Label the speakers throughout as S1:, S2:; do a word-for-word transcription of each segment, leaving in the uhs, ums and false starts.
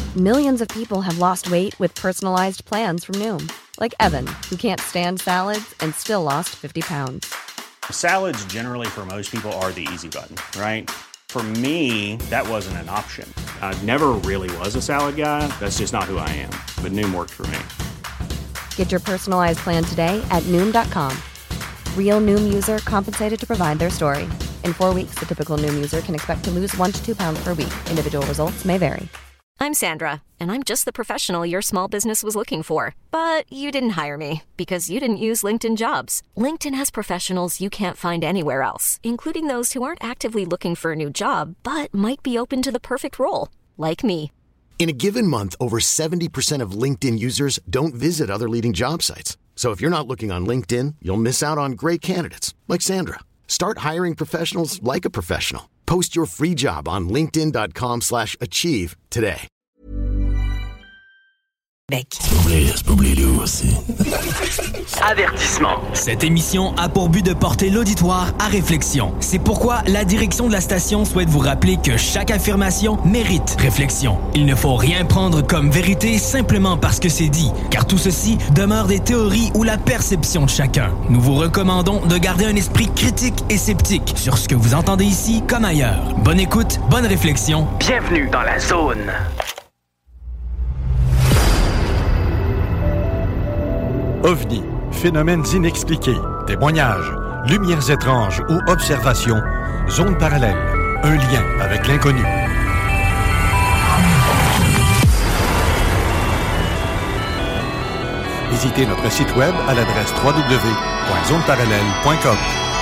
S1: Millions of people have lost weight with personalized plans from Noom. Like Evan, who can't stand salads and still lost fifty pounds.
S2: Salads generally for most people are the easy button, right? For me, that wasn't an option. I never really was a salad guy. That's just not who I am. But Noom worked for me.
S1: Get your personalized plan today at Noom dot com. Real Noom user compensated to provide their story. In four weeks, the typical Noom user can expect to lose one to two pounds per week. Individual results may vary.
S3: I'm Sandra, and I'm just the professional your small business was looking for. But you didn't hire me because you didn't use LinkedIn Jobs. LinkedIn has professionals you can't find anywhere else, including those who aren't actively looking for a new job, but might be open to the perfect role, like me.
S4: In a given month, over seventy percent of LinkedIn users don't visit other leading job sites. So if you're not looking on LinkedIn, you'll miss out on great candidates like Sandra. Start hiring professionals like a professional. Post your free job on linkedin dot com slash achieve today.
S5: aussi. Avertissement. Cette émission a pour but de porter l'auditoire à réflexion. C'est pourquoi la direction de la station souhaite vous rappeler que chaque affirmation mérite réflexion. Il ne faut rien prendre comme vérité simplement parce que c'est dit, car tout ceci demeure des théories ou la perception de chacun. Nous vous recommandons de garder un esprit critique et sceptique sur ce que vous entendez ici comme ailleurs. Bonne écoute, bonne réflexion.
S6: Bienvenue dans la zone.
S7: OVNI, phénomènes inexpliqués, témoignages, lumières étranges ou observations, zone parallèle, un lien avec l'inconnu. Visitez notre site web à l'adresse w w w point zone parallèle point com.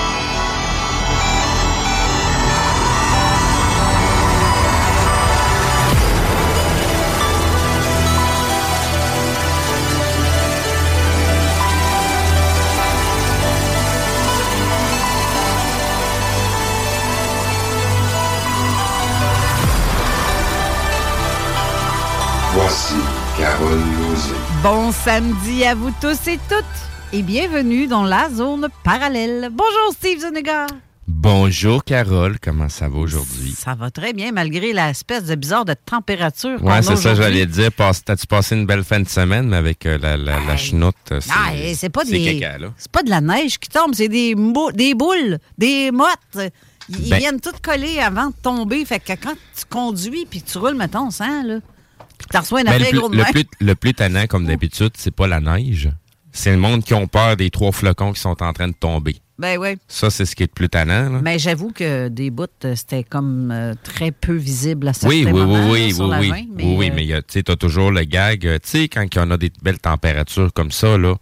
S8: Voici Carole Lauzé.
S9: Bon samedi à vous tous et toutes et bienvenue dans la zone parallèle. Bonjour Steve Zuniga.
S10: Bonjour Carole, comment ça va aujourd'hui?
S9: Ça va très bien malgré l'espèce de bizarre de température qu'on
S10: ouais,
S9: a
S10: c'est
S9: aujourd'hui.
S10: ça, j'allais dire. Passe, t'as-tu passé une belle fin de semaine, mais avec euh, la, la, la chenoute? C'est,
S9: ah, c'est, pas
S10: c'est,
S9: des,
S10: caca, là.
S9: c'est pas de la neige qui tombe, c'est des, mou- des boules, des mottes. Ils
S10: ben,
S9: viennent toutes coller avant de tomber. Fait que quand tu conduis puis que tu roules, mettons, sang, là, puis tu reçois une après gros de
S10: le
S9: main.
S10: plus, le plus tannant, comme d'habitude, c'est pas la neige. C'est le monde qui ont peur des trois flocons qui sont en train de tomber.
S9: Ben oui.
S10: Ça, c'est ce qui est le plus tannant. Là.
S9: Mais j'avoue que des bouts, c'était comme euh, très peu visible à certains
S10: oui, oui,
S9: moments.
S10: Oui,
S9: là, sur
S10: oui,
S9: la
S10: oui,
S9: vingt, mais,
S10: oui, oui,
S9: euh...
S10: mais tu as toujours le gag. Tu sais, quand il y en a des belles températures comme ça, là,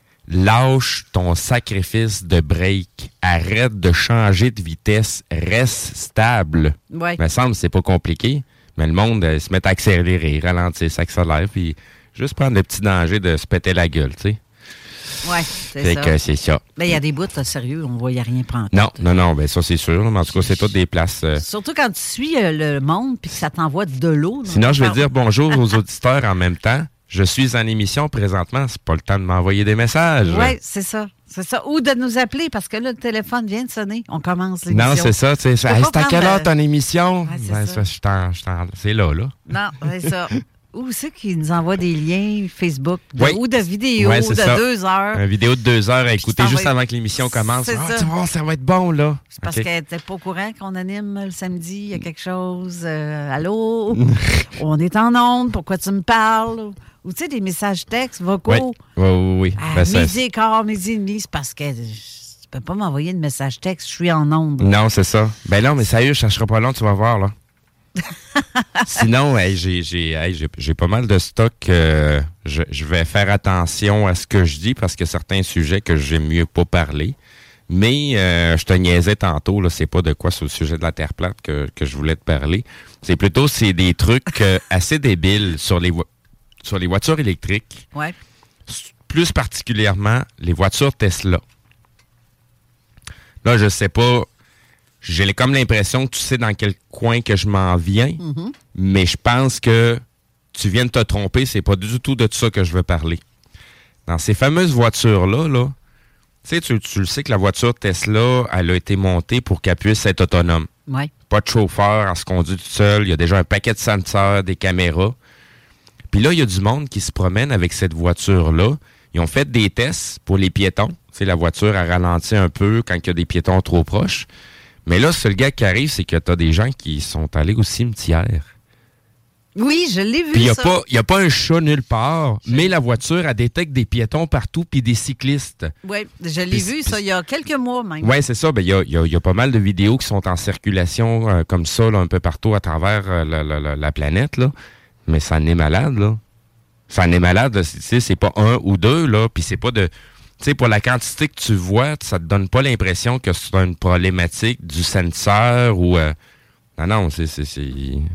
S10: lâche ton sacrifice de break. Arrête de changer de vitesse. Reste stable.
S9: Ouais.
S10: Il me semble que c'est pas compliqué. Mais le monde euh, se met à accélérer, ralentir, s'accélère, puis juste prendre le petit danger de se péter la gueule, tu sais.
S9: Oui, c'est
S10: fait
S9: ça.
S10: que c'est ça.
S9: Mais il y a des bouts, là, sérieux, on ne voyait rien prendre.
S10: Non, non, non, ben ça c'est sûr. Mais en tout cas, c'est toutes des places. Euh...
S9: Surtout quand tu suis euh, le monde puis que ça t'envoie de l'eau.
S10: Sinon, je vais dire bonjour aux auditeurs en même temps. Je suis en émission présentement. C'est pas le temps de m'envoyer des messages.
S9: Oui, c'est ça. C'est ça. Ou de nous appeler parce que là, le téléphone vient de sonner. On commence l'émission.
S10: Non, c'est ça. C'est, c'est, hey, c'est à quelle heure ton émission?
S9: Ouais, c'est,
S10: ben,
S9: ça.
S10: Ça, je t'en, je t'en, c'est là, là.
S9: Non, c'est ça. Ou c'est qui nous envoie des liens Facebook de,
S10: oui.
S9: ou de vidéos
S10: ouais,
S9: de
S10: ça.
S9: deux heures.
S10: Une vidéo de deux heures à écouter juste avant que l'émission commence.
S9: C'est
S10: ah,
S9: ça.
S10: Tu vois, ça va être bon, là.
S9: C'est parce
S10: okay.
S9: qu'elle n'était pas au courant qu'on anime le samedi. Il y a quelque chose. Euh, allô? On est en onde. Pourquoi tu me parles? Ou tu sais, des messages textes vocaux.
S10: Oui, oui, oui. oui.
S9: À
S10: ben,
S9: midi et quart, midi et demi, c'est parce que tu peux pas m'envoyer de message texte. Je suis en onde.
S10: Non, c'est ça. Ben non, mais sérieux, ça ne sera pas long, tu vas voir, là. Sinon, hey, j'ai, j'ai, hey, j'ai, j'ai pas mal de stock. Euh, je, je vais faire attention à ce que je dis parce qu'il y a certains sujets que j'aime mieux pas parler. Mais euh, je te niaisais tantôt, là, c'est pas de quoi sur le sujet de la Terre plate que, que je voulais te parler. C'est plutôt c'est des trucs euh, assez débiles sur les, vo- sur les voitures électriques.
S9: Ouais.
S10: Plus particulièrement les voitures Tesla. Là, je sais pas. J'ai comme l'impression que tu sais dans quel coin que je m'en viens, mm-hmm. mais je pense que tu viens de te tromper, c'est pas du tout de ça que je veux parler. Dans ces fameuses voitures-là, là, tu sais, tu, tu le sais que la voiture Tesla, elle a été montée pour qu'elle puisse être autonome.
S9: Ouais.
S10: Pas de chauffeur, elle se conduit toute seule, il y a déjà un paquet de senseurs, des caméras. Puis là, il y a du monde qui se promène avec cette voiture-là. Ils ont fait des tests pour les piétons. Tu sais, la voiture a ralenti un peu quand il y a des piétons trop proches. Mais là, ce gars qui arrive, c'est que tu as des gens qui sont allés au cimetière.
S9: Oui, je l'ai vu,
S10: puis y a
S9: ça.
S10: Puis il n'y a pas un chat nulle part, mais la voiture, elle détecte des piétons partout puis des cyclistes.
S9: Oui, je l'ai
S10: Puis,
S9: vu,
S10: puis,
S9: ça, il y a quelques mois même.
S10: Oui, c'est ça. Il ben, y, a, y, a, y a pas mal de vidéos qui sont en circulation euh, comme ça, là, un peu partout à travers euh, la, la, la, la planète. Là. Mais ça en est malade, là. Ça en est malade, c'est, c'est pas un ou deux, là. Puis c'est pas de... Tu sais, pour la quantité que tu vois, ça te donne pas l'impression que c'est une problématique du senseur ou... Euh... Non, non, c'est... c'est, c'est...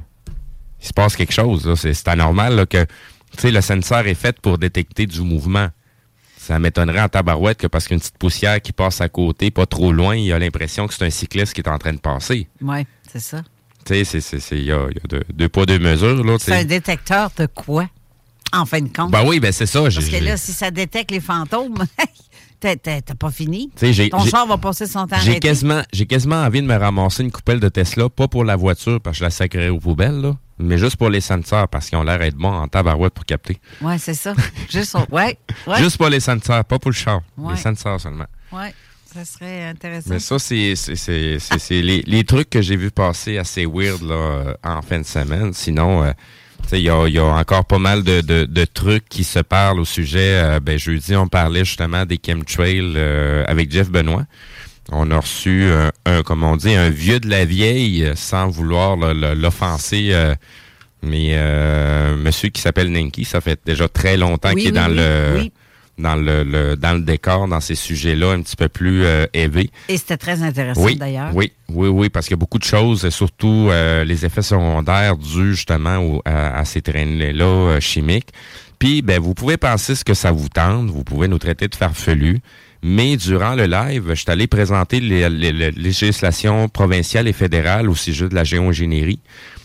S10: Il se passe quelque chose, là. C'est, c'est anormal là, que le senseur est fait pour détecter du mouvement. Ça m'étonnerait en tabarouette que parce qu'une petite poussière qui passe à côté, pas trop loin, il a l'impression que c'est un cycliste qui est en train de passer.
S9: Oui, c'est ça.
S10: Tu sais, c'est, c'est, c'est, il y a, y a deux, deux poids, deux mesures. Là,
S9: c'est un détecteur de quoi, en fin de compte?
S10: Ben oui, ben c'est ça.
S9: Parce
S10: j'ai,
S9: que là,
S10: j'ai...
S9: si ça détecte les fantômes... T'as, t'as, t'as pas fini.
S10: J'ai,
S9: Ton
S10: j'ai,
S9: char va passer son temps
S10: j'ai
S9: arrêté.
S10: quasiment, j'ai quasiment envie de me ramasser une coupelle de Tesla, pas pour la voiture, parce que je la sacrerais aux poubelles, là, mais juste pour les senseurs, parce qu'ils ont l'air d'être bons en tabarouette pour capter.
S9: Oui, c'est ça. Juste, ouais, ouais.
S10: Juste pour les senseurs, pas pour le char.
S9: Ouais.
S10: Les senseurs seulement.
S9: Oui, ça serait intéressant.
S10: Mais ça, c'est, c'est, c'est, c'est, c'est les, les trucs que j'ai vu passer assez weird là, en fin de semaine. Sinon... Euh, il y a, y a encore pas mal de, de, de trucs qui se parlent au sujet. Euh, ben, jeudi, on parlait justement des chemtrails euh, avec Jeff Benoît. On a reçu un, un, comme on dit, un vieux de la vieille, sans vouloir là, l'offenser. Euh, mais euh, monsieur qui s'appelle Ninky, ça fait déjà très longtemps
S9: oui,
S10: qu'il est
S9: oui,
S10: dans
S9: oui,
S10: le...
S9: Oui.
S10: Dans le, le dans le décor, dans ces sujets-là, un petit peu plus euh, élevés.
S9: Et c'était très intéressant,
S10: oui,
S9: d'ailleurs.
S10: Oui, oui, oui, parce qu'il y a beaucoup de choses, surtout euh, les effets secondaires dus justement au, à, à ces traînées-là euh, chimiques. Puis, ben, vous pouvez penser ce que ça vous tente, vous pouvez nous traiter de farfelus, mais durant le live, je suis allé présenter les, les, les législations provinciales et fédérales au sujet de la géoingénierie.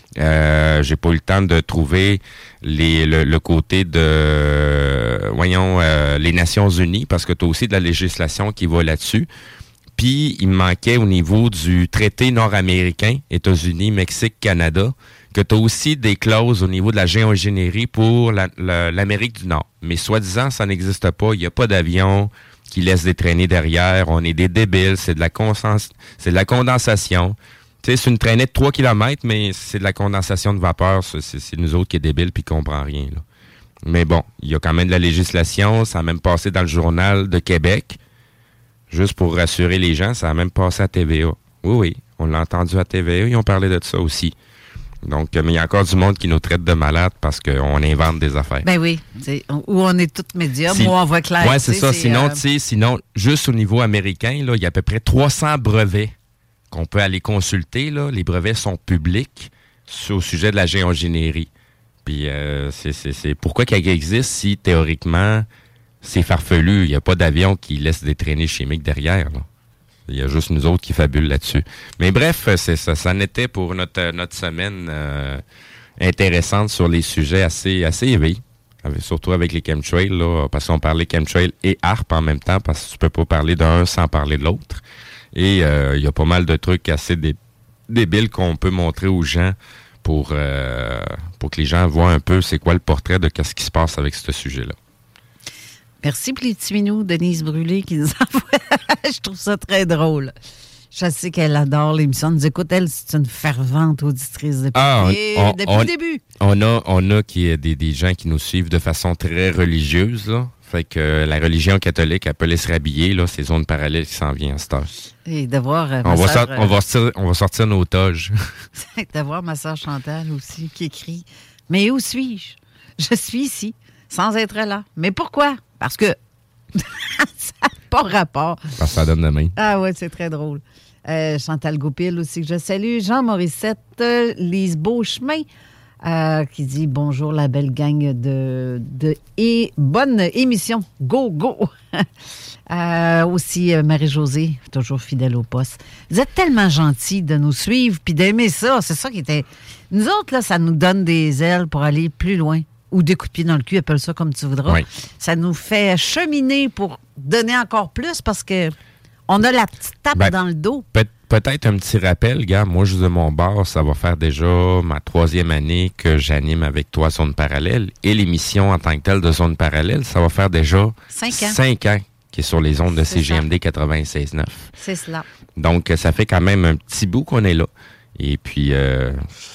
S10: Euh, j'ai pas eu le temps de trouver les, le, le côté de, euh, voyons, euh, les Nations Unies, parce que tu as aussi de la législation qui va là-dessus. Puis, il me manquait au niveau du traité nord-américain, États-Unis, Mexique, Canada, que tu as aussi des clauses au niveau de la géoingénierie pour la, la, l'Amérique du Nord. Mais soi-disant, ça n'existe pas. Il n'y a pas d'avion qui laisse des traînées derrière. On est des débiles. C'est de la, consens- c'est de la condensation. Tu sais, c'est une traînée de trois kilomètres, mais c'est de la condensation de vapeur. C'est, c'est, c'est nous autres qui est débiles puis qui ne comprend rien. Là. Mais bon, il y a quand même de la législation. Ça a même passé dans le Journal de Québec. Juste pour rassurer les gens, ça a même passé à T V A. Oui, oui, on l'a entendu à T V A. Ils ont parlé de ça aussi. Donc, mais il y a encore du monde qui nous traite de malades parce qu'on invente des affaires.
S9: Ben oui. On, ou on est tous médiums,
S10: si,
S9: ou on voit clair.
S10: Oui, c'est ça.
S9: C'est,
S10: sinon,
S9: euh...
S10: tu sais, sinon, juste au niveau américain, là, il y a à peu près trois cents brevets qu'on peut aller consulter. Là. Les brevets sont publics au sujet de la géoingénierie. Puis, euh, c'est, c'est, c'est pourquoi qu'il existe si, théoriquement, c'est farfelu. Il n'y a pas d'avion qui laisse des traînées chimiques derrière. Là. Il y a juste nous autres qui fabulent là-dessus. Mais bref, c'est ça. Ça en était pour notre, notre semaine euh, intéressante sur les sujets assez, assez élevés. Surtout avec les chemtrails, là, parce qu'on parlait chemtrails et A R P en même temps, parce que tu peux pas parler d'un sans parler de l'autre. Et euh, il y a pas mal de trucs assez dé- débiles qu'on peut montrer aux gens pour, euh, pour que les gens voient un peu c'est quoi le portrait de ce qui se passe avec ce sujet-là.
S9: Merci pour les petits minous, Denise Brûlé, qui nous envoie. Je trouve ça très drôle. Je sais qu'elle adore l'émission. Elle nous écoute, elle, c'est une fervente auditrice depuis,
S10: ah, on, on,
S9: depuis
S10: on,
S9: le début.
S10: On a, on a qui, des, des gens qui nous suivent de façon très religieuse, là. Fait que euh, la religion catholique, elle peut aller se rhabiller, là, c'est zone parallèle qui s'en vient à cette heure.
S9: Et de voir euh,
S10: on,
S9: ma
S10: va
S9: soeur,
S10: sort, on, va sortir, on va sortir nos toges.
S9: de voir ma soeur Chantal aussi, qui écrit « Mais où suis-je? Je suis ici, sans être là. Mais pourquoi? Parce que ça n'a pas rapport. »
S10: Parce que ça donne de main.
S9: Ah ouais, c'est très drôle. Euh, Chantal Goupil aussi, que je salue. Jean Morissette, euh, Lise Beauchemin, euh, qui dit « Bonjour, la belle gang de... de et bonne émission. Go, go! » euh, Aussi, euh, Marie-Josée, toujours fidèle au poste. Vous êtes tellement gentils de nous suivre puis d'aimer ça. C'est ça qui était... Nous autres, là, ça nous donne des ailes pour aller plus loin. Ou des coups de pied dans le cul, appelle ça comme tu voudras.
S10: Oui.
S9: Ça nous fait cheminer pour donner encore plus parce que on a la petite tape
S10: ben,
S9: dans le dos.
S10: Peut- peut-être un petit rappel, gars. Moi, je de mon bord, ça va faire déjà ma troisième année que j'anime avec toi Zone Parallèle. Et l'émission en tant que telle de Zone Parallèle, ça va faire déjà
S9: cinq ans,
S10: cinq ans qui est sur les ondes de
S9: C'est
S10: C G M D quatre-vingt-seize neuf.
S9: C'est cela.
S10: Donc, ça fait quand même un petit bout qu'on est là. Et puis... Euh,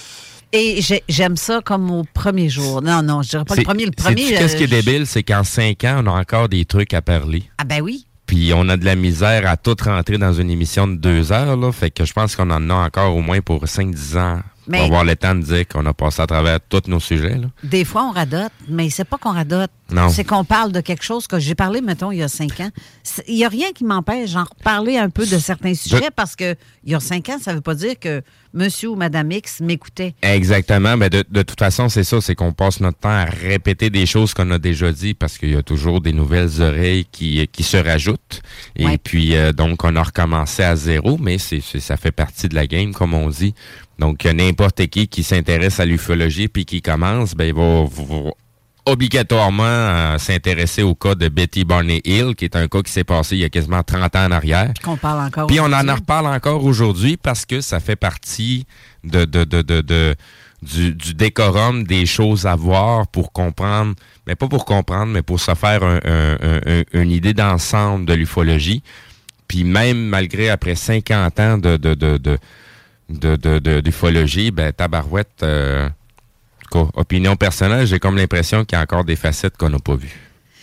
S9: Et j'ai, j'aime ça comme au premier jour. Non, non, je dirais pas le premier. Le premier.
S10: C'est, qu'est-ce qui est débile, c'est qu'en cinq ans, on a encore des trucs à parler.
S9: Ah ben oui.
S10: Puis on a de la misère à tout rentrer dans une émission de deux heures, là. Fait que je pense qu'on en a encore au moins pour cinq dix ans.
S9: Mais
S10: pour avoir le temps de dire qu'on a passé à travers tous nos sujets, là.
S9: Des fois, on radote, mais c'est pas qu'on radote.
S10: Non.
S9: C'est qu'on parle de quelque chose que j'ai parlé, mettons, il y a cinq ans. Il n'y a rien qui m'empêche d'en reparler un peu de certains sujets
S10: de...
S9: parce que il y a cinq ans, ça ne veut pas dire que monsieur ou madame X m'écoutait.
S10: Exactement. Mais de, de toute façon, c'est ça. C'est qu'on passe notre temps à répéter des choses qu'on a déjà dit parce qu'il y a toujours des nouvelles oreilles qui, qui se rajoutent. Et
S9: ouais.
S10: puis, euh, donc, on a recommencé à zéro, mais c'est, c'est, ça fait partie de la game, comme on dit. Donc, n'importe qui qui s'intéresse à l'ufologie puis qui commence, ben il va, va obligatoirement euh, s'intéresser au cas de Betty Barney Hill, qui est un cas qui s'est passé il y a quasiment trente ans en arrière.
S9: Puis qu'on parle encore
S10: Puis on
S9: aujourd'hui.
S10: en reparle encore aujourd'hui parce que ça fait partie de, de, de, de, de du, du décorum des choses à voir pour comprendre, mais pas pour comprendre, mais pour se faire un, un, un, un, une idée d'ensemble de l'ufologie. Puis même malgré après cinquante ans de... de, de, de De, de, de, d'ufologie, ben, tabarouette, euh, quoi, opinion personnelle, j'ai comme l'impression qu'il y a encore des facettes qu'on n'a pas vues.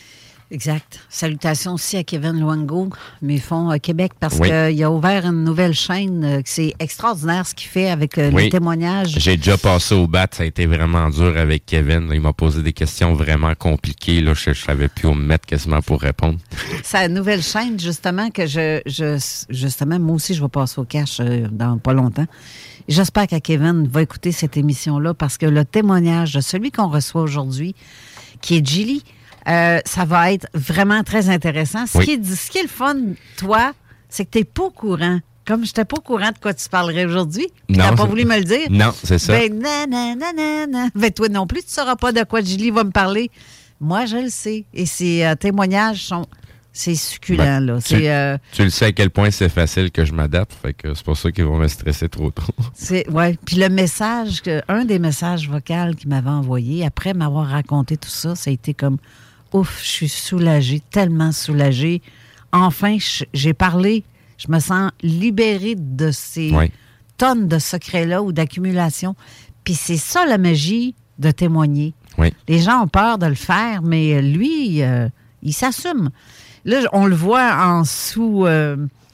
S9: Exact. Salutations aussi à Kevin Luango, mes fonds à Québec, parce
S10: oui.
S9: qu'il a ouvert une nouvelle chaîne. Euh, c'est extraordinaire ce qu'il fait avec euh,
S10: oui.
S9: les témoignages.
S10: J'ai déjà passé au bat, ça a été vraiment dur avec Kevin. Il m'a posé des questions vraiment compliquées. Là, je ne savais plus où me mettre quasiment pour répondre.
S9: Sa nouvelle chaîne, justement, que je, je justement, moi aussi, je vais passer au cash euh, dans pas longtemps. J'espère que Kevin va écouter cette émission-là parce que le témoignage de celui qu'on reçoit aujourd'hui, qui est Gilly, Euh, ça va être vraiment très intéressant. Ce,
S10: oui.
S9: qui est, ce qui est le fun, toi, c'est que tu n'es pas au courant. Comme je n'étais pas au courant de quoi tu parlerais aujourd'hui, tu n'as pas voulu me le dire.
S10: Non, c'est ça.
S9: Ben, nanana. Ben, toi non plus, tu ne sauras pas de quoi Gilly va me parler. Moi, je le sais. Et ces euh, témoignages sont... C'est succulent, ben, là.
S10: Tu,
S9: c'est, euh,
S10: tu le sais à quel point c'est facile que je m'adapte, fait que c'est pour ça qu'ils vont me stresser trop tôt.
S9: C'est, ouais. Puis le message, que, un des messages vocaux qu'il m'avait envoyé, après m'avoir raconté tout ça, ça a été comme... Ouf, je suis soulagée, tellement soulagée. Enfin, j'ai parlé, je me sens libérée de ces oui. tonnes de secrets-là ou d'accumulation. Puis c'est ça la magie de témoigner.
S10: Oui.
S9: Les gens ont peur de le faire, mais lui, euh, il s'assume. Là, on le voit en sous... Euh,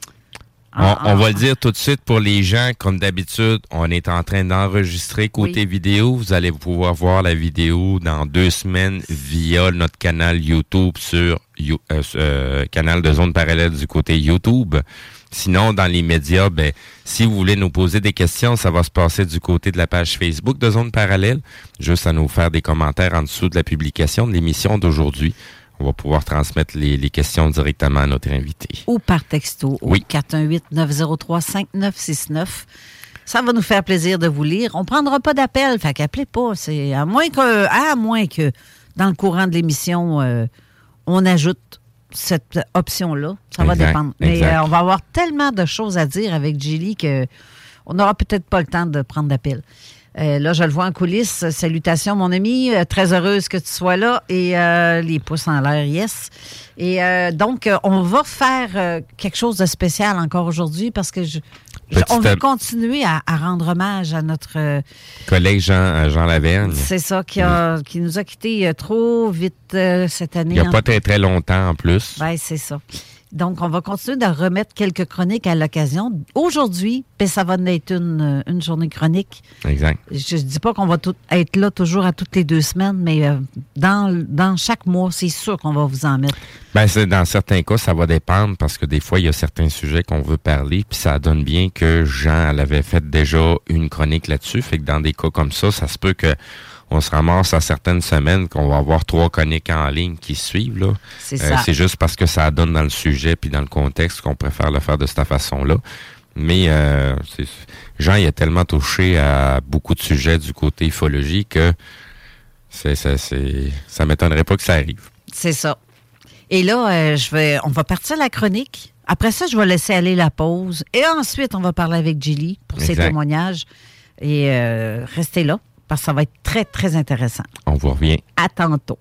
S10: On, on va le dire tout de suite pour les gens, comme d'habitude, on est en train d'enregistrer côté oui. vidéo. Vous allez pouvoir voir la vidéo dans deux semaines via notre canal YouTube sur euh, euh, canal de Zone Parallèle du côté YouTube. Sinon, dans les médias, ben, si vous voulez nous poser des questions, ça va se passer du côté de la page Facebook de Zone Parallèle. Juste à nous faire des commentaires en dessous de la publication de l'émission d'aujourd'hui. On va pouvoir transmettre les, les questions directement à notre invité.
S9: Ou par texto au
S10: oui.
S9: quatre un huit neuf zéro trois cinq neuf six neuf. Ça va nous faire plaisir de vous lire. On ne prendra pas d'appel, fait qu'appelez pas. C'est à moins que, à moins que dans le courant de l'émission, euh, on ajoute cette option-là. Ça
S10: exact,
S9: va dépendre. Mais
S10: exact.
S9: euh, on va avoir tellement de choses à dire avec Gilly qu'on n'aura peut-être pas le temps de prendre d'appel. Euh, là, je le vois en coulisses. Salutations, mon ami. Euh, très heureuse que tu sois là. Et euh, les pouces en l'air, yes. Et euh, donc, euh, on va faire euh, quelque chose de spécial encore aujourd'hui parce que je, je, on veut continuer à, à rendre hommage à notre... Euh,
S10: collègue Jean, Jean Lavergne.
S9: C'est ça, qui, a, qui nous a quittés trop vite euh, cette année.
S10: Il n'y a pas très, très longtemps en plus.
S9: Oui, c'est ça. Donc, on va continuer de remettre quelques chroniques à l'occasion. Aujourd'hui, ben, ça va être une, une journée chronique.
S10: Exact.
S9: Je ne dis pas qu'on va tout, être là toujours à toutes les deux semaines, mais euh, dans, dans chaque mois, c'est sûr qu'on va vous en mettre.
S10: Ben, c'est, dans certains cas, ça va dépendre parce que des fois, il y a certains sujets qu'on veut parler, puis ça donne bien que Jean elle avait fait déjà une chronique là-dessus. Fait que dans des cas comme ça, ça se peut que on se ramasse à certaines semaines qu'on va avoir trois chroniques en ligne qui suivent. Là.
S9: C'est
S10: euh,
S9: ça.
S10: C'est juste parce que ça donne dans le sujet puis dans le contexte qu'on préfère le faire de cette façon-là. Mais euh, c'est, Jean, il a tellement touché à beaucoup de sujets du côté ufologie que c'est, c'est, c'est, ça m'étonnerait pas que ça arrive.
S9: C'est ça. Et là, euh, je vais, on va partir la chronique. Après ça, je vais laisser aller la pause. Et ensuite, on va parler avec Julie pour
S10: exact.
S9: ses témoignages. Et euh, restez là, parce que ça va être très, très intéressant.
S10: On vous revient.
S9: À tantôt.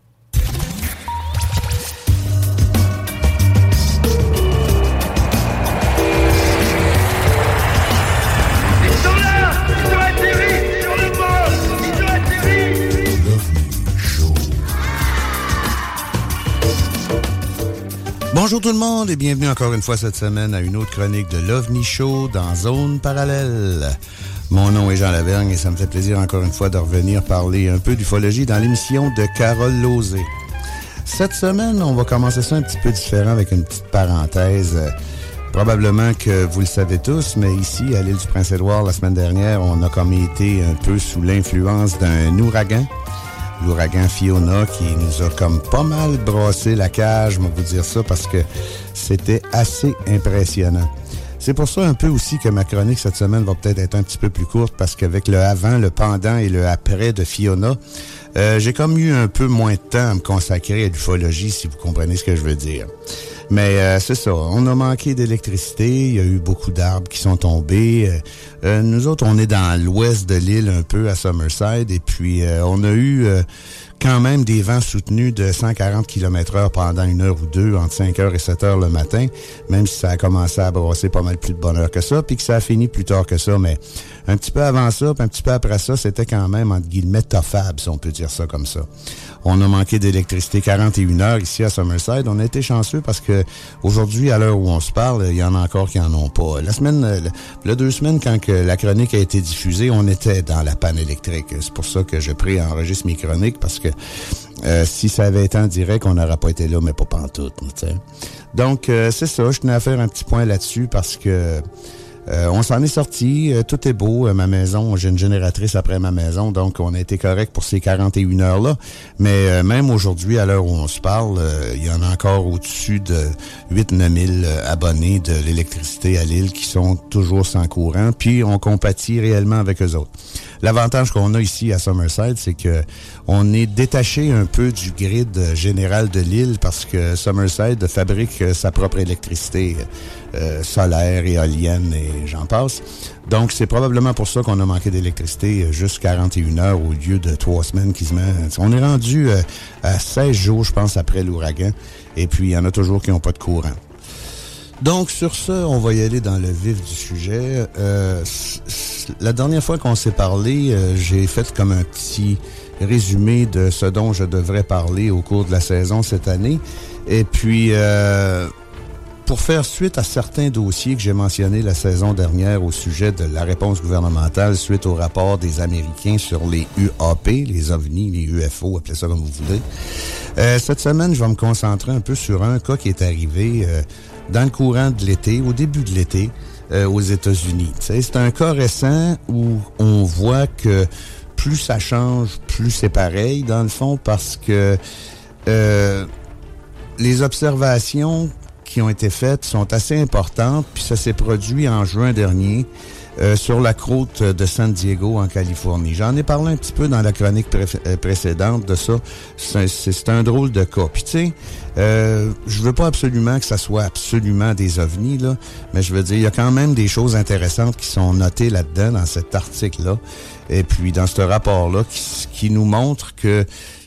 S11: Bonjour tout le monde et bienvenue encore une fois cette semaine à une autre chronique de l'OVNI Show dans Zone Parallèle. Mon nom est Jean Lavergne et ça me fait plaisir encore une fois de revenir parler un peu d'ufologie dans l'émission de Carole Lauzé. Cette semaine, on va commencer ça un petit peu différent avec une petite parenthèse. Euh, probablement que vous le savez tous, mais ici, à l'île du Prince-Édouard, la semaine dernière, on a comme été un peu sous l'influence d'un ouragan. L'ouragan Fiona qui nous a comme pas mal brassé la cage, je vais vous dire ça, parce que c'était assez impressionnant. C'est pour ça un peu aussi que ma chronique cette semaine va peut-être être un petit peu plus courte, parce qu'avec le avant, le pendant et le après de Fiona, euh, j'ai comme eu un peu moins de temps à me consacrer à l'ufologie, si vous comprenez ce que je veux dire. Mais euh, c'est ça, on a manqué d'électricité, il y a eu beaucoup d'arbres qui sont tombés. Euh, euh, nous autres, on est dans l'ouest de l'île un peu, à Summerside, et puis euh, on a eu euh, quand même des vents soutenus de cent quarante kilomètres heure pendant une heure ou deux, entre cinq heures et sept heures le matin, même si ça a commencé à brasser pas mal plus de bonne heure que ça, puis que ça a fini plus tard que ça, mais un petit peu avant ça, puis un petit peu après ça, c'était quand même, entre guillemets, toffable, si on peut dire ça comme ça. On a manqué d'électricité quarante et une heures ici à Summerside. On a été chanceux parce que aujourd'hui, à l'heure où on se parle, il y en a encore qui en ont pas. La semaine, le deux semaines, quand que la chronique a été diffusée, on était dans la panne électrique. C'est pour ça que je préenregistre mes chroniques, parce que euh, si ça avait été en direct, on n'aurait pas été là, mais pas pantoute. T'sais. Donc, euh, c'est ça. Je tenais à faire un petit point là-dessus parce que Euh, on s'en est sorti, euh, tout est beau, euh, ma maison, j'ai une génératrice après ma maison, donc on a été correct pour ces quarante et une heures-là, mais euh, même aujourd'hui, à l'heure où on se parle, euh, il y en a encore au-dessus de huit à neuf mille euh, abonnés de l'électricité à l'île qui sont toujours sans courant, puis on compatit réellement avec eux autres. L'avantage qu'on a ici à Summerside, c'est que on est détaché un peu du grid général de l'île parce que Summerside fabrique sa propre électricité euh, solaire, éolienne et j'en passe. Donc, c'est probablement pour ça qu'on a manqué d'électricité juste quarante et une heures au lieu de trois semaines quasiment. On est rendu euh, à seize jours, je pense, après l'ouragan. Et puis, il y en a toujours qui n'ont pas de courant. Donc, sur ce, on va y aller dans le vif du sujet. Euh, la dernière fois qu'on s'est parlé, euh, j'ai fait comme un petit résumé de ce dont je devrais parler au cours de la saison cette année. Et puis, euh, pour faire suite à certains dossiers que j'ai mentionnés la saison dernière au sujet de la réponse gouvernementale suite au rapport des Américains sur les U A P, les ovnis, les U F O, appelez ça comme vous voulez. Euh, cette semaine, je vais me concentrer un peu sur un cas qui est arrivé euh, dans le courant de l'été, au début de l'été, euh, aux États-Unis. T'sais, c'est un cas récent où on voit que plus ça change, plus c'est pareil, dans le fond, parce que euh, les observations qui ont été faites sont assez importantes, puis ça s'est produit en juin dernier euh, sur la côte de San Diego, en Californie. J'en ai parlé un petit peu dans la chronique pré- précédente de ça. C'est, c'est, c'est un drôle de cas. Puis tu sais, euh, je veux pas absolument que ça soit absolument des ovnis, là, mais je veux dire, il y a quand même des choses intéressantes qui sont notées là-dedans, dans cet article-là, et puis dans ce rapport-là, qui, qui nous montre que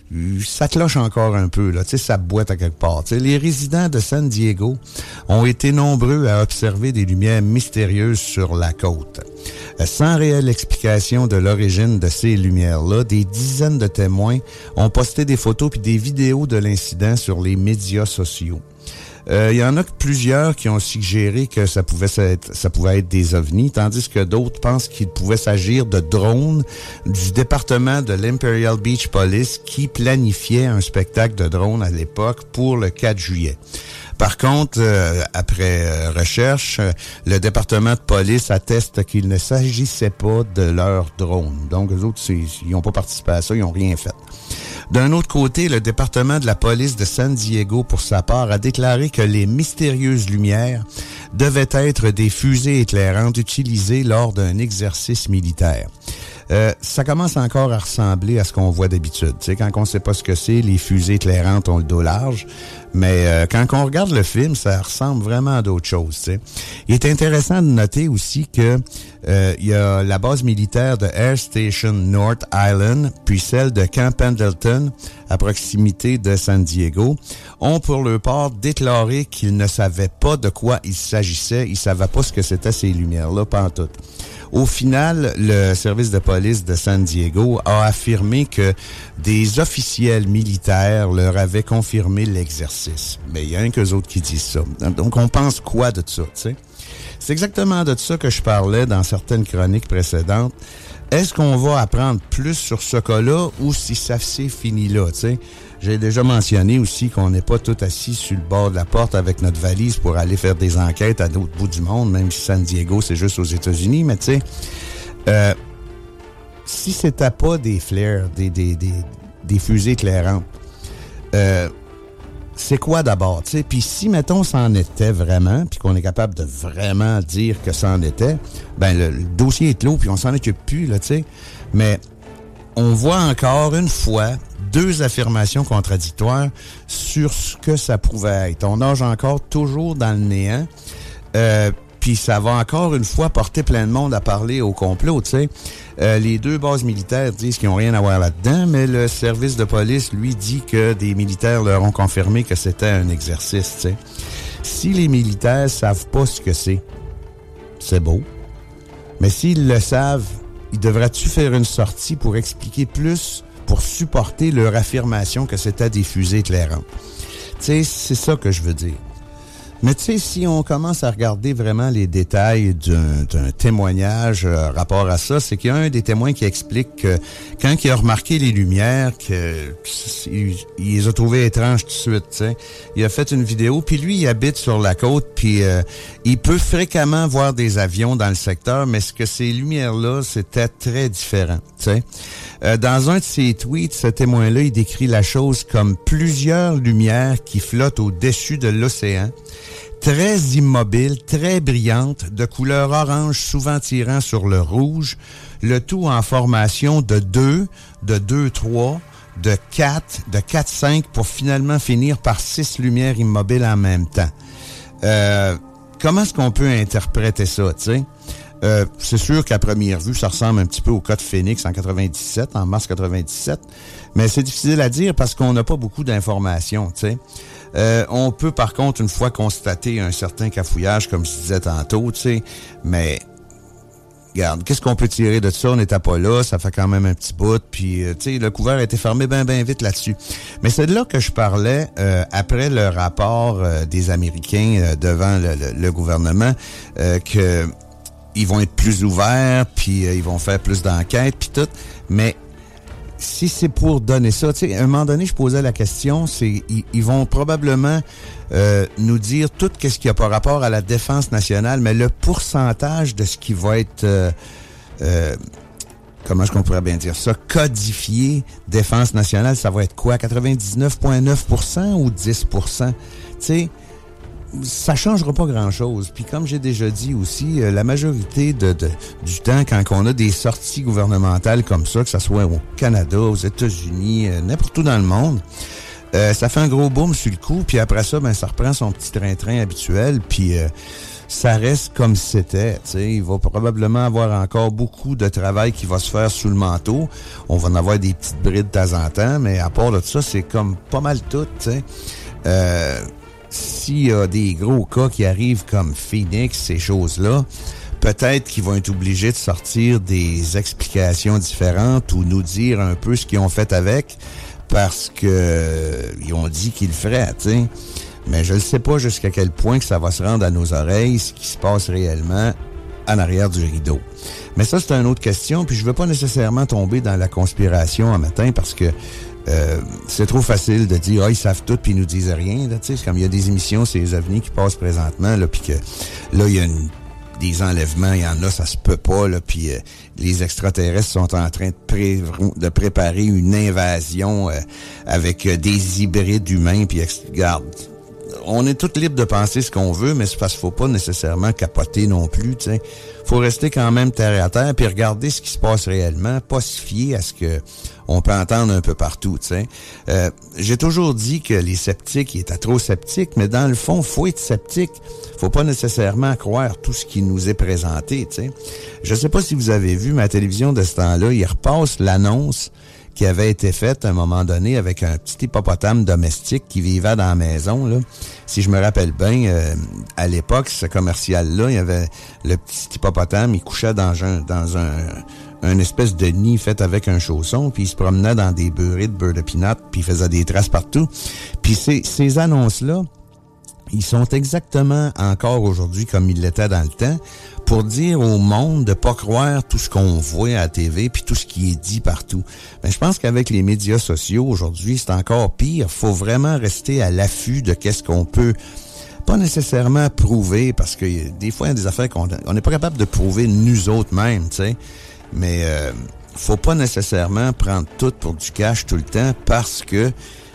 S11: ça cloche encore un peu, là, tu sais, ça boite à quelque part. Tu sais, les résidents de San Diego ont été nombreux à observer des lumières mystérieuses sur la côte. Sans réelle explication de l'origine de ces lumières-là, des dizaines de témoins ont posté des photos puis des vidéos de l'incident sur les médias sociaux. Il euh, y en a plusieurs qui ont suggéré que ça pouvait être, ça pouvait être des ovnis, tandis que d'autres pensent qu'il pouvait s'agir de drones du département de l'Imperial Beach Police qui planifiait un spectacle de drones à l'époque pour le quatre juillet. Par contre, euh, après euh, recherche, euh, le département de police atteste qu'il ne s'agissait pas de leur drone. Donc, eux autres, c'est, ils n'ont pas participé à ça, ils n'ont rien fait. D'un autre côté, le département de la police de San Diego, pour sa part, a déclaré que les mystérieuses lumières devaient être des fusées éclairantes utilisées lors d'un exercice militaire. euh, ça commence encore à ressembler à ce qu'on voit d'habitude. Tu sais, quand on sait pas ce que c'est, les fusées éclairantes ont le dos large. Mais euh, quand on regarde le film, ça ressemble vraiment à d'autres choses. Tu sais. Il est intéressant de noter aussi que euh, il y a la base militaire de Air Station North Island, puis celle de Camp Pendleton, à proximité de San Diego, ont pour leur part déclaré qu'ils ne savaient pas de quoi il s'agissait. Ils savaient pas ce que c'était ces lumières-là, pantoute. Au final, le service de police de San Diego a affirmé que des officiels militaires leur avaient confirmé l'exercice. Mais il y a un qu'eux autres qui disent ça. Donc, on pense quoi de ça, tu sais? C'est exactement de ça que je parlais dans certaines chroniques précédentes. Est-ce qu'on va apprendre plus sur ce cas-là ou si ça s'est fini là, tu sais? J'ai déjà mentionné aussi qu'on n'est pas tout assis sur le bord de la porte avec notre valise pour aller faire des enquêtes à d'autres bouts du monde, même si San Diego, c'est juste aux États-Unis. Mais tu sais, euh, si c'était pas des flares, des, des, des, des fusées éclairantes, euh, c'est quoi d'abord? Tu sais, puis si, mettons, ça en était vraiment, puis qu'on est capable de vraiment dire que ça en était, ben le, le dossier est clos, puis on s'en occupe plus, là, tu sais. Mais on voit encore une fois deux affirmations contradictoires sur ce que ça pouvait être. On nage encore toujours dans le néant. Euh, Puis ça va encore une fois porter plein de monde à parler au complot, tu sais. Euh, les deux bases militaires disent qu'ils n'ont rien à voir là-dedans, mais le service de police, lui, dit que des militaires leur ont confirmé que c'était un exercice, tu sais. Si les militaires savent pas ce que c'est, c'est beau. Mais s'ils le savent, ils devraient-tu faire une sortie pour expliquer plus, pour supporter leur affirmation que c'était des fusées éclairantes? Tu sais, c'est ça que je veux dire. Mais tu sais, si on commence à regarder vraiment les détails d'un, d'un témoignage euh, rapport à ça, c'est qu'il y a un des témoins qui explique que quand il a remarqué les lumières, que, qu'il il les a trouvées étranges tout de suite, tu sais. Il a fait une vidéo, puis lui, il habite sur la côte, puis euh, il peut fréquemment voir des avions dans le secteur, mais ce que ces lumières-là, c'était très différent, tu sais. Euh, dans un de ses tweets, ce témoin-là, il décrit la chose comme plusieurs lumières qui flottent au-dessus de l'océan, très immobiles, très brillantes, de couleur orange, souvent tirant sur le rouge, le tout en formation de deux, de deux trois, de quatre, de quatre cinq, pour finalement finir par six lumières immobiles en même temps. Euh, comment est-ce qu'on peut interpréter ça, tu sais? Euh, c'est sûr qu'à première vue, ça ressemble un petit peu au cas de Phoenix en quatre-vingt-dix-sept, en mars quatre-vingt-dix-sept, mais c'est difficile à dire parce qu'on n'a pas beaucoup d'informations, tu sais. Euh, on peut par contre une fois constater un certain cafouillage, comme je disais tantôt, tu sais, mais regarde, qu'est-ce qu'on peut tirer de ça? On n'était pas là, ça fait quand même un petit bout, puis euh, tu sais, le couvert a été fermé bien bien vite là-dessus. Mais c'est de là que je parlais euh, après le rapport euh, des Américains euh, devant le, le, le gouvernement, euh, que ils vont être plus ouverts, puis euh, ils vont faire plus d'enquêtes, puis tout. Mais si c'est pour donner ça, tu sais, à un moment donné, je posais la question, c'est ils, ils vont probablement euh, nous dire tout ce qui a par rapport à la défense nationale, mais le pourcentage de ce qui va être, euh, euh, comment est-ce qu'on pourrait bien dire ça, codifié défense nationale, ça va être quoi, quatre-vingt-dix-neuf virgule neuf pour cent ou dix pour cent? Tu sais, ça changera pas grand-chose. Puis comme j'ai déjà dit aussi, euh, la majorité de, de du temps, quand on a des sorties gouvernementales comme ça, que ça soit au Canada, aux États-Unis, euh, n'importe où dans le monde, euh, ça fait un gros boom sur le coup, puis après ça, ben ça reprend son petit train-train habituel, puis euh, ça reste comme c'était. Tu sais, il va probablement avoir encore beaucoup de travail qui va se faire sous le manteau. On va en avoir des petites brides de temps en temps, mais à part de ça, c'est comme pas mal tout, tu sais. Euh... S'il y a des gros cas qui arrivent comme Phoenix, ces choses-là, peut-être qu'ils vont être obligés de sortir des explications différentes ou nous dire un peu ce qu'ils ont fait avec, parce que euh, ils ont dit qu'ils le feraient, tu sais. Mais je ne sais pas jusqu'à quel point que ça va se rendre à nos oreilles, ce qui se passe réellement en arrière du rideau. Mais ça, c'est une autre question, puis je veux pas nécessairement tomber dans la conspiration un matin, parce que Euh, c'est trop facile de dire « Ah, ils savent tout puis ils nous disent rien. » Là, c'est comme il y a des émissions, c'est les ovnis qui passent présentement, là, puis que là, il y a une, des enlèvements, il y en a, ça se peut pas, là, puis euh, les extraterrestres sont en train de, pré- de préparer une invasion euh, avec euh, des hybrides humains, puis regarde, on est tous libres de penser ce qu'on veut, mais c'est parce qu'il faut pas nécessairement capoter non plus, tu sais. Faut rester quand même terre à terre puis regarder ce qui se passe réellement, pas se fier à ce que on peut entendre un peu partout, tu sais. Euh, j'ai toujours dit que les sceptiques ils étaient trop sceptiques, mais dans le fond, faut être sceptique. Faut pas nécessairement croire tout ce qui nous est présenté, tu sais. Je sais pas si vous avez vu, mais à la télévision de ce temps-là, il repasse l'annonce qui avait été faite à un moment donné avec un petit hippopotame domestique qui vivait dans la maison, là. Si je me rappelle bien, euh, à l'époque, ce commercial-là, il y avait le petit hippopotame, il couchait dans un, dans un, un espèce de nid fait avec un chausson, puis il se promenait dans des beurrés de beurre de pinot, puis il faisait des traces partout. Puis ces, ces annonces-là, ils sont exactement encore aujourd'hui comme ils l'étaient dans le temps, pour dire au monde de pas croire tout ce qu'on voit à la T V puis tout ce qui est dit partout. Ben, je pense qu'avec les médias sociaux aujourd'hui, c'est encore pire. Faut vraiment rester à l'affût de qu'est-ce qu'on peut pas nécessairement prouver, parce que des fois, il y a des affaires qu'on on n'est pas capable de prouver nous autres mêmes, tu sais. Mais euh, faut pas nécessairement prendre tout pour du cash tout le temps, parce que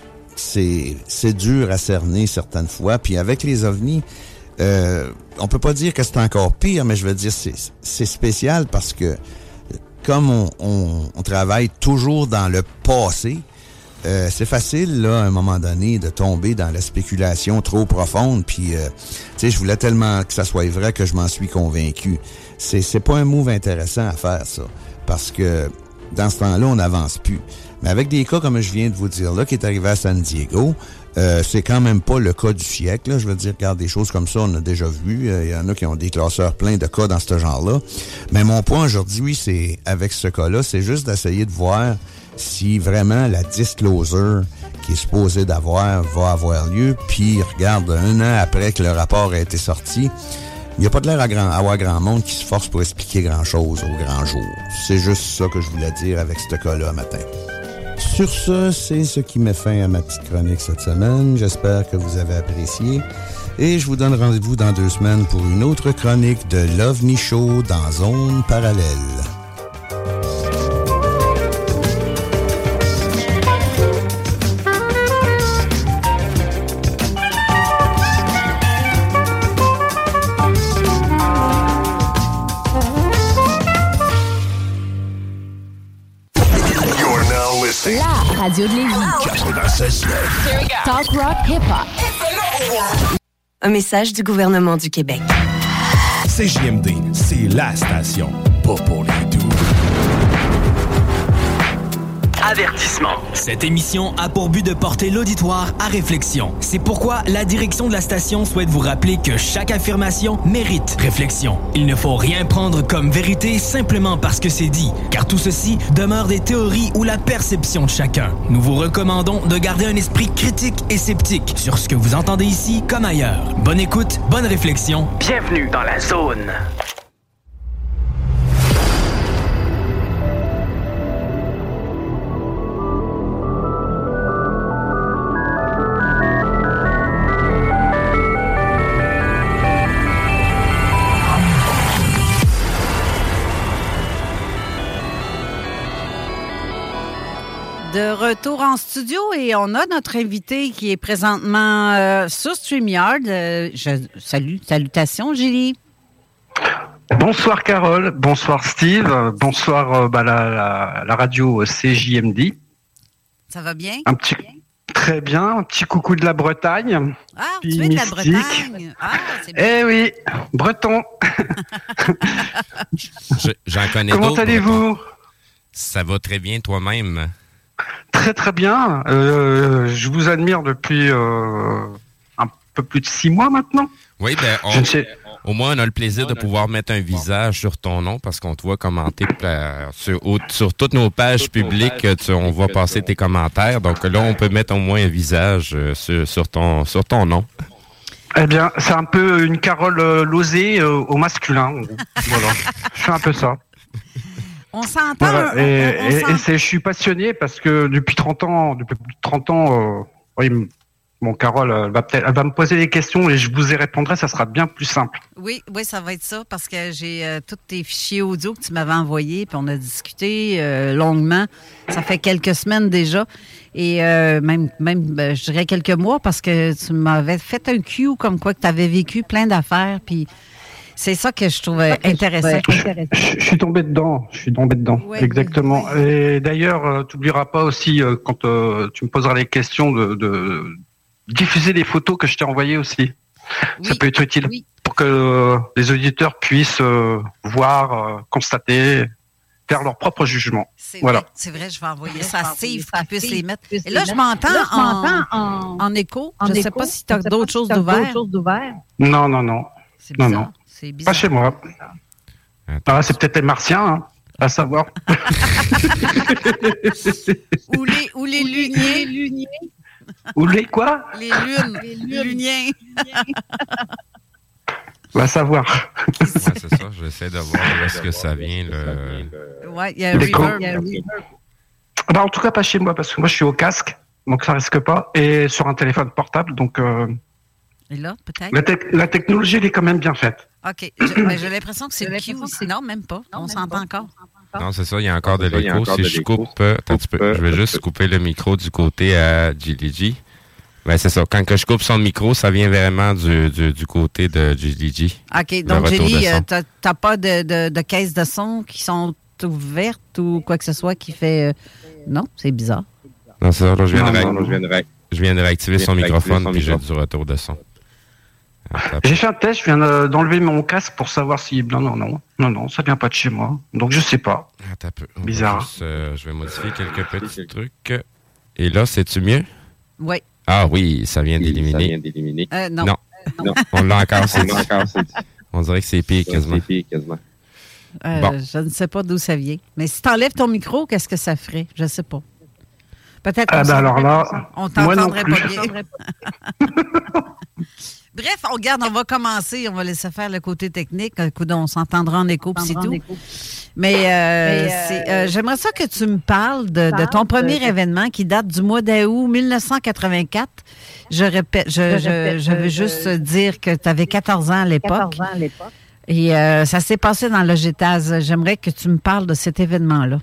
S11: c'est c'est dur à cerner certaines fois. Puis avec les ovnis, euh, on peut pas dire que c'est encore pire, mais je veux dire c'est c'est spécial parce que comme on, on, on travaille toujours dans le passé, euh, c'est facile là à un moment donné de tomber dans la spéculation trop profonde. Puis euh, tu sais, je voulais tellement que ça soit vrai que je m'en suis convaincu. C'est c'est pas un move intéressant à faire ça, parce que dans ce temps-là on n'avance plus. Mais avec des cas comme je viens de vous dire là, qui est arrivé à San Diego, euh, c'est quand même pas le cas du siècle. Là. Je veux dire, regarde, des choses comme ça, on a déjà vu. Il euh, y en a qui ont des classeurs pleins de cas dans ce genre-là. Mais mon point aujourd'hui, c'est avec ce cas-là, c'est juste d'essayer de voir si vraiment la disclosure qui est supposée d'avoir va avoir lieu. Puis, regarde, un an après que le rapport a été sorti, il n'y a pas de l'air à, grand, à avoir grand monde qui se force pour expliquer grand-chose au grand jour. C'est juste ça que je voulais dire avec ce cas-là matin. Sur ce, c'est ce qui met fin à ma petite chronique cette semaine. J'espère que vous avez apprécié. Et je vous donne rendez-vous dans deux semaines pour une autre chronique de l'OVNI Show dans Zone Parallèle.
S12: La radio de Lévis. Talk rock hip-hop.
S13: Un message du gouvernement du Québec.
S14: C J M D, c'est la station, pas pour les doux.
S6: Avertissement.
S5: Cette émission a pour but de porter l'auditoire à réflexion. C'est pourquoi la direction de la station souhaite vous rappeler que chaque affirmation mérite réflexion. Il ne faut rien prendre comme vérité simplement parce que c'est dit, car tout ceci demeure des théories ou la perception de chacun. Nous vous recommandons de garder un esprit critique et sceptique sur ce que vous entendez ici comme ailleurs. Bonne écoute, bonne réflexion.
S6: Bienvenue dans la zone.
S9: De retour en studio et on a notre invité qui est présentement euh, sur StreamYard. Euh, je, salut, salutations, Julie.
S15: Bonsoir Carole, bonsoir Steve, bonsoir euh, bah, la, la, la radio C J M D.
S9: Ça va bien?
S15: Un petit, très bien, un petit coucou de la Bretagne.
S9: Ah, tu es de la Bretagne? Ah, c'est bien.
S15: Eh oui, breton.
S10: Je, j'en connais
S15: Comment
S10: d'autres.
S15: allez-vous?
S10: Ça va très bien toi-même.
S15: Très très bien. Euh, je vous admire depuis euh, un peu plus de six mois maintenant.
S10: Oui, ben on, au moins on a le plaisir de pouvoir mettre un visage sur ton nom parce qu'on te voit commenter euh, sur, sur toutes nos pages publiques. Tu, on voit passer tes commentaires. Donc là, on peut mettre au moins un visage euh, sur, sur, ton, sur ton nom.
S15: Eh bien, c'est un peu une Carole euh, Lozé euh, au masculin. Voilà, je fais un peu ça.
S9: On s'entend.
S15: Voilà.
S9: On,
S15: et,
S9: on, on
S15: et,
S9: s'entend.
S15: et c'est, je suis passionné parce que depuis trente ans, depuis plus de trente ans, euh, oui, Bon, Carole, elle va, peut-être, elle va me poser des questions et je vous y répondrai, ça sera bien plus simple.
S9: Oui, oui, ça va être ça, parce que j'ai euh, tous tes fichiers audio que tu m'avais envoyés, puis on a discuté euh, longuement. Ça fait quelques semaines déjà, et euh, même, même ben, je dirais quelques mois, parce que tu m'avais fait un cue comme quoi que tu avais vécu plein d'affaires, puis c'est ça que je trouvais intéressant.
S15: Je, je, je suis tombé dedans, je suis tombé dedans, ouais, exactement. Ouais. Et d'ailleurs, euh, tu n'oublieras pas aussi, euh, quand euh, tu me poseras les questions, de, de diffuser les photos que je t'ai envoyées aussi. Oui, ça peut être utile oui. pour que euh, les auditeurs puissent euh, voir, euh, constater, faire leur propre jugement.
S9: C'est
S15: voilà.
S9: vrai, c'est vrai, je vais envoyer ça à Steve pour qu'il puisse les mettre. Et là, je m'entends en, en, en écho. En je ne sais pas si tu as d'autres choses d'ouvert.
S15: Non, non, non.
S9: C'est bizarre.
S15: Non, non.
S9: C'est bizarre.
S15: Pas chez moi. Ah, c'est peut-être les martiens, hein, à savoir.
S9: ou les, ou les luniers. luniers.
S15: Ou les quoi?
S9: Les lunes. Les luniens.
S15: On va savoir.
S10: Ouais, c'est ça, j'essaie de voir où est-ce que ça vient. Le...
S9: Ouais, il y a un reverb. Y a un reverb.
S15: Bah, en tout cas, pas chez moi, parce que moi, je suis au casque, donc ça risque pas, et sur un téléphone portable, donc... Euh...
S9: Et là, peut-être?
S15: La, te- la technologie, elle est quand même bien faite.
S9: OK. Je, mais j'ai l'impression que c'est le Q. Non, même pas. Non, on s'entend pas. encore.
S10: Non, c'est ça, il y a encore de l'écho. Si je coupe, attends, tu peux, je vais juste couper le micro du côté à G D G. Ben, c'est ça. Quand que je coupe son micro, ça vient vraiment du, du, du côté de G D G.
S9: OK. Donc, Julie, euh, t'as, t'as pas de, de, de caisses de son qui sont ouvertes ou quoi que ce soit qui fait... Euh... Non, c'est bizarre.
S10: Non, c'est ça. Là, je viens, non, de, ré... non, je viens de, ré... je viens de réactiver son microphone puis j'ai du retour de son.
S15: J'ai fait un test, je viens d'enlever mon casque pour savoir s'il est blanc. Non, non, non, non, ça vient pas de chez moi. Donc je sais pas.
S10: Attends un peu.
S15: Bizarre.
S10: Juste, euh, je vais modifier quelques petits trucs. Et là, c'est-tu mieux?
S9: Oui.
S10: Ah oui, ça vient d'éliminer. Ça vient
S9: d'éliminer. Euh, non.
S10: Non. non. On l'a encore, c'est dit. On dirait que c'est pire quasiment.
S16: C'est pire quasiment.
S9: Euh, bon. Je ne sais pas d'où ça vient. Mais si tu enlèves ton micro, qu'est-ce que ça ferait? Je ne sais pas. Peut-être
S15: ah ben alors là,
S9: on t'entendrait pas bien. Bref, on regarde, on va commencer, on va laisser faire le côté technique. Écoute, on s'entendra en écho, puis c'est tout. Mais, euh, Mais euh, c'est, euh, j'aimerais ça que tu me parles de, de ton premier de... événement qui date du mois d'août dix-neuf cent quatre-vingt-quatre. Je répète, je, je, répète, je veux juste euh, dire que tu avais quatorze ans à l'époque.
S16: quatorze ans à l'époque.
S9: Et euh, ça s'est passé dans le Gétaz. J'aimerais que tu me parles de cet événement-là.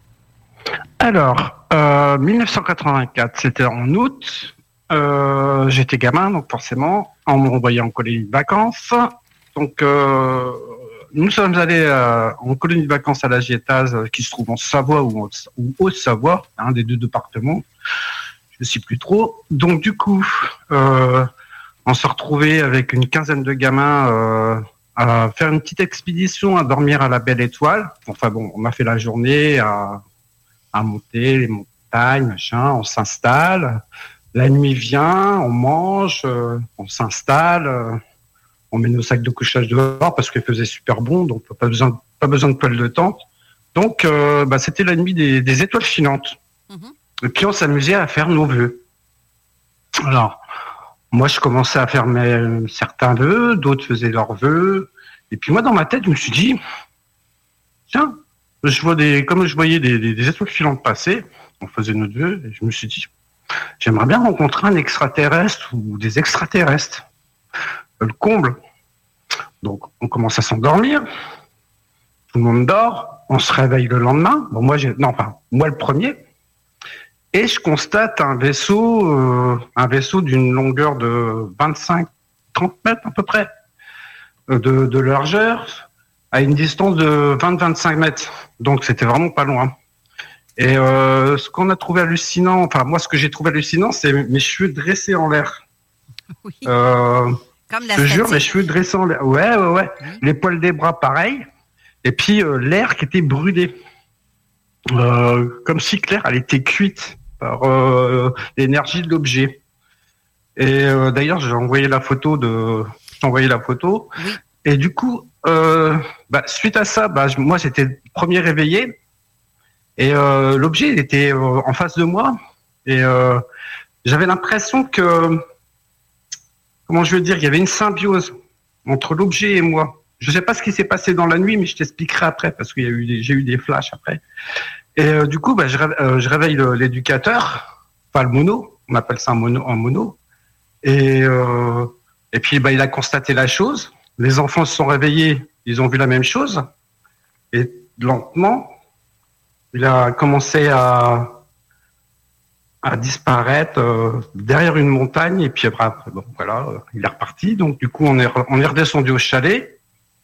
S15: Alors, euh, dix-neuf cent quatre-vingt-quatre, c'était en août. Euh, j'étais gamin, donc forcément, on m'envoyait en colonie de vacances. Donc, euh, nous sommes allés euh, en colonie de vacances à la Gétaz, euh, qui se trouve en Savoie ou, en, ou Haute-Savoie, un des deux départements. Je ne sais plus trop. Donc, du coup, euh, on s'est retrouvés avec une quinzaine de gamins euh, à faire une petite expédition, à dormir à la Belle Étoile. Enfin bon, on a fait la journée à, à monter les montagnes, machin, on s'installe. La nuit vient, on mange, euh, on s'installe, euh, on met nos sacs de couchage dehors parce qu'il faisait super bon, donc pas besoin, pas besoin de toile de tente. Donc, euh, bah, c'était la nuit des, des étoiles filantes. Mm-hmm. Et puis, on s'amusait à faire nos vœux. Alors, moi, je commençais à faire mes, certains vœux, d'autres faisaient leurs vœux. Et puis, moi, dans ma tête, je me suis dit, tiens, je vois des, comme je voyais des, des, des étoiles filantes passer, on faisait nos vœux, et je me suis dit, j'aimerais bien rencontrer un extraterrestre ou des extraterrestres. Le comble. Donc, on commence à s'endormir. Tout le monde dort. On se réveille le lendemain. Bon, moi, j'ai, non, enfin, moi le premier. Et je constate un vaisseau, euh, un vaisseau d'une longueur de vingt-cinq, trente mètres à peu près, de, de largeur, à une distance de vingt à vingt-cinq mètres. Donc, c'était vraiment pas loin. Et euh, ce qu'on a trouvé hallucinant, enfin moi ce que j'ai trouvé hallucinant, c'est mes cheveux dressés en l'air.
S9: Oui.
S15: Euh,
S9: Comme la
S15: je te jure, mes cheveux dressés en l'air. Ouais, ouais, ouais. Oui. Les poils des bras, pareil. Et puis euh, l'air qui était brûlé. Euh, comme si Claire, elle était cuite par euh, l'énergie de l'objet. Et euh, d'ailleurs, j'ai envoyé la photo de, j'ai envoyé la photo. Oui. Et du coup, euh, bah, suite à ça, bah, moi j'étais le premier réveillé. Et euh, l'objet, il était euh, en face de moi. Et euh, j'avais l'impression que, comment je veux dire, il y avait une symbiose entre l'objet et moi. Je ne sais pas ce qui s'est passé dans la nuit, mais je t'expliquerai après, parce qu'il y a eu des, j'ai eu des flashs après. Et euh, du coup, bah, je, réveille, euh, je réveille le, l'éducateur, enfin le mono, on appelle ça un mono, un mono. Et, euh, et puis, bah, il a constaté la chose. Les enfants se sont réveillés, ils ont vu la même chose. Et lentement, il a commencé à, à disparaître euh, derrière une montagne. Et puis après, après bon, voilà, euh, il est reparti. Donc, du coup, on est, on est redescendu au chalet.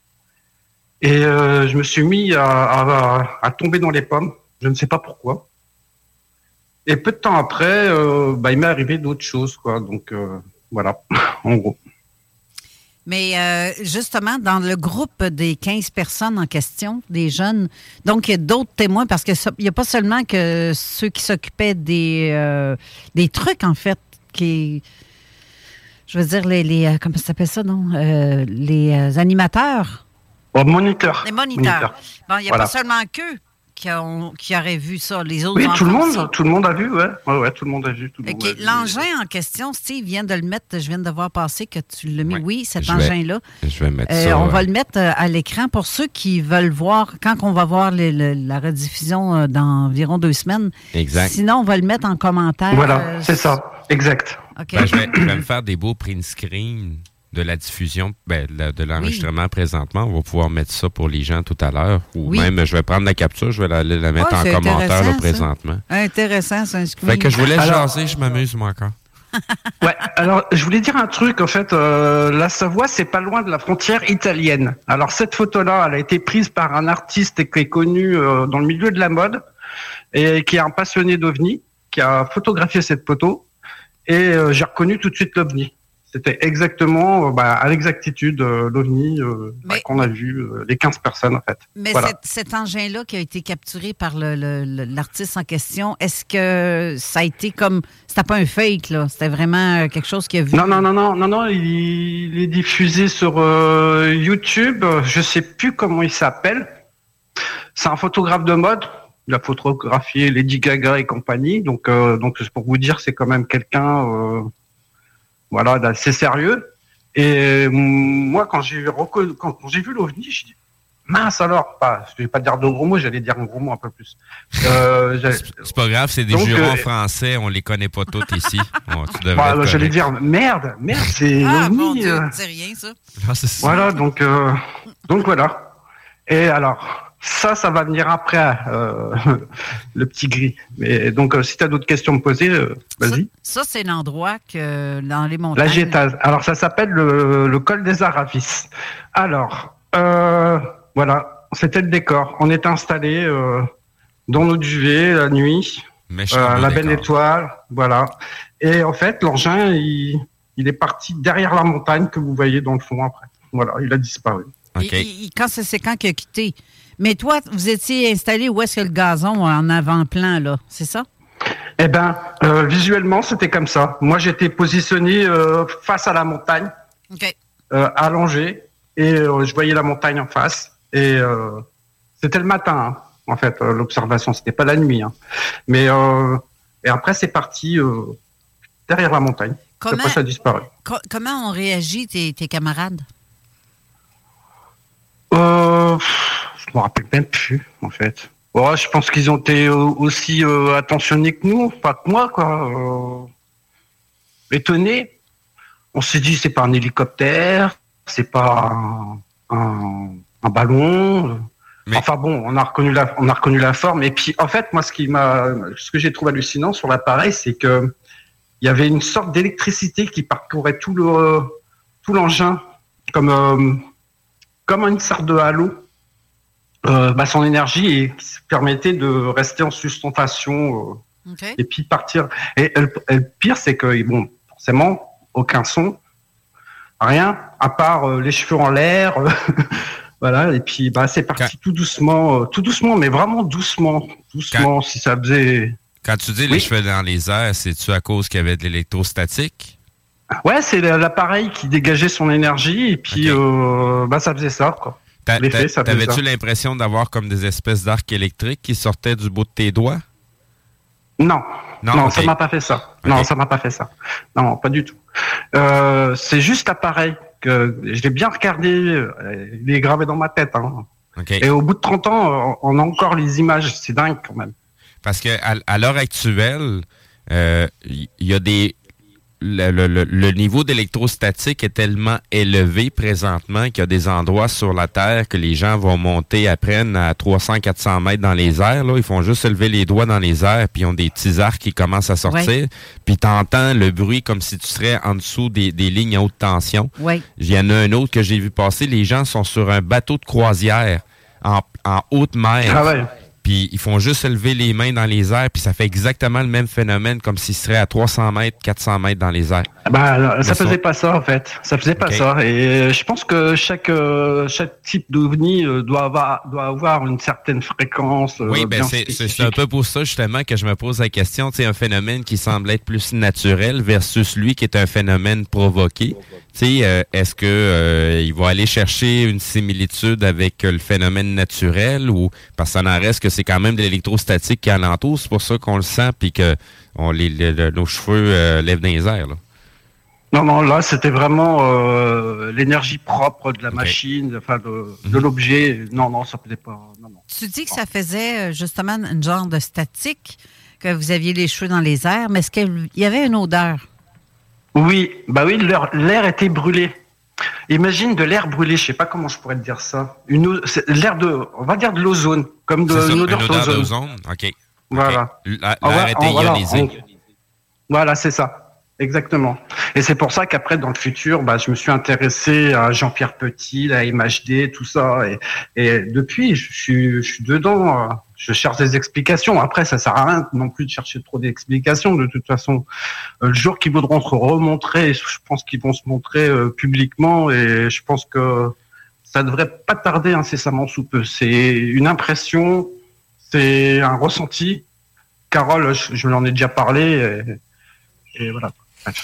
S15: Et euh, je me suis mis à, à, à tomber dans les pommes. Je ne sais pas pourquoi. Et peu de temps après, euh, bah, il m'est arrivé d'autres choses, quoi. Donc, euh, voilà, en gros.
S9: Mais euh, justement, dans le groupe des quinze personnes en question, des jeunes, donc il y a d'autres témoins, parce qu'il n'y a pas seulement que ceux qui s'occupaient des, euh, des trucs, en fait, qui... Je veux dire, les... les comment ça s'appelle ça, non? Euh, les euh, animateurs.
S15: Oh, moniteurs.
S9: Les moniteurs. moniteurs. Bon, il n'y a voilà. pas seulement qu'eux qui, ont, qui auraient vu ça, les autres
S15: oui,
S9: enfants
S15: tout le monde,
S9: aussi.
S15: tout le monde a vu, ouais. Ouais, ouais, tout le monde a vu. Tout le
S9: okay.
S15: monde a
S9: L'engin
S15: vu.
S9: en question, Steve vient de le mettre, je viens de voir passer que tu l'as mis. Ouais. Oui, cet
S10: je
S9: engin-là.
S10: Vais, je vais mettre
S9: euh,
S10: ça.
S9: On
S10: ouais.
S9: va le mettre à l'écran pour ceux qui veulent voir, quand on va voir les, les, la rediffusion dans environ deux semaines.
S10: Exact.
S9: Sinon, on va le mettre en commentaire.
S15: Voilà,
S9: euh,
S15: c'est ça, exact.
S9: Okay.
S10: Ben, je, vais, je vais me faire des beaux print screen de la diffusion, ben, de l'enregistrement oui. présentement. On va pouvoir mettre ça pour les gens tout à l'heure. Ou oui. même, je vais prendre la capture, je vais la, la mettre oh, en commentaire là, présentement.
S9: Ça. Intéressant, c'est un screen.
S10: Fait que je vous laisse jaser, je m'amuse moi encore.
S15: Ouais, alors je voulais dire un truc, en fait, euh, la Savoie, c'est pas loin de la frontière italienne. Alors cette photo-là, elle a été prise par un artiste qui est connu euh, dans le milieu de la mode et qui est un passionné d'OVNI, qui a photographié cette photo et euh, j'ai reconnu tout de suite l'OVNI. C'était exactement, euh, bah, à l'exactitude, euh, l'OVNI euh, bah, qu'on a vu, euh, les quinze personnes, en fait.
S9: Mais
S15: voilà.
S9: cet, cet engin-là qui a été capturé par le, le, le, l'artiste en question, est-ce que ça a été comme... C'était pas un fake, là? C'était vraiment quelque chose qu'il a vu?
S15: Non, non, non, non, non, non. Il, il est diffusé sur euh, YouTube. Je sais plus comment il s'appelle. C'est un photographe de mode. Il a photographié Lady Gaga et compagnie. Donc, euh, donc pour vous dire, c'est quand même quelqu'un... Euh, Voilà, c'est sérieux. Et moi, quand j'ai, reconnu, quand, quand j'ai vu l'OVNI, je dis mince alors. Pas, je vais pas dire de gros mots, j'allais dire un gros mot un peu plus. Euh,
S10: c'est pas grave, c'est des Donc, jurons euh, français, on les connaît pas tous ici. Bon, tu
S15: bah, j'allais dire merde, merde, c'est
S9: ah,
S15: l'OVNI.
S9: Mon Dieu,
S15: euh...
S9: c'est rien ça.
S10: Non, c'est ça.
S15: Voilà, donc, euh, donc voilà. Et alors. Ça, ça va venir après, euh, le petit gris. Mais donc, euh, si tu as d'autres questions à me poser, euh, vas-y.
S9: Ça, ça c'est l'endroit que dans les montagnes.
S15: La Gétase. Alors, ça s'appelle le, le col des Aravis. Alors, euh, voilà, c'était le décor. On était installés euh, dans notre duvet la nuit, euh, la belle étoile, voilà. Et en fait, l'engin, il, il est parti derrière la montagne que vous voyez dans le fond après. Voilà, il a disparu.
S10: Okay.
S9: Il, il, quand c'est, c'est quand qu'il a quitté. Mais toi, vous étiez installé où est-ce que le gazon en avant-plan, là? C'est ça?
S15: Eh bien, euh, visuellement, c'était comme ça. Moi, j'étais positionné euh, face à la montagne,
S9: okay.
S15: euh, allongé, et euh, je voyais la montagne en face. Et euh, c'était le matin, hein, en fait, euh, l'observation. C'était pas la nuit. Hein. Mais euh, et après, c'est parti euh, derrière la montagne.
S9: Comment,
S15: après, ça a disparu.
S9: Co- comment ont réagi tes, tes camarades?
S15: Euh... Je me rappelle même plus, en fait. Oh, je pense qu'ils ont été aussi euh, attentionnés que nous, pas que moi, quoi. Euh, étonnés. On s'est dit, c'est pas un hélicoptère, c'est pas un, un, un ballon. Mais... Enfin bon, on a reconnu la, on a reconnu la forme. Et puis, en fait, moi, ce qui m'a, ce que j'ai trouvé hallucinant sur l'appareil, c'est que il y avait une sorte d'électricité qui parcourait tout le, tout l'engin, comme, euh, comme une sorte de halo. Euh, bah, son énergie et qui permettait de rester en sustentation euh, okay. et puis partir. Et le, le pire, c'est que bon, forcément, aucun son, rien, à part euh, les cheveux en l'air, euh, voilà. Et puis, bah, c'est parti quand... tout doucement, euh, tout doucement, mais vraiment doucement, doucement. Quand... Si ça faisait.
S10: Quand tu dis oui. les cheveux dans les airs, c'est-tu à cause qu'il y avait de l'électrostatique?
S15: Ouais, c'est l'appareil qui dégageait son énergie et puis, okay. euh, bah, ça faisait ça, quoi.
S10: T'a, t'a, t'avais-tu l'impression d'avoir comme des espèces d'arcs électriques qui sortaient du bout de tes doigts?
S15: Non. Non, non
S10: okay.
S15: ça m'a pas fait ça. Okay. Non, ça m'a pas fait ça. Non, pas du tout. Euh, c'est juste l'appareil que je l'ai bien regardé. Il est gravé dans ma tête. Hein.
S10: Okay.
S15: Et au bout de trente ans, on a encore les images. C'est dingue quand même.
S10: Parce que à, à l'heure actuelle, il euh, y, y a des... le, le, le, le niveau d'électrostatique est tellement élevé présentement qu'il y a des endroits sur la Terre que les gens vont monter à peine à trois cents à quatre cents mètres dans les airs. Là. Ils font juste lever les doigts dans les airs, puis ils ont des petits arcs qui commencent à sortir. Ouais. Puis tu entends le bruit comme si tu serais en dessous des, des lignes à haute tension.
S9: Ouais.
S10: Il y en a un autre que j'ai vu passer. Les gens sont sur un bateau de croisière en, en haute mer.
S15: Ah ouais.
S10: Puis ils font juste lever les mains dans les airs, puis ça fait exactement le même phénomène comme s'ils seraient à trois cents mètres, quatre cents mètres dans les airs.
S15: Ben, alors, ça faisait pas ça, en fait. Ça faisait pas okay. ça. Et je pense que chaque, euh, chaque type d'ovni euh, doit avoir, doit avoir une certaine fréquence. Euh,
S10: oui, ben c'est, c'est un peu pour ça, justement, que je me pose la question. Tu sais, un phénomène qui semble être plus naturel versus lui qui est un phénomène provoqué. Tu sais, euh, est-ce que euh, il va aller chercher une similitude avec euh, le phénomène naturel ou parce que ça n'en reste que c'est quand même de l'électrostatique qui alentour, c'est pour ça qu'on le sent puis que on les, les, les nos cheveux euh, lèvent dans les airs, là.
S15: Non, non, là, c'était vraiment euh, l'énergie propre de la okay. machine, enfin de, mm-hmm. de l'objet. Non, non, ça faisait pas. Non, non.
S9: Tu dis que ça faisait justement un genre de statique, que vous aviez les cheveux dans les airs, mais est-ce qu'il y avait une odeur?
S15: Oui, bah oui, l'air, l'air était brûlé. Imagine de l'air brûlé, je sais pas comment je pourrais te dire ça. Une, l'air de, on va dire de l'ozone, comme de
S10: c'est ça,
S15: une odeur,
S10: une odeur
S15: d'ozone.
S10: d'ozone. Ok.
S15: Voilà.
S10: Okay. L'air va, était
S15: on,
S10: ionisé.
S15: Voilà, on, voilà, c'est ça. Exactement. Et c'est pour ça qu'après, dans le futur, bah, je me suis intéressé à Jean-Pierre Petit, à M H D, tout ça. Et, et depuis, je suis, je suis dedans. Je cherche des explications. Après, ça sert à rien non plus de chercher trop d'explications. De toute façon, le jour qu'ils voudront se remontrer, je pense qu'ils vont se montrer euh, publiquement. Et je pense que ça devrait pas tarder incessamment sous peu. C'est une impression, c'est un ressenti. Carole, je, je l'en ai déjà parlé. Et, et voilà.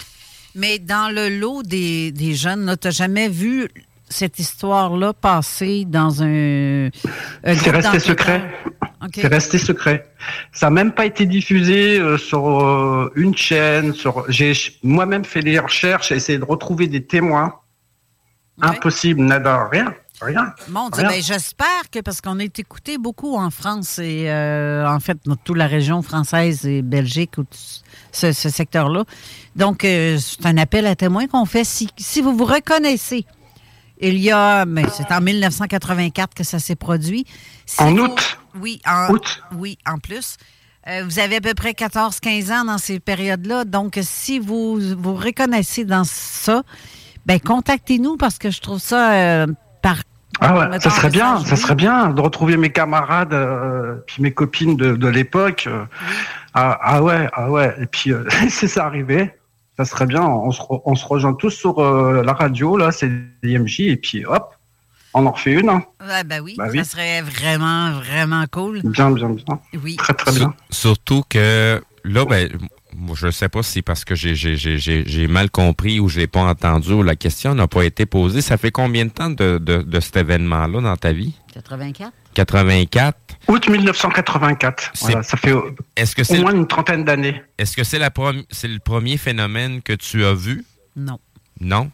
S9: Mais dans le lot des, des jeunes, tu n'as jamais vu cette histoire-là passer dans un... un
S15: c'est resté secret. Okay. C'est resté secret. Ça n'a même pas été diffusé euh, sur euh, une chaîne. Sur... J'ai moi-même fait des recherches, essayé de retrouver des témoins. Okay. Impossible, nada, rien. Rien.
S9: Mon Dieu, ben, j'espère que, parce qu'on est écouté beaucoup en France et euh, en fait, dans toute la région française et Belgique, ou ce, ce secteur-là. Donc, euh, c'est un appel à témoins qu'on fait. Si, si vous vous reconnaissez, il y a, mais c'est en dix-neuf cent quatre-vingt-quatre que ça s'est produit. Si
S15: en
S9: vous,
S15: août?
S9: Oui, en
S15: août.
S9: Oui, en plus. Euh, vous avez à peu près quatorze quinze ans dans ces périodes-là. Donc, si vous vous reconnaissez dans ça, ben contactez-nous parce que je trouve ça euh, par
S15: Ah ouais, ça serait bien, ça serait bien de retrouver mes camarades, euh, puis mes copines de, de l'époque. Euh, oui. ah, ah ouais, ah ouais. Et puis euh, c'est ça arrivé. Ça serait bien. On se, re, on se rejoint tous sur euh, la radio là, c'est l'I M J et puis hop, on en refait une. Hein.
S9: Ouais, ben oui, bah oui, ça serait vraiment vraiment cool.
S15: Bien, bien, bien.
S9: Oui.
S15: Très très bien.
S10: Surtout que là, ben. Je ne sais pas si c'est parce que j'ai, j'ai, j'ai, j'ai mal compris ou je l'ai pas entendu ou la question n'a pas été posée. Ça fait combien de temps de, de, de cet événement-là dans ta vie?
S9: quatre-vingt-quatre.
S10: quatre-vingt-quatre.
S15: Août dix-neuf cent quatre-vingt-quatre. Voilà, ça fait
S10: est-ce que c'est
S15: au moins
S10: le,
S15: une trentaine d'années.
S10: Est-ce que c'est, la prom- c'est le premier phénomène que tu as vu?
S9: Non.
S10: Non?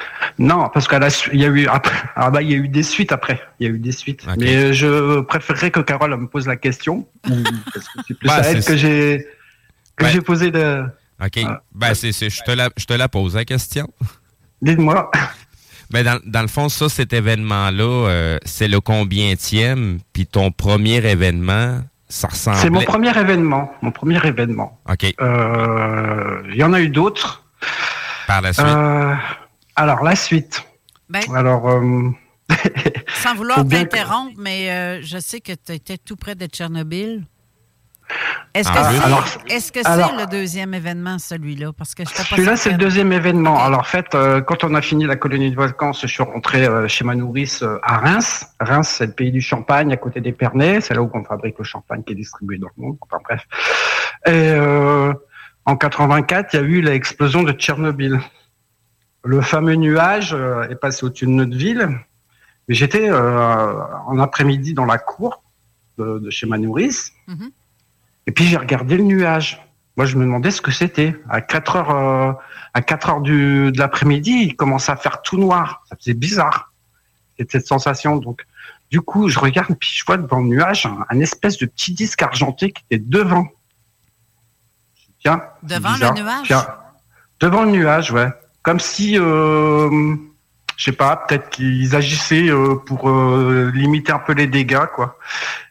S15: Non, parce qu'il y a eu après, ah bah il y a eu des suites après. Il y a eu des suites. Okay. Mais je préférerais que Carole me pose la question. Parce que c'est plus bah, à elle que j'ai. Que ben, j'ai posé de...
S10: OK. Euh, ben, c'est, c'est, je, te la, je te la pose, la question.
S15: Dites-moi.
S10: Ben, dans, dans le fond, ça, cet événement-là, euh, c'est le combientième, puis ton premier événement, ça ressemble...
S15: C'est mon premier événement. Mon premier événement.
S10: OK.
S15: Il euh, y en a eu d'autres.
S10: Par la suite?
S15: Euh, alors, la suite.
S9: Ben,
S15: alors... Euh,
S9: sans vouloir t'interrompre, que... mais euh, je sais que tu étais tout près de Tchernobyl. Est-ce que, ah, c'est, alors, est-ce que alors, c'est le deuxième événement, celui-là? Parce que je pas
S15: celui-là, c'est le deuxième événement. Okay. Alors, en fait, euh, quand on a fini la colonie de vacances, je suis rentré euh, chez ma nourrice euh, à Reims. Reims, c'est le pays du champagne, à côté d'Épernay. C'est là où on fabrique le champagne qui est distribué dans le monde. Enfin, bref. Et euh, en quatre-vingt-quatre, il y a eu l'explosion de Tchernobyl. Le fameux nuage euh, est passé au-dessus de notre ville. J'étais euh, en après-midi dans la cour de, de chez ma nourrice. Mm-hmm. Et puis j'ai regardé le nuage. Moi, je me demandais ce que c'était. À quatre heures, euh, à quatre heures du, de l'après-midi, il commençait à faire tout noir. Ça faisait bizarre. C'était cette sensation. Donc, du coup, je regarde, puis je vois devant le nuage un, un espèce de petit disque argenté qui était devant.
S9: Tiens. Devant le nuage. Tiens.
S15: Devant le nuage, ouais. Comme si, euh, je sais pas, peut-être qu'ils agissaient euh, pour euh, limiter un peu les dégâts, quoi.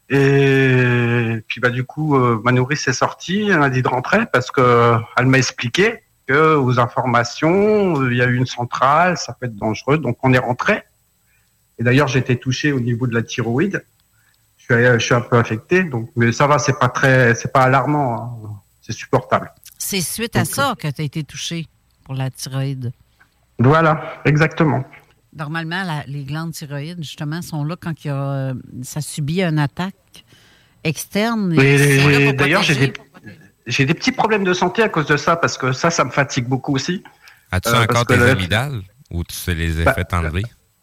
S15: Et puis bah du coup, euh, ma nourrice est sortie, elle m'a dit de rentrer parce que elle m'a expliqué que aux informations, il y a eu une centrale, ça peut être dangereux, donc on est rentré. Et d'ailleurs, j'ai été touché au niveau de la thyroïde. Je suis, je suis un peu affecté, donc mais ça va, c'est pas très, c'est pas alarmant, hein. C'est supportable.
S9: C'est suite à donc, ça que tu as été touché pour la thyroïde.
S15: Voilà, exactement.
S9: Normalement, la, les glandes thyroïdes, justement, sont là quand il y a, ça subit une attaque externe.
S15: Et, et d'ailleurs, j'ai des, j'ai des petits problèmes de santé à cause de ça, parce que ça, ça me fatigue beaucoup aussi.
S10: As-tu euh, encore tes le... amygdales ou tu sais les effets bah, enlevés?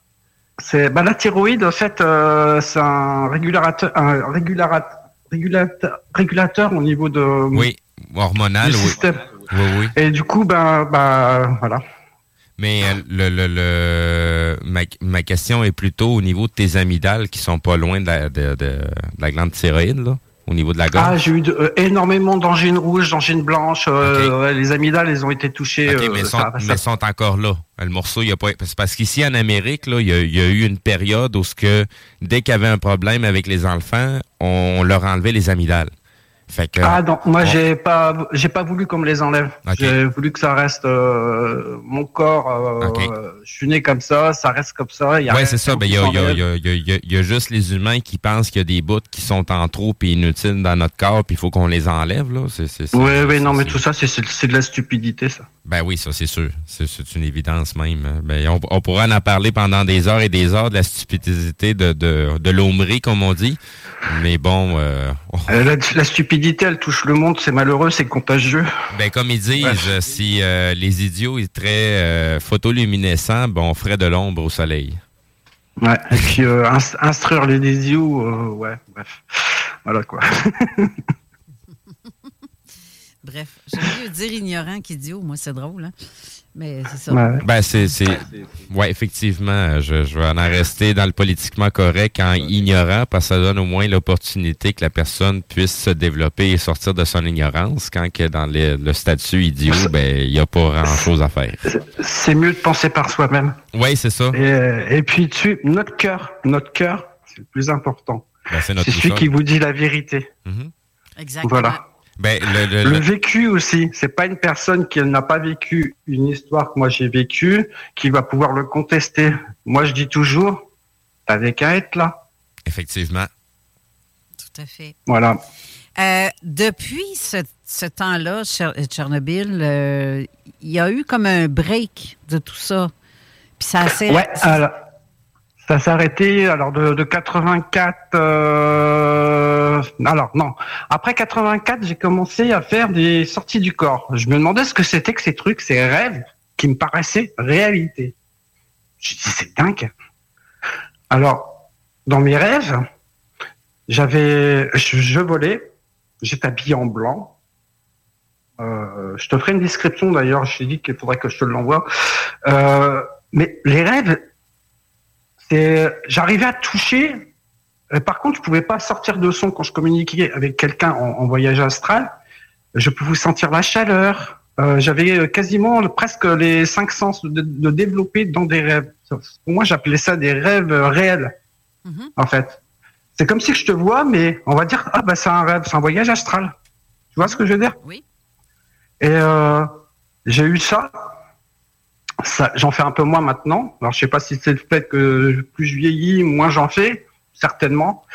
S15: C'est, bah, la thyroïde, en fait, euh, c'est un régulateur, un régulateur, régulateur, régulateur au niveau de...
S10: Oui, hormonal,
S15: du
S10: oui.
S15: système.
S10: Oui, oui.
S15: Et du coup, ben, ben voilà.
S10: Mais le, le, le, ma, ma question est plutôt au niveau de tes amygdales qui sont pas loin de la, de, de, de la glande thyroïde, là, au niveau de la gorge.
S15: Ah, j'ai eu de, euh, énormément d'angines rouges, d'angines blanches. Euh, okay. Les amygdales, elles ont été touchées.
S10: Okay, mais, euh, sont, ça, mais ça... sont encore là. Le morceau, il y a pas. C'est parce qu'ici, en Amérique, là, il y a, il y a eu une période où ce que, dès qu'il y avait un problème avec les enfants, on leur enlevait les amygdales. Fait que,
S15: ah non, moi on... j'ai pas j'ai pas voulu qu'on me les enlève. Okay. J'ai voulu que ça reste euh, mon corps. Euh, okay. Je suis né comme ça, ça reste comme ça.
S10: Y a ouais, c'est ça. Ben il y a, y, a, y, a, y, a, y a juste les humains qui pensent qu'il y a des bouts qui sont en trop et inutiles dans notre corps, puis il faut qu'on les enlève là. C'est, c'est, c'est,
S15: oui,
S10: c'est,
S15: oui,
S10: c'est,
S15: non,
S10: c'est,
S15: mais tout ça, c'est, c'est, c'est de la stupidité, ça.
S10: Ben oui, ça c'est sûr. C'est, c'est une évidence même. Ben on, on pourrait en parler pendant des heures et des heures de la stupidité de de, de l'hommerie, comme on dit. Mais bon, euh, on...
S15: la, la stupidité, elle touche le monde, c'est malheureux, c'est contagieux.
S10: Ben comme ils disent, ouais. si euh, les idiots étaient euh, photoluminescents, ben on ferait de l'ombre au soleil.
S15: Ouais. Et puis euh, instruire les idiots, euh, ouais, bref, voilà quoi.
S9: Bref, j'aime mieux dire ignorant qu'idiot, moi c'est drôle, hein. Mais c'est ça.
S10: Ouais. Ben, c'est, c'est... Ouais, effectivement, je, je vais en rester dans le politiquement correct en ignorant, parce que ça donne au moins l'opportunité que la personne puisse se développer et sortir de son ignorance, quand que dans les, le statut idiot, ben, il n'y a pas grand-chose à faire.
S15: C'est mieux de penser par soi-même.
S10: Oui, c'est ça.
S15: Et, et puis, tu, notre cœur, notre cœur, c'est le plus important.
S10: Ben, c'est notre
S15: c'est celui qui vous dit la vérité.
S9: Mm-hmm. Exactement.
S15: Voilà.
S10: Ben, le, le,
S15: le
S10: le
S15: vécu aussi, c'est pas une personne qui n'a pas vécu une histoire que moi j'ai vécue qui va pouvoir le contester. Moi je dis toujours, t'avais qu'à être là.
S10: Effectivement.
S9: Tout à fait.
S15: Voilà.
S9: Euh, depuis ce, ce temps-là, Tchernobyl, euh, il y a eu comme un break de tout ça. Puis ça s'est...
S15: Ouais, alors, ça s'est arrêté alors de, de quatre-vingt-quatre. Euh, alors non, après quatre-vingt-quatre, j'ai commencé à faire des sorties du corps. Je me demandais ce que c'était que ces trucs, ces rêves qui me paraissaient réalité. Je dis c'est dingue. Alors dans mes rêves, j'avais, je, je volais, j'étais habillé en blanc. Euh, je te ferai une description d'ailleurs. Je t'ai dit qu'il faudrait que je te l'envoie. Euh, mais les rêves. C'est, j'arrivais à toucher. Par contre, je pouvais pas sortir de son quand je communiquais avec quelqu'un en, en voyage astral. Je pouvais sentir la chaleur. Euh, j'avais quasiment presque les cinq sens de, de développer dans des rêves. Pour moi, j'appelais ça des rêves réels. Mm-hmm. En fait, c'est comme si je te vois, mais on va dire ah bah c'est un rêve, c'est un voyage astral. Tu vois ce que je veux dire?
S9: Oui.
S15: Et euh, j'ai eu ça. Ça, j'en fais un peu moins maintenant. Alors, je sais pas si c'est le fait que plus je vieillis, moins j'en fais, certainement.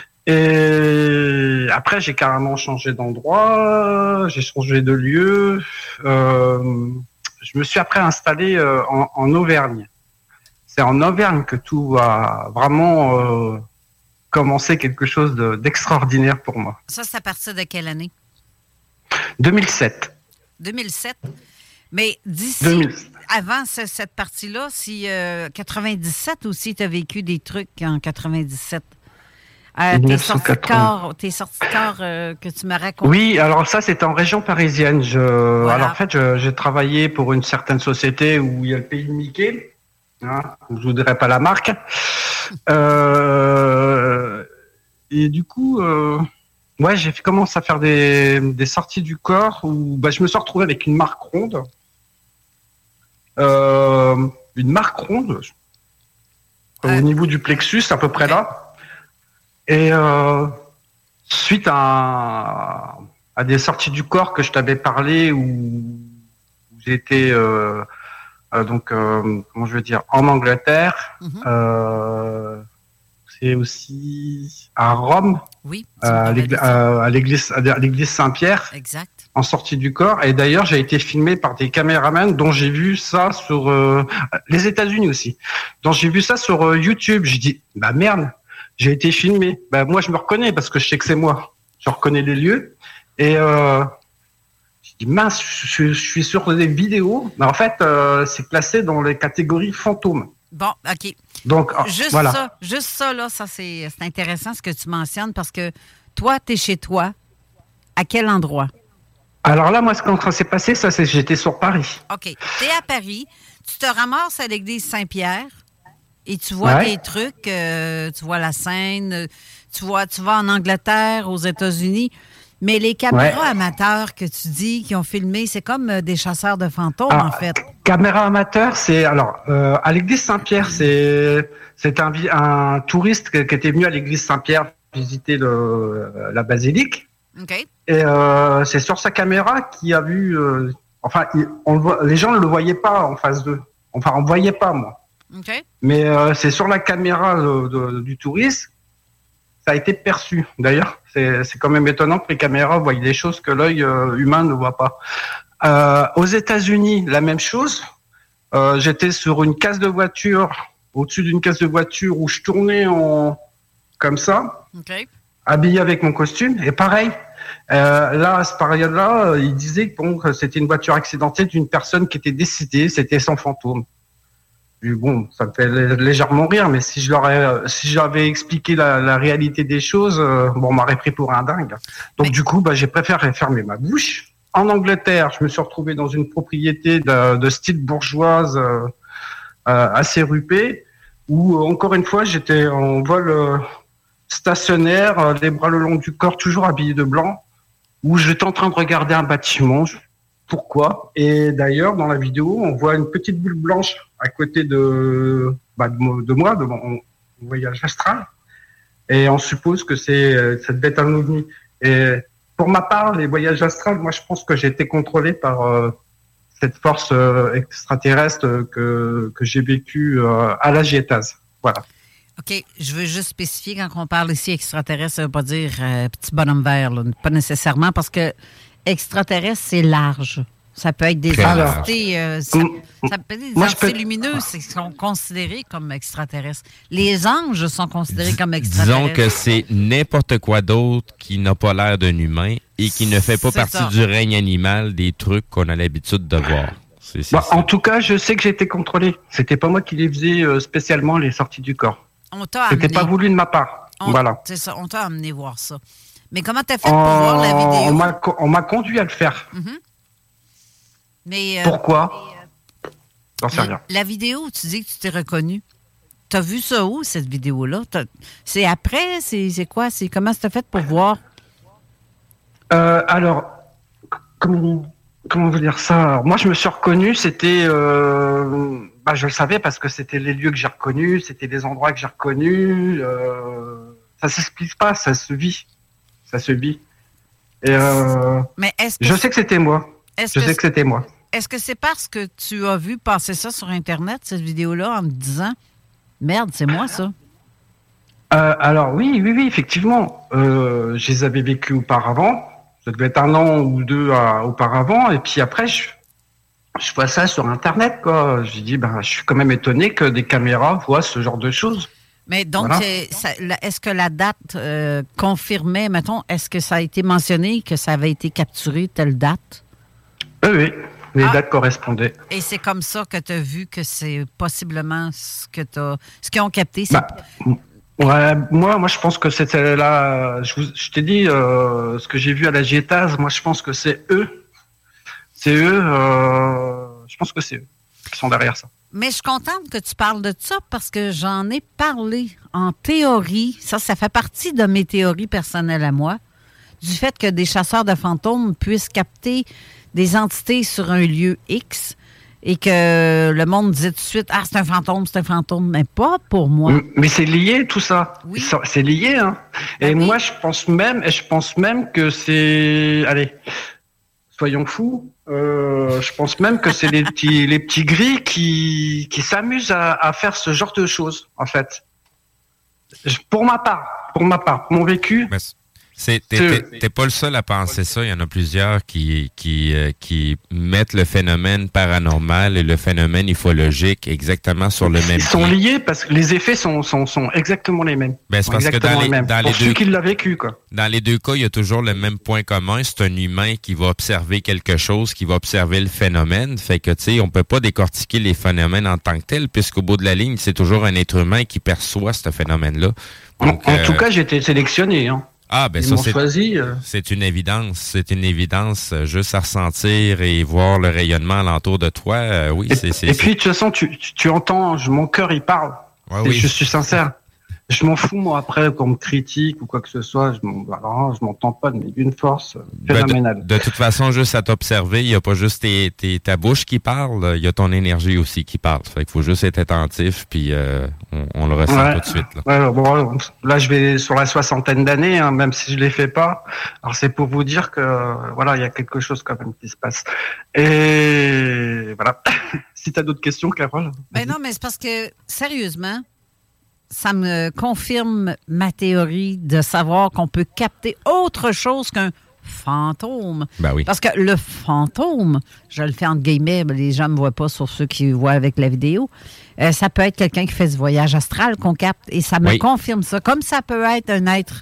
S15: Et après, j'ai carrément changé d'endroit, j'ai changé de lieu. Euh, je me suis après installé euh, en, en Auvergne. C'est en Auvergne que tout a vraiment euh, commencé quelque chose de, d'extraordinaire pour moi.
S9: Ça, c'est à partir de quelle année?
S15: deux mille sept.
S9: deux mille sept? Mais d'ici, deux mille avant ce, cette partie-là, si euh, quatre-vingt-dix-sept aussi, tu as vécu des trucs en quatre-vingt-dix-sept. Euh, tes sorties de corps, tes sorties de corps euh, que tu m'as raconté.
S15: Oui, alors ça, c'était en région parisienne. Je, voilà. Alors en fait, je, j'ai travaillé pour une certaine société où il y a le pays de Mickey. Hein, je ne vous dirai pas la marque. euh, et du coup... Euh, ouais, j'ai commencé à faire des, des sorties du corps où bah, je me suis retrouvé avec une marque ronde. euh, une marque ronde euh. au niveau du plexus, à peu près okay. là. Et euh, suite à, à des sorties du corps que je t'avais parlé, où, où j'ai été euh, euh, donc euh, comment je veux dire en Angleterre. Mm-hmm. euh, C'est aussi à Rome,
S16: oui,
S15: à, l'église, à l'église, à l'église Saint-Pierre,
S16: exact.
S15: En sortie du corps. Et d'ailleurs, j'ai été filmé par des caméramans dont j'ai vu ça sur euh, les États-Unis aussi, dont j'ai vu ça sur euh, YouTube. J'ai dit, bah merde, j'ai été filmé. Bah moi, je me reconnais parce que je sais que c'est moi. Je reconnais les lieux. Et euh, j'ai dit, mince, je, je suis sur des vidéos. Mais en fait, euh, c'est classé dans les catégories fantômes.
S16: Bon, OK.
S15: Donc,
S16: juste
S15: voilà.
S16: ça, juste ça, là, ça, c'est, c'est intéressant ce que tu mentionnes parce que toi, tu es chez toi. À quel endroit?
S15: Alors là, moi, ce qui s'est passé, ça, c'est j'étais sur Paris.
S16: OK. Tu es à Paris. Tu te ramasses à l'église Saint-Pierre et tu vois
S15: ouais.
S16: des trucs. Euh, tu vois la Seine. Tu vois, tu vas en Angleterre, aux États-Unis. Mais les caméras ouais. amateurs que tu dis qui ont filmé, c'est comme euh, des chasseurs de fantômes, ah, en fait.
S15: Caméra amateur, c'est... Alors, euh, à l'église Saint-Pierre, c'est, c'est un, un touriste qui était venu à l'église Saint-Pierre visiter le, la basilique.
S16: OK.
S15: Et euh, c'est sur sa caméra qu'il a vu... Euh, enfin, il, on le voit, les gens ne le voyaient pas en face d'eux. Enfin, on ne voyait pas, moi.
S16: OK.
S15: Mais euh, c'est sur la caméra de, de, du touriste, ça a été perçu. D'ailleurs, c'est, c'est quand même étonnant que les caméras voient des choses que l'œil euh, humain ne voit pas. Euh, aux États-Unis, la même chose. Euh, j'étais sur une case de voiture, au-dessus d'une case de voiture où je tournais en comme ça,
S16: okay.
S15: habillé avec mon costume. Et pareil, euh, là, à cette période-là, il disait que bon, c'était une voiture accidentée d'une personne qui était décédée, c'était son fantôme. Et bon, ça me fait légèrement rire, mais si je leur ai, si j'avais expliqué la, la réalité des choses, euh, bon, on m'aurait pris pour un dingue. Donc, mais... du coup, bah, j'ai préféré fermer ma bouche. En Angleterre, je me suis retrouvé dans une propriété de, de style bourgeoise euh, euh, assez rupée, où, encore une fois, j'étais en vol euh, stationnaire, euh, les bras le long du corps, toujours habillé de blanc, où j'étais en train de regarder un bâtiment. Pourquoi? Et d'ailleurs, dans la vidéo, on voit une petite boule blanche à côté de, bah, de, de moi, de mon voyage astral. Et on suppose que c'est, ça devait être un ovni. Et pour ma part, les voyages astrales, moi, je pense que j'ai été contrôlé par euh, cette force euh, extraterrestre que, que j'ai vécue euh, à la Gietaz. Voilà.
S16: OK. Je veux juste spécifier, quand on parle ici extraterrestre, ça ne veut pas dire euh, petit bonhomme vert, là. Pas nécessairement, parce que extraterrestre, c'est large. Ça peut être des
S15: Alors,
S16: entités, euh, ça, ça peut être des
S15: moi,
S16: entités
S15: peux...
S16: lumineuses qui sont considérées comme extraterrestres. Les anges sont considérés comme extraterrestres.
S10: Disons que c'est n'importe quoi d'autre qui n'a pas l'air d'un humain et qui ne fait pas c'est partie ça. du règne animal des trucs qu'on a l'habitude de voir. C'est, c'est,
S15: bah,
S10: c'est...
S15: En tout cas, je sais que j'ai été contrôlé. C'était pas moi qui les faisais euh, spécialement, les sorties du corps.
S16: On t'a
S15: C'était
S16: amené.
S15: pas voulu de ma part.
S16: On,
S15: voilà.
S16: C'est ça, on t'a amené voir ça. Mais comment t'as fait pour euh, voir la vidéo?
S15: On m'a, on m'a conduit à le faire.
S16: Mm-hmm. Mais, euh,
S15: Pourquoi? J'en sais rien.
S16: La vidéo, tu dis que tu t'es reconnu. T'as vu ça où, cette vidéo-là? T'as... C'est après? C'est, c'est quoi? C'est... Comment t'as fait pour voir?
S15: Euh, alors, comment, comment vous dire ça? Alors, moi, je me suis reconnu, c'était... Euh, bah, je le savais parce que c'était les lieux que j'ai reconnus, c'était les endroits que j'ai reconnus. Euh, ça ne s'explique pas, ça se vit. Ça se vit. Et euh,
S16: Mais est-ce que
S15: je sais que c'était moi.
S16: Est-ce
S15: je
S16: que
S15: sais que c'était moi.
S16: Est-ce que c'est parce que tu as vu passer ça sur Internet, cette vidéo-là, en me disant « Merde, c'est moi, ça ».
S15: Euh, alors oui, oui, oui, effectivement. Euh, je les avais vécus auparavant. Ça devait être un an ou deux à, auparavant. Et puis après, je, je vois ça sur Internet, quoi. J'ai dit, ben, je suis quand même étonné que des caméras voient ce genre de choses.
S16: Mais donc,
S15: voilà.
S16: c'est, ça, est-ce que la date euh, confirmait, mettons, est-ce que ça a été mentionné que ça avait été capturé telle date?
S15: Oui, oui. Les
S16: ah.
S15: dates correspondaient.
S16: Et c'est comme ça que tu as vu que c'est possiblement ce que tu as, ce qu'ils ont capté. C'est...
S15: Bah, ouais, moi, moi, je pense que c'était là. Je, vous, je t'ai dit euh, ce que j'ai vu à la Gietaz. Moi, je pense que c'est eux. C'est eux. Euh, je pense que c'est eux qui sont derrière ça.
S16: Mais je suis contente que tu parles de ça parce que j'en ai parlé en théorie. Ça, ça fait partie de mes théories personnelles à moi. Du fait que des chasseurs de fantômes puissent capter des entités sur un lieu X et que le monde disait tout de suite « Ah, c'est un fantôme, c'est un fantôme », mais pas pour moi.
S15: Mais c'est lié tout ça. Oui. C'est lié, hein. Et ben oui. moi, je pense même, je pense même que c'est, allez, soyons fous. Euh, je pense même que c'est les petits, les petits gris qui, qui s'amusent à, à faire ce genre de choses, en fait. Je, pour ma part, pour ma part, mon vécu.
S10: Mais c'est, t'es, t'es, t'es pas le seul à penser ça. Il y en a plusieurs qui, qui, euh, qui mettent le phénomène paranormal et le phénomène ufologique exactement sur le même.
S15: Ils sont liés parce que les effets sont, sont, sont exactement les mêmes.
S10: Ben, c'est parce
S15: exactement
S10: que dans les,
S15: les
S10: dans
S15: pour
S10: les
S15: ceux
S10: deux,
S15: qui l'ont vécu, quoi.
S10: Dans les deux cas, il y a toujours le même point commun. C'est un humain qui va observer quelque chose, qui va observer le phénomène. Fait que, tu sais, on peut pas décortiquer les phénomènes en tant que tels, puisqu'au bout de la ligne, c'est toujours un être humain qui perçoit ce phénomène-là. Donc,
S15: en, en
S10: euh,
S15: tout cas, j'ai été sélectionné, hein.
S10: Ah, ben
S15: Ils
S10: ça,
S15: m'ont
S10: c'est,
S15: choisi, euh...
S10: c'est une évidence. C'est une évidence. Euh, juste à ressentir et voir le rayonnement alentour de toi, euh, oui,
S15: et,
S10: c'est, c'est...
S15: Et
S10: c'est...
S15: puis, de toute façon, tu, tu, tu entends, je, mon cœur, il parle.
S10: Ouais,
S15: et
S10: oui.
S15: je suis sincère. Je m'en fous, moi, après, qu'on me critique ou quoi que ce soit. Je m'en, alors, je m'entends pas, mais d'une force phénoménale.
S10: Ben de, de toute façon, juste à t'observer, il n'y a pas juste tes, tes, ta bouche qui parle, il y a ton énergie aussi qui parle. Fait qu'il faut juste être attentif, puis euh, on, on le ressent
S15: ouais,
S10: tout de suite. Là.
S15: Ouais, bon, là, je vais sur la soixantaine d'années, hein, même si je les fais pas. Alors, c'est pour vous dire que, voilà, il y a quelque chose quand même qui se passe. Et voilà. Si tu as d'autres questions, Carole.
S16: Ben non, mais c'est parce que, sérieusement, ça me confirme ma théorie de savoir qu'on peut capter autre chose qu'un fantôme.
S10: Ben oui.
S16: Parce que le fantôme, je le fais entre guillemets, les gens ne me voient pas sur ceux qui voient avec la vidéo, euh, ça peut être quelqu'un qui fait ce voyage astral qu'on capte et ça me
S10: oui.
S16: confirme ça. Comme ça peut être un être.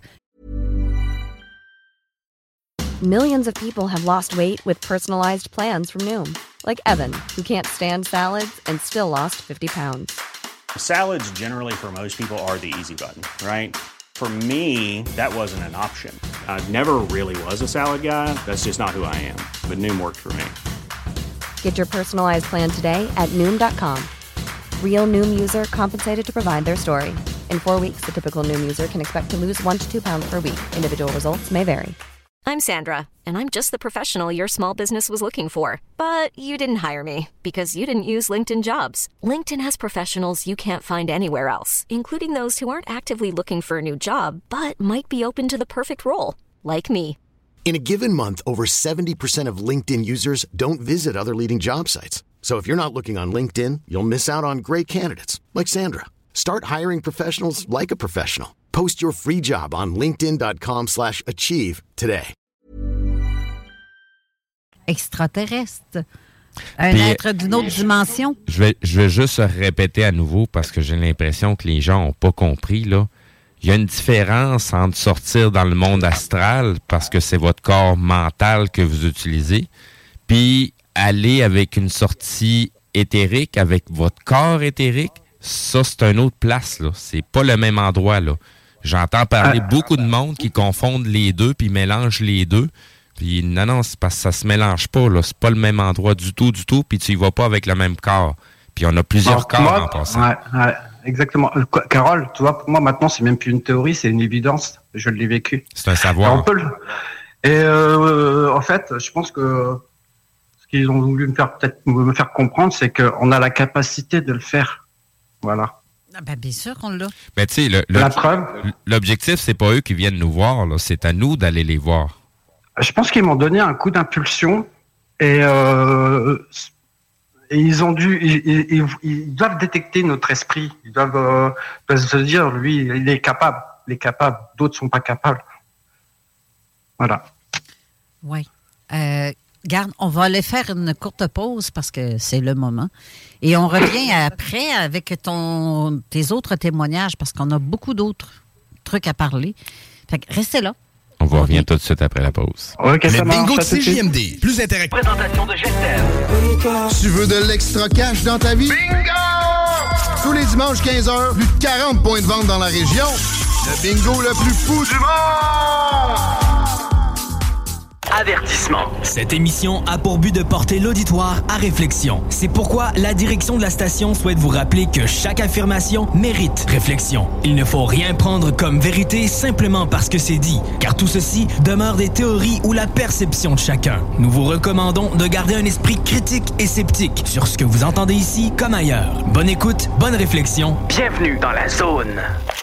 S1: Millions of people have lost weight with personalized plans from Noom. Like Evan, who can't stand salads and still lost fifty pounds.
S2: Salads generally for most people are the easy button, right? For me, that wasn't an option. I never really was a salad guy. That's just not who I am. But Noom worked for me.
S1: Get your personalized plan today at Noom dot com. Real Noom user compensated to provide their story. In four weeks, the typical Noom user can expect to lose one to two pounds per week. Individual results may vary.
S3: I'm Sandra, and I'm just the professional your small business was looking for. But you didn't hire me because you didn't use LinkedIn Jobs. LinkedIn has professionals you can't find anywhere else, including those who aren't actively looking for a new job, but might be open to the perfect role, like me.
S4: In a given month, over seventy percent of LinkedIn users don't visit other leading job sites. So if you're not looking on LinkedIn, you'll miss out on great candidates like Sandra. Start hiring professionals like a professional. Post your free job on linkedin dot com slash achieve today.
S16: Extraterrestre. Un
S10: Puis,
S16: être d'une autre dimension.
S10: Je vais, je vais juste répéter à nouveau parce que j'ai l'impression que les gens n'ont pas compris, là. Il y a une différence entre sortir dans le monde astral parce que c'est votre corps mental que vous utilisez, puis aller avec une sortie éthérique, avec votre corps éthérique. Ça, c'est une autre place, là. C'est pas le même endroit, là. J'entends parler ah. beaucoup de monde qui confondent les deux puis mélangent les deux. Puis non, non, c'est parce que ça se mélange pas, là. C'est pas le même endroit du tout, du tout, puis tu y vas pas avec le même corps. Puis on a plusieurs Alors, corps moi, en passant.
S15: Ouais, ouais, exactement. Carole, tu vois, pour moi, maintenant, c'est même plus une théorie, c'est une évidence. Je l'ai vécu.
S10: C'est un savoir.
S15: On peut le... Et euh, en fait, je pense que ce qu'ils ont voulu me faire peut-être me faire comprendre, c'est qu'on a la capacité de le faire. Voilà.
S16: Ah ben bien sûr qu'on l'a.
S10: Ben, tu sais, le, le,
S15: la preuve.
S10: L'objectif, c'est pas eux qui viennent nous voir, là. C'est à nous d'aller les voir.
S15: Je pense qu'ils m'ont donné un coup d'impulsion et, euh, et ils ont dû, ils, ils, ils doivent détecter notre esprit. Ils doivent, euh, doivent se dire, lui, il est capable, il est capable. D'autres sont pas capables. Voilà.
S16: Oui. Euh, Garde, on va aller faire une courte pause parce que c'est le moment. Et on revient après avec ton, tes autres témoignages parce qu'on a beaucoup d'autres trucs à parler. Fait que restez là.
S10: On va revenir tout de suite après la pause.
S15: Okay,
S14: le bingo de C J M D. Plus interactif.
S6: Présentation de G T M.
S11: Tu veux de l'extra cash dans ta vie? Bingo! Tous les dimanches quinze heures, plus de quarante points de vente dans la région. Le bingo le plus fou du monde!
S6: Avertissement.
S5: Cette émission a pour but de porter l'auditoire à réflexion. C'est pourquoi la direction de la station souhaite vous rappeler que chaque affirmation mérite réflexion. Il ne faut rien prendre comme vérité simplement parce que c'est dit, car tout ceci demeure des théories ou la perception de chacun. Nous vous recommandons de garder un esprit critique et sceptique sur ce que vous entendez ici comme ailleurs. Bonne écoute, bonne réflexion.
S6: Bienvenue dans la zone.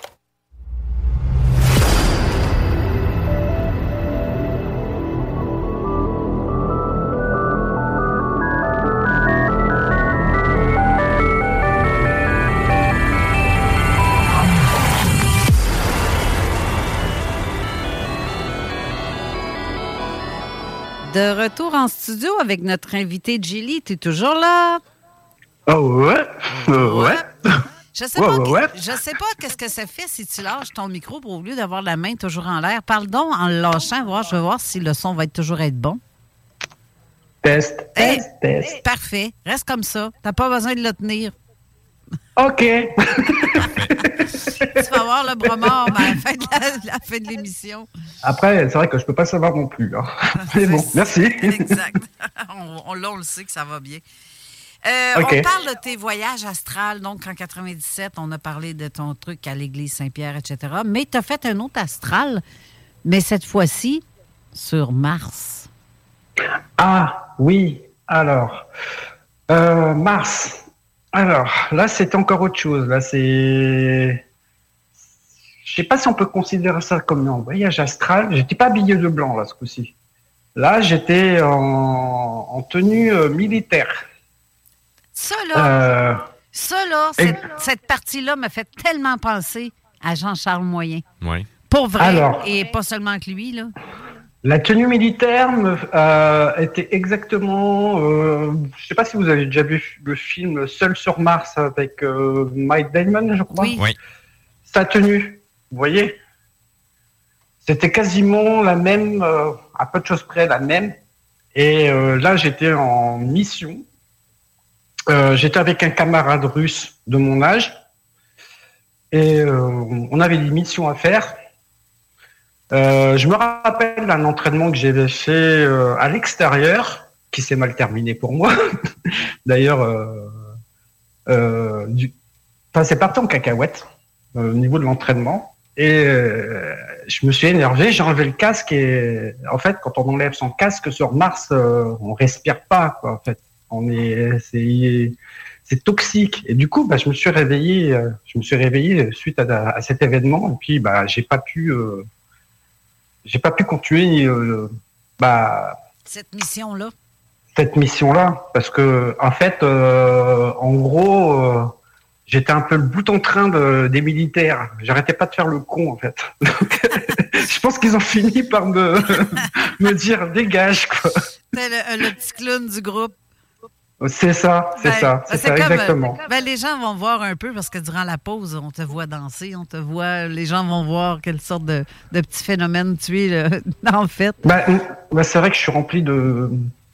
S16: De retour en studio avec notre invité Jilly. Tu es toujours là?
S15: Oh ouais, oh ouais.
S16: Je sais
S15: ouais,
S16: pas,
S15: ouais, ouais.
S16: je sais pas qu'est-ce que ça fait si tu lâches ton micro pour au lieu d'avoir la main toujours en l'air. Parle donc en le lâchant, voir, je vais voir si le son va être toujours être bon.
S15: Test, test, hey, test.
S16: Hey, parfait. Reste comme ça. T'as pas besoin de le tenir.
S15: OK.
S16: Tu vas voir le bras mort à la fin de, la, la fin de l'émission.
S15: Après, c'est vrai que je peux pas savoir non plus. Hein. Mais bon, merci.
S16: Exact. On, on, là, on le sait que ça va bien. Euh, okay. On parle de tes voyages astrales. Donc, en quatre-vingt-dix-sept, on a parlé de ton truc à l'église Saint-Pierre, et cetera. Mais tu as fait un autre astral, mais cette fois-ci, sur Mars.
S15: Ah, oui. Alors, euh, Mars. Alors, là, c'est encore autre chose. Là, c'est... Je sais pas si on peut considérer ça comme un voyage astral. J'étais pas habillé de blanc, là, ce coup-ci. Là, j'étais en, en tenue euh, militaire.
S16: Ça, là, euh... ça, là cette, et... cette partie-là me fait tellement penser à Jean-Charles Moyen.
S10: Oui.
S16: Pour vrai,
S15: Alors,
S16: et pas seulement que lui, là.
S15: La tenue militaire me, euh, était exactement... Euh, je ne sais pas si vous avez déjà vu le film Seul sur Mars avec euh, Mike Damon, je crois.
S16: Oui.
S10: oui.
S15: Sa tenue, vous voyez? C'était quasiment la même, euh, à peu de choses près, la même. Et euh, là, j'étais en mission. Euh, j'étais avec un camarade russe de mon âge. Et euh, on avait des missions à faire. Euh, je me rappelle d'un entraînement que j'avais fait euh, à l'extérieur, qui s'est mal terminé pour moi. D'ailleurs, euh, euh, du... enfin, c'est parti en cacahuète euh, au niveau de l'entraînement. Et euh, je me suis énervé, j'ai enlevé le casque et en fait, quand on enlève son casque sur Mars, euh, on respire pas, quoi. En fait, on est, c'est, c'est toxique. Et du coup, bah, je me suis réveillé, euh, je me suis réveillé suite à, à cet événement et puis, bah, j'ai pas pu. Euh, J'ai pas pu continuer euh, bah,
S16: cette mission-là.
S15: Cette mission-là, parce que en fait, euh, en gros, euh, j'étais un peu le bout en train de, des militaires. J'arrêtais pas de faire le con, en fait. Donc, je pense qu'ils ont fini par me, me dire dégage, quoi.
S16: T'es le, le petit clown du groupe.
S15: C'est ça, c'est ben, ça, c'est, c'est ça, comme, exactement.
S16: Ben, les gens vont voir un peu parce que durant la pause, on te voit danser, on te voit, les gens vont voir quelle sorte de, de petits phénomènes tu es, là, en fait.
S15: Ben, ben, c'est vrai que je suis rempli de,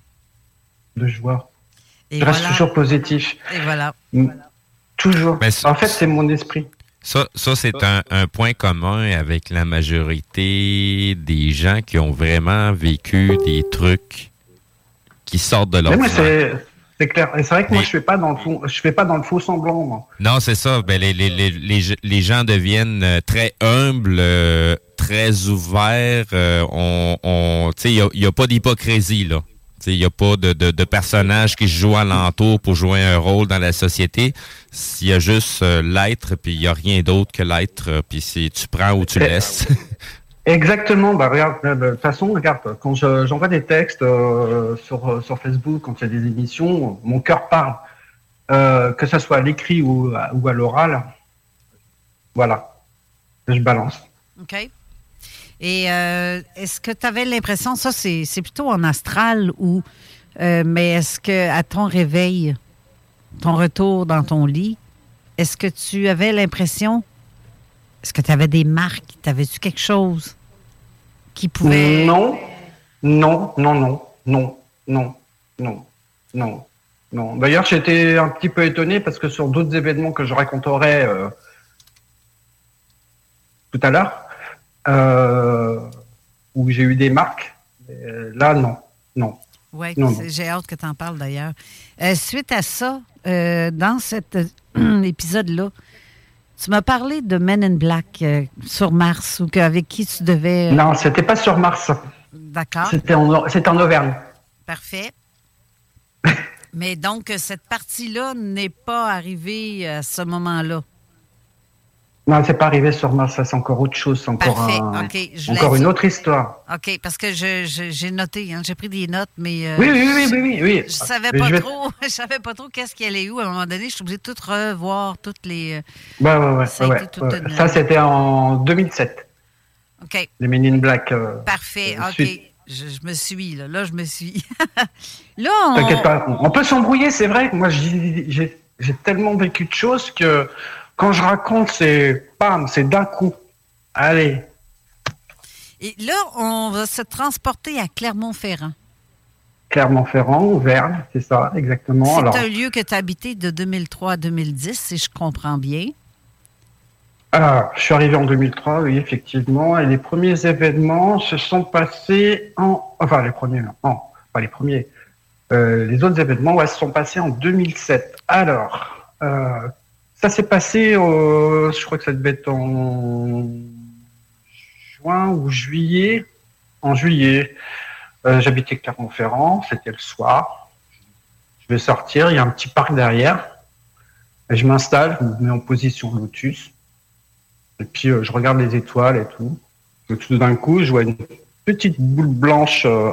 S15: de joie. Et je voilà. reste toujours positif.
S16: Et voilà.
S15: Toujours. Ben, en fait, c'est mon esprit.
S10: Ça, ça c'est un, un point commun avec la majorité des gens qui ont vraiment vécu des trucs qui sortent de l'ordinaire.
S15: C'est... C'est clair. Et c'est vrai que moi, mais, je fais pas dans le faux, je fais pas dans le faux semblant, moi.
S10: Non, c'est ça. Ben, les, les, les, les, les gens deviennent très humbles, euh, très ouverts. Euh, on, on, tu sais, il n'y a, a pas d'hypocrisie, là. Il n'y a pas de, de, de personnage qui se joue alentour pour jouer un rôle dans la société. Il y a juste euh, l'être, puis il n'y a rien d'autre que l'être. Puis c'est tu prends ou tu laisses.
S15: Exactement. Bah, regarde, de toute façon, regarde, quand je, j'envoie des textes euh, sur, sur Facebook, quand il y a des émissions, mon cœur parle. Euh, que ce soit à l'écrit ou, ou à l'oral. Voilà. Je balance.
S16: OK. Et euh, est-ce que tu avais l'impression, ça, c'est, c'est plutôt en astral, ou, euh, mais est-ce que à ton réveil, ton retour dans ton lit, est-ce que tu avais l'impression, est-ce que tu avais des marques, t'avais-tu quelque chose qui pouvait...
S15: Non, non, non, non, non, non, non, non, non. D'ailleurs, j'étais un petit peu étonné parce que sur d'autres événements que je raconterai euh, tout à l'heure, euh, où j'ai eu des marques, Euh, là, non. Non.
S16: Oui,
S15: Non,
S16: j'ai hâte que tu en parles d'ailleurs. Euh, suite à ça, euh, dans cet euh, épisode-là, tu m'as parlé de Men in Black euh, sur Mars ou avec qui tu devais. Euh...
S15: Non, c'était pas sur Mars.
S16: D'accord.
S15: C'était en, c'était en Auvergne.
S16: Parfait. Mais donc, cette partie-là n'est pas arrivée à ce moment-là.
S15: Non, c'est pas arrivé sur Mars, ça c'est encore autre chose, c'est encore,
S16: Parfait.
S15: un,
S16: Okay. Je
S15: encore une
S16: dit.
S15: autre histoire.
S16: OK, parce que je, je, j'ai noté, hein, j'ai pris des notes, mais euh,
S15: oui, oui, oui, oui, oui, oui.
S16: Je savais
S15: mais
S16: pas
S15: je vais...
S16: trop, je savais pas trop qu'est-ce qui allait où. À un moment donné, je suis obligée de tout revoir, toutes les.
S15: Ouais, ouais, ouais.
S16: Ça,
S15: ouais, ouais. Une... ça c'était en deux mille sept.
S16: OK.
S15: Les Men in Black. Euh,
S16: Parfait,
S15: euh,
S16: OK. Je, je me suis, là. Là, je me suis. Là,
S15: on... T'inquiète pas, on peut s'embrouiller, c'est vrai. Moi, j'ai, j'ai, j'ai tellement vécu de choses que. Quand je raconte, c'est bam, c'est d'un coup. Allez.
S16: Et là, on va se transporter à Clermont-Ferrand.
S15: Clermont-Ferrand, Auvergne, c'est ça, exactement.
S16: C'est
S15: Alors,
S16: un lieu que tu as habité de deux mille trois à deux mille dix, si je comprends bien.
S15: Alors, je suis arrivé en deux mille trois, oui, effectivement. Et les premiers événements se sont passés en... Enfin, les premiers, non, pas les premiers. Euh, les autres événements, ouais, se sont passés en deux mille sept. Alors... Euh, Ça s'est passé, euh, je crois que ça devait être en juin ou juillet. En juillet, euh, j'habitais Clermont-Ferrand, c'était le soir. Je vais sortir, il y a un petit parc derrière. Et je m'installe, je me mets en position lotus. Et puis euh, je regarde les étoiles et tout. Et tout d'un coup, je vois une petite boule blanche, euh,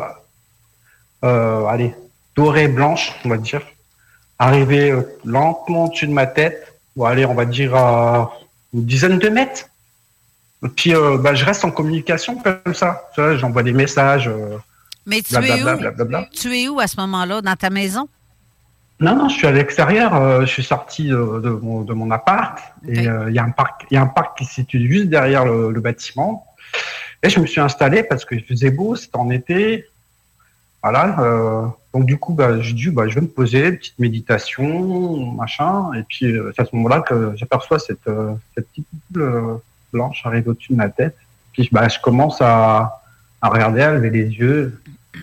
S15: euh, allez, dorée blanche, on va dire, arriver euh, lentement au-dessus de ma tête. Bon, allez, on va dire à une dizaine de mètres. Et puis, euh, bah, je reste en communication comme ça. Tu vois, j'envoie des messages. Euh,
S16: Mais tu es où? Blablabla. Tu es où à ce moment-là? Dans ta maison?
S15: Non, non, je suis à l'extérieur. Euh, je suis sorti de, de, mon, de mon appart. Okay. Et il euh, y a un parc, il y a un parc qui se situe juste derrière le, le bâtiment. Et je me suis installé parce qu'il faisait beau, c'était en été. Voilà. Euh, donc du coup, bah, j'ai dit, bah, je vais me poser, petite méditation, machin. Et puis euh, c'est à ce moment-là que j'aperçois cette, euh, cette petite boule euh, blanche arriver au-dessus de ma tête. Puis bah, je commence à, à regarder, à lever les yeux.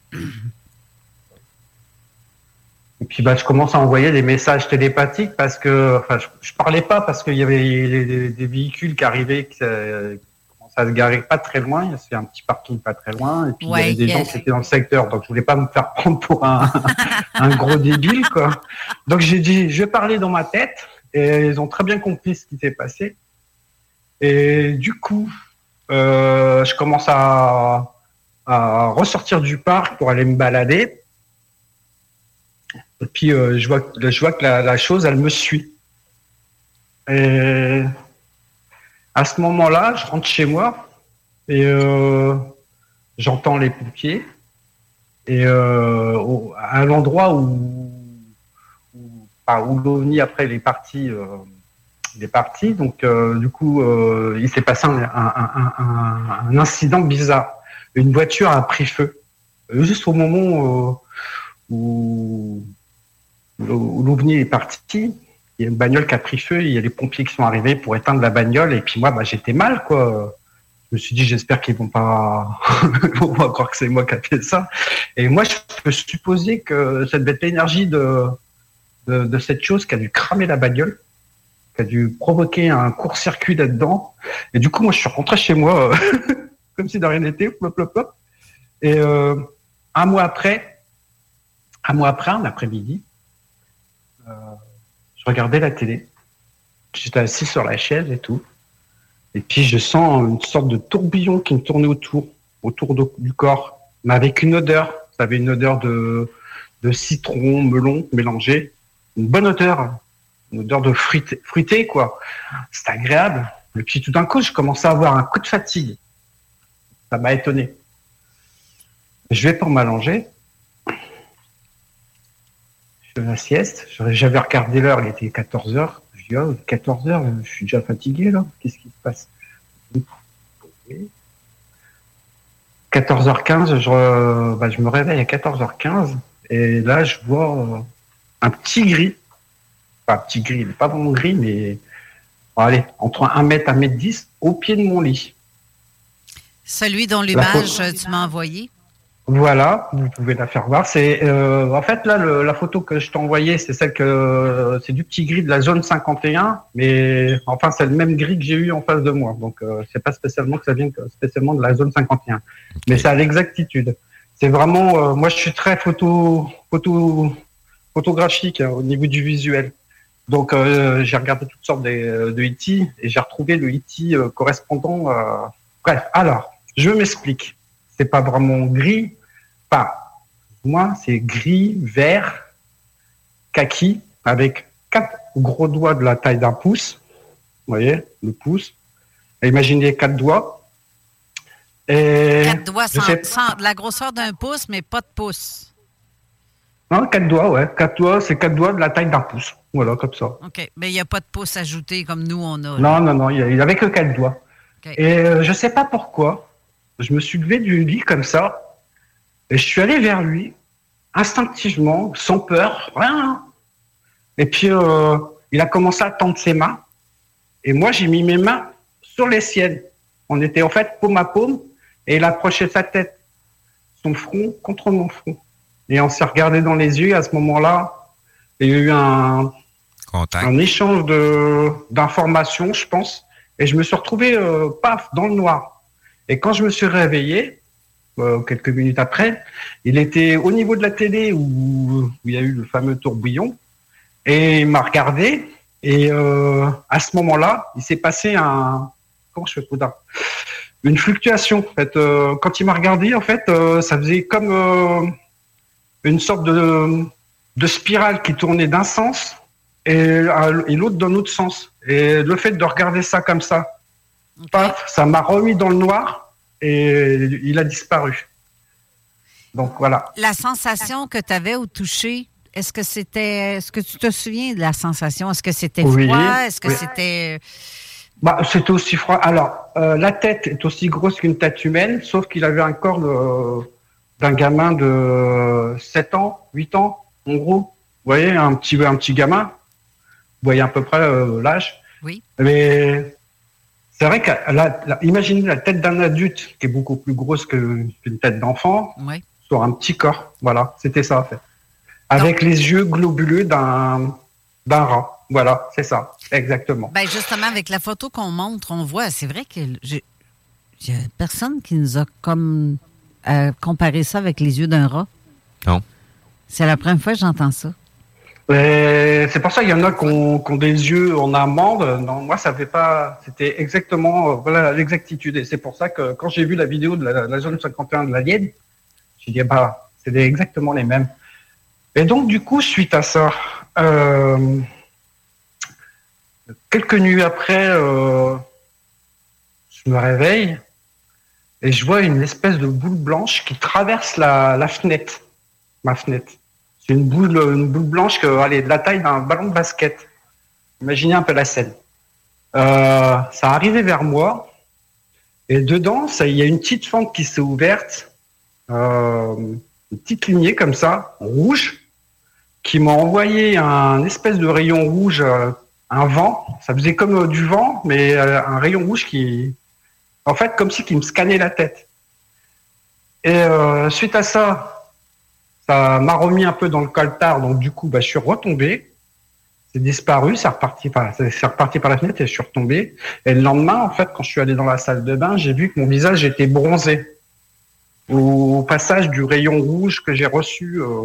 S15: Et puis bah, je commence à envoyer des messages télépathiques parce que, enfin, je, je parlais pas parce qu'il y avait les, les, des véhicules qui arrivaient. Qui, euh, Ça se garait pas très loin, c'est un petit parking pas très loin, et puis ouais, il y avait des yeah. gens qui étaient dans le secteur, donc je voulais pas me faire prendre pour un, un gros débile, quoi. Donc j'ai dit, je vais parler dans ma tête, et ils ont très bien compris ce qui s'est passé. Et du coup, euh, je commence à, à ressortir du parc pour aller me balader, et puis euh, je vois, je vois que la, la chose, elle me suit. Et à ce moment-là, je rentre chez moi et euh, j'entends les pompiers. Et euh, au, à l'endroit où, où, enfin, où l'OVNI après il est parti, euh, il est parti. Donc euh, du coup, euh, il s'est passé un, un, un, un, un incident bizarre. Une voiture a pris feu juste au moment euh, où, où l'OVNI est parti. Il y a une bagnole qui a pris feu, il y a les pompiers qui sont arrivés pour éteindre la bagnole, et puis moi, bah, j'étais mal, quoi. Je me suis dit, j'espère qu'ils vont pas, ils vont pas croire que c'est moi qui ai fait ça. Et moi, je peux supposer que ça devait être l'énergie de, de, de cette chose qui a dû cramer la bagnole, qui a dû provoquer un court-circuit là-dedans. Et du coup, moi, je suis rentré chez moi, comme si de rien n'était, plop, plop, plop. Et euh, un mois après, un mois après, un après-midi, euh, je regardais la télé, j'étais assis sur la chaise et tout, et puis je sens une sorte de tourbillon qui me tournait autour, autour de, du corps, mais avec une odeur, ça avait une odeur de, de citron, melon mélangé, une bonne odeur, une odeur de fruité, fruité quoi, c'était agréable. Et puis tout d'un coup, je commençais à avoir un coup de fatigue, ça m'a étonné. Je vais pour m'allonger. Je fais la sieste, j'avais regardé l'heure, il était quatorze heures. Je dis, oh, quatorze heures, je suis déjà fatigué là, qu'est-ce qui se passe? quatorze heures quinze, je, bah, je me réveille à quatorze heures quinze, et là je vois un petit gris, pas un petit gris, il n'est pas vraiment gris, mais bon, allez, entre un mètre, un mètre dix, au pied de mon lit.
S16: Celui dont l'image tu m'as envoyé?
S15: Voilà, vous pouvez la faire voir. C'est euh, en fait là le, la photo que je t'ai envoyée, c'est celle que c'est du petit gris de la zone cinquante et un, mais enfin c'est le même gris que j'ai eu en face de moi. Donc euh, c'est pas spécialement que ça vient spécialement de la zone cinquante et un, okay. Mais c'est à l'exactitude. C'est vraiment, euh, moi je suis très photo, photo, photographique hein, au niveau du visuel. Donc euh, j'ai regardé toutes sortes de, de E T et j'ai retrouvé le E T euh, correspondant. Euh... Bref, alors je m'explique. C'est pas vraiment gris. Enfin, moi, c'est gris, vert, kaki, avec quatre gros doigts de la taille d'un pouce. Vous voyez, le pouce. Et imaginez quatre doigts. Et
S16: quatre doigts sans, sais... sans de la grosseur d'un pouce, mais pas de pouce.
S15: Non, quatre doigts, ouais. Quatre doigts, c'est quatre doigts de la taille d'un pouce. Voilà, comme ça.
S16: OK. Mais il n'y a pas de pouce ajouté comme nous, on a. Là.
S15: Non, non, non. Il n'y avait que quatre doigts. Okay. Et euh, je ne sais pas pourquoi. Je me suis levé du lit comme ça. Et je suis allé vers lui, instinctivement, sans peur, rien. Et puis, euh, il a commencé à tendre ses mains. Et moi, j'ai mis mes mains sur les siennes. On était en fait paume à paume. Et il approchait sa tête, son front contre mon front. Et on s'est regardé dans les yeux. À ce moment-là, il y a eu un, un échange de, d'informations, je pense. Et je me suis retrouvé, euh, paf, dans le noir. Et quand je me suis réveillé, euh, quelques minutes après, il était au niveau de la télé où, où il y a eu le fameux tourbillon. Et il m'a regardé. Et euh, à ce moment-là, il s'est passé un... Comment je fais pour dire ? Une fluctuation. En fait, euh, quand il m'a regardé, en fait, euh, ça faisait comme euh, une sorte de, de spirale qui tournait d'un sens et, et l'autre d'un autre sens. Et le fait de regarder ça comme ça, okay. paf, ça m'a remis dans le noir et il a disparu. Donc voilà.
S16: La sensation que tu avais au toucher, est-ce que c'était, est-ce que tu te souviens de la sensation? Est-ce que c'était froid?
S15: Oui,
S16: est-ce que
S15: oui.
S16: c'était...
S15: Bah, c'était aussi froid. Alors, euh, la tête est aussi grosse qu'une tête humaine, sauf qu'il avait un corps de, d'un gamin de sept ans, huit ans, en gros. Vous voyez, un petit, un petit gamin. Vous voyez à peu près euh, l'âge.
S16: Oui.
S15: Mais c'est vrai que, la, la, imaginez la tête d'un adulte qui est beaucoup plus grosse que, qu'une tête d'enfant,
S16: oui.
S15: sur un petit corps. Voilà, c'était ça, en fait. Avec Donc, les yeux globuleux d'un, d'un rat. Voilà, c'est ça, exactement.
S16: Ben justement, avec la photo qu'on montre, on voit, c'est vrai que il y a personne qui nous a comme euh, comparé ça avec les yeux d'un rat.
S10: Non.
S16: C'est la première fois que j'entends ça.
S15: Et c'est pour ça qu'il y en a qui ont, qui ont des yeux en amande. Non, moi, ça fait pas. C'était exactement, euh, voilà, l'exactitude. Et c'est pour ça que quand j'ai vu la vidéo de la, la zone cinquante et un de l'Alien, j'ai dit, bah, c'est exactement les mêmes. Et donc, du coup, suite à ça. Euh, Quelques nuits après, euh, je me réveille et je vois une espèce de boule blanche qui traverse la, la fenêtre, ma fenêtre. C'est une boule, une boule blanche qui est de la taille d'un ballon de basket. Imaginez un peu la scène. Euh, ça arrivait vers moi et dedans, ça, il y a une petite fente qui s'est ouverte, euh, une petite lignée comme ça, rouge, qui m'a envoyé un espèce de rayon rouge. Euh, un vent, ça faisait comme euh, du vent, mais euh, un rayon rouge qui, en fait, comme si qui me scannait la tête. Et euh, suite à ça, ça m'a remis un peu dans le coltard, donc du coup, bah, je suis retombé, c'est disparu, c'est reparti par, c'est reparti par la fenêtre et je suis retombé. Et le lendemain, en fait, quand je suis allé dans la salle de bain, j'ai vu que mon visage était bronzé au, au passage du rayon rouge que j'ai reçu. Euh,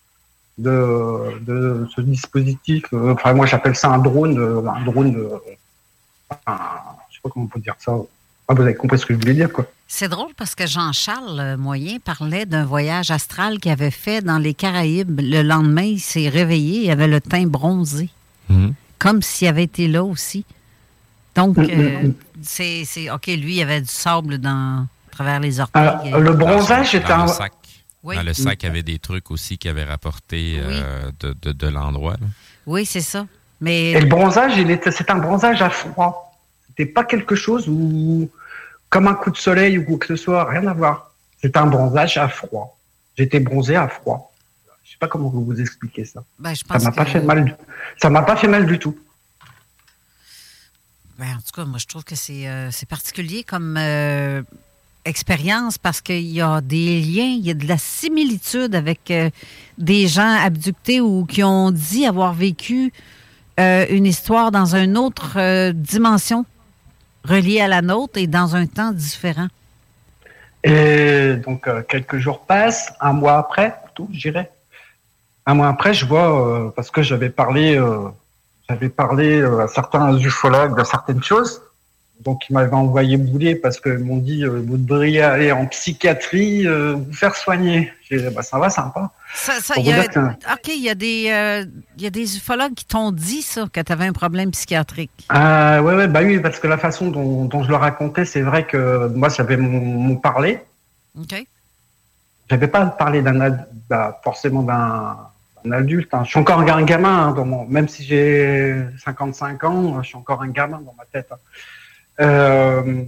S15: De, de ce dispositif, euh, enfin moi j'appelle ça un drone, euh, un drone, de, un, je sais pas comment on peut dire ça. Ah, vous avez compris ce que je voulais dire, quoi.
S16: C'est drôle parce que Jean-Charles Moyen parlait d'un voyage astral qu'il avait fait dans les Caraïbes. Le lendemain, il s'est réveillé, il avait le teint bronzé, mmh. comme s'il avait été là aussi. Donc, euh, c'est, c'est ok, lui, il avait du sable dans à travers les orteils.
S15: Alors, le bronzage était un
S10: Oui. Dans le sac, il y avait des trucs aussi qui avaient rapporté oui. euh, de, de, de l'endroit. Là.
S16: Oui, c'est ça. Mais...
S15: Et le bronzage, il était, c'est un bronzage à froid. C'était pas quelque chose où, comme un coup de soleil ou quoi que ce soit, rien à voir. C'était un bronzage à froid. J'étais bronzé à froid. Je sais pas comment vous expliquer ça.
S16: Ben, je pense
S15: ça m'a
S16: que...
S15: pas fait mal. Ça m'a pas fait mal du tout.
S16: Ben, en tout cas, moi, je trouve que c'est, euh, c'est particulier comme... Euh... expérience parce qu'il y a des liens, il y a de la similitude avec euh, des gens abductés ou qui ont dit avoir vécu euh, une histoire dans une autre euh, dimension reliée à la nôtre et dans un temps différent.
S15: Et donc, euh, quelques jours passent, un mois après, tout, je dirais. Un mois après, je vois, euh, parce que j'avais parlé, euh, j'avais parlé euh, à certains ufologues de certaines choses. Donc, ils m'avaient envoyé bouler parce qu'ils m'ont dit euh, vous devriez aller en psychiatrie, euh, vous faire soigner. J'ai dit bah, ça va, sympa.
S16: Ça, ça, y a, que... OK, il y, a des, euh, y a des ufologues qui t'ont dit ça, que tu avais un problème psychiatrique.
S15: Euh, oui, ouais, bah oui, parce que la façon dont, dont je le racontais, c'est vrai que moi, j'avais mon, mon parler.
S16: OK.
S15: J'avais pas parlé d'un, bah, forcément d'un, d'un adulte. Hein. Je suis encore un gamin, hein, dans mon, même si j'ai cinquante-cinq ans, je suis encore un gamin dans ma tête. Hein. Euh,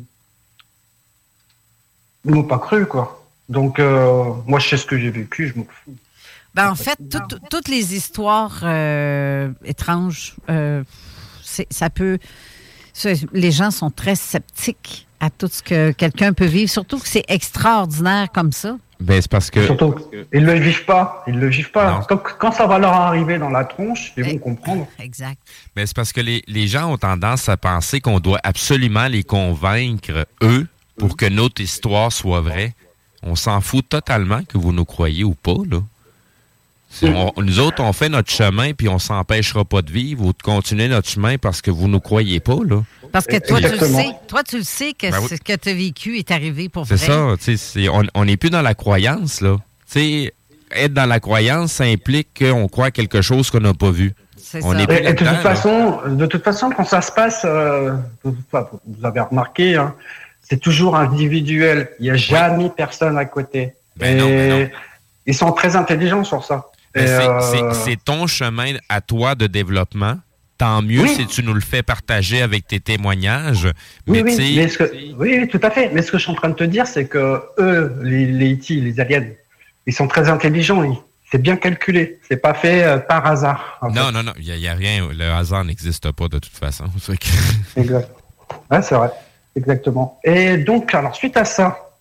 S15: ils m'ont pas cru, quoi. Donc, euh, moi, je sais ce que j'ai vécu, je m'en fous.
S16: Ben, en fait, tout, tout, toutes les histoires euh, étranges, euh, c'est, ça peut... Les gens sont très sceptiques à tout ce que quelqu'un peut vivre, surtout que c'est extraordinaire comme ça.
S10: Ben, c'est parce que...
S15: Surtout, ils ne le vivent pas. Ils le vivent pas. Donc, quand ça va leur arriver dans la tronche, ils vont
S16: Et,
S15: comprendre.
S16: Exact.
S10: Ben, c'est parce que les, les gens ont tendance à penser qu'on doit absolument les convaincre, eux, pour que notre histoire soit vraie. On s'en fout totalement que vous nous croyez ou pas, là. On, nous autres, on fait notre chemin, puis on s'empêchera pas de vivre ou de continuer notre chemin parce que vous nous croyez pas, là.
S16: Parce que toi, tu le sais, toi, tu le sais que ben oui. ce que tu as vécu est arrivé pour vrai.
S10: C'est ça, tu sais, on n'est plus dans la croyance, là. Tu sais, être dans la croyance, ça implique qu'on croit à quelque chose qu'on n'a pas vu.
S16: C'est
S10: on
S16: ça.
S10: Est plus
S15: et, et de, toute façon, de toute façon, quand ça se passe, euh, vous avez remarqué, hein, c'est toujours individuel. Il n'y a jamais oui. personne à côté.
S10: Ben
S15: et
S10: non, ben non.
S15: Ils sont très intelligents sur ça.
S10: Ben c'est,
S15: euh...
S10: c'est, c'est ton chemin à toi de développement. Tant mieux oui. si tu nous le fais partager avec tes témoignages.
S15: Oui,
S10: mais
S15: oui, mais ce que, oui, tout à fait. Mais ce que je suis en train de te dire, c'est que eux, les, les E T, les aliens, ils sont très intelligents. Ils, c'est bien calculé. C'est pas fait euh, par hasard.
S10: Non,
S15: fait.
S10: non, non. Il n'y a, a rien. Le hasard n'existe pas de toute façon.
S15: Exact. Ouais, c'est vrai. Exactement. Et donc, alors, suite à ça,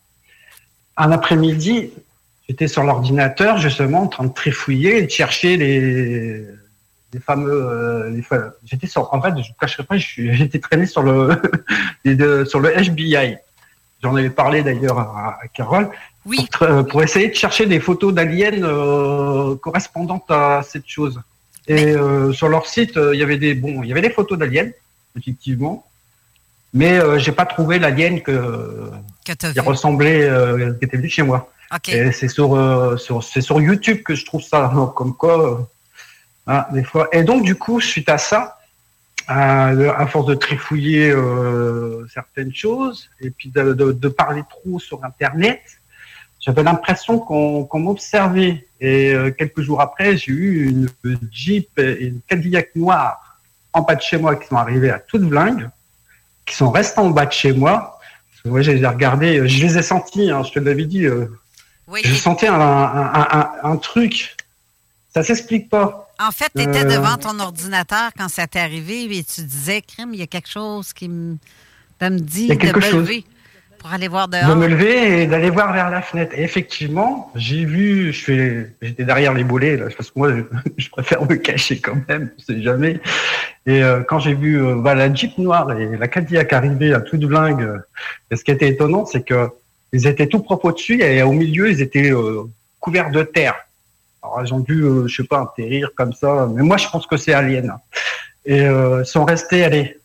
S15: un après-midi, j'étais sur l'ordinateur, justement, en train de trifouiller et de chercher les, les fameux... Euh, les, j'étais sur... En fait, je ne vous cacherai pas, je suis, j'étais traîné sur le, sur le F B I. J'en avais parlé d'ailleurs à, à Carole.
S16: Oui.
S15: Pour, pour essayer de chercher des photos d'aliens euh, correspondantes à cette chose. Et euh, sur leur site, il euh, y avait des bon, il y avait des photos d'aliens, effectivement. Mais euh, j'ai pas trouvé l'alien que,
S16: que
S15: qui
S16: vu.
S15: ressemblait, euh, qui était venu chez moi.
S16: Okay.
S15: Et c'est sur, euh, sur, c'est sur YouTube que je trouve ça, comme quoi, euh, hein, des fois. Et donc, du coup, suite à ça, euh, à force de trifouiller euh, certaines choses, et puis de, de, de parler trop sur Internet, j'avais l'impression qu'on, qu'on m'observait. Et euh, quelques jours après, j'ai eu une Jeep et une Cadillac noire en bas de chez moi qui sont arrivées à toute blingue, qui sont restés en bas de chez moi. Moi, j'ai regardé, je les ai sentis, hein, je te l'avais dit. Euh,
S16: oui,
S15: je sentais un, un, un, un, un truc. Ça s'explique pas.
S16: En fait, tu étais
S15: euh...
S16: devant ton ordinateur quand ça t'est arrivé et tu disais, crime, il y a quelque chose qui me, ça me dit de me lever pour aller voir dehors.
S15: De me lever et d'aller voir vers la fenêtre. Et effectivement, j'ai vu, je fais, j'étais derrière les bolets, là, parce que moi, je, je préfère me cacher quand même, je sais jamais. Et euh, quand j'ai vu euh, bah, la Jeep noire et la Cadillac arriver à toute blingue, euh, et ce qui était étonnant, c'est que ils étaient tout propres au-dessus et au milieu, ils étaient euh, couverts de terre. Alors, ils ont dû, euh, je sais pas, atterrir comme ça. Mais moi, je pense que c'est alien. Et euh, ils sont restés, allez,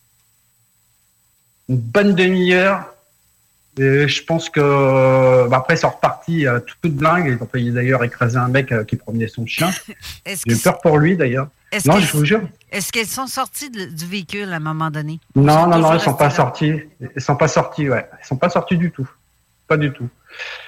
S15: une bonne demi-heure. Et je pense que bah, après, ils sont repartis à toute blingue. Ils ont failli d'ailleurs écraser un mec euh, qui promenait son chien. J'ai eu peur pour lui d'ailleurs.
S16: Est-ce
S15: non, je vous jure.
S16: Est-ce qu'ils sont sortis de, du véhicule à un moment donné?
S15: Non, non, non, ils sont pas là. sortis. Ils sont pas sortis, ouais. Ils sont pas sortis du tout. Pas du tout.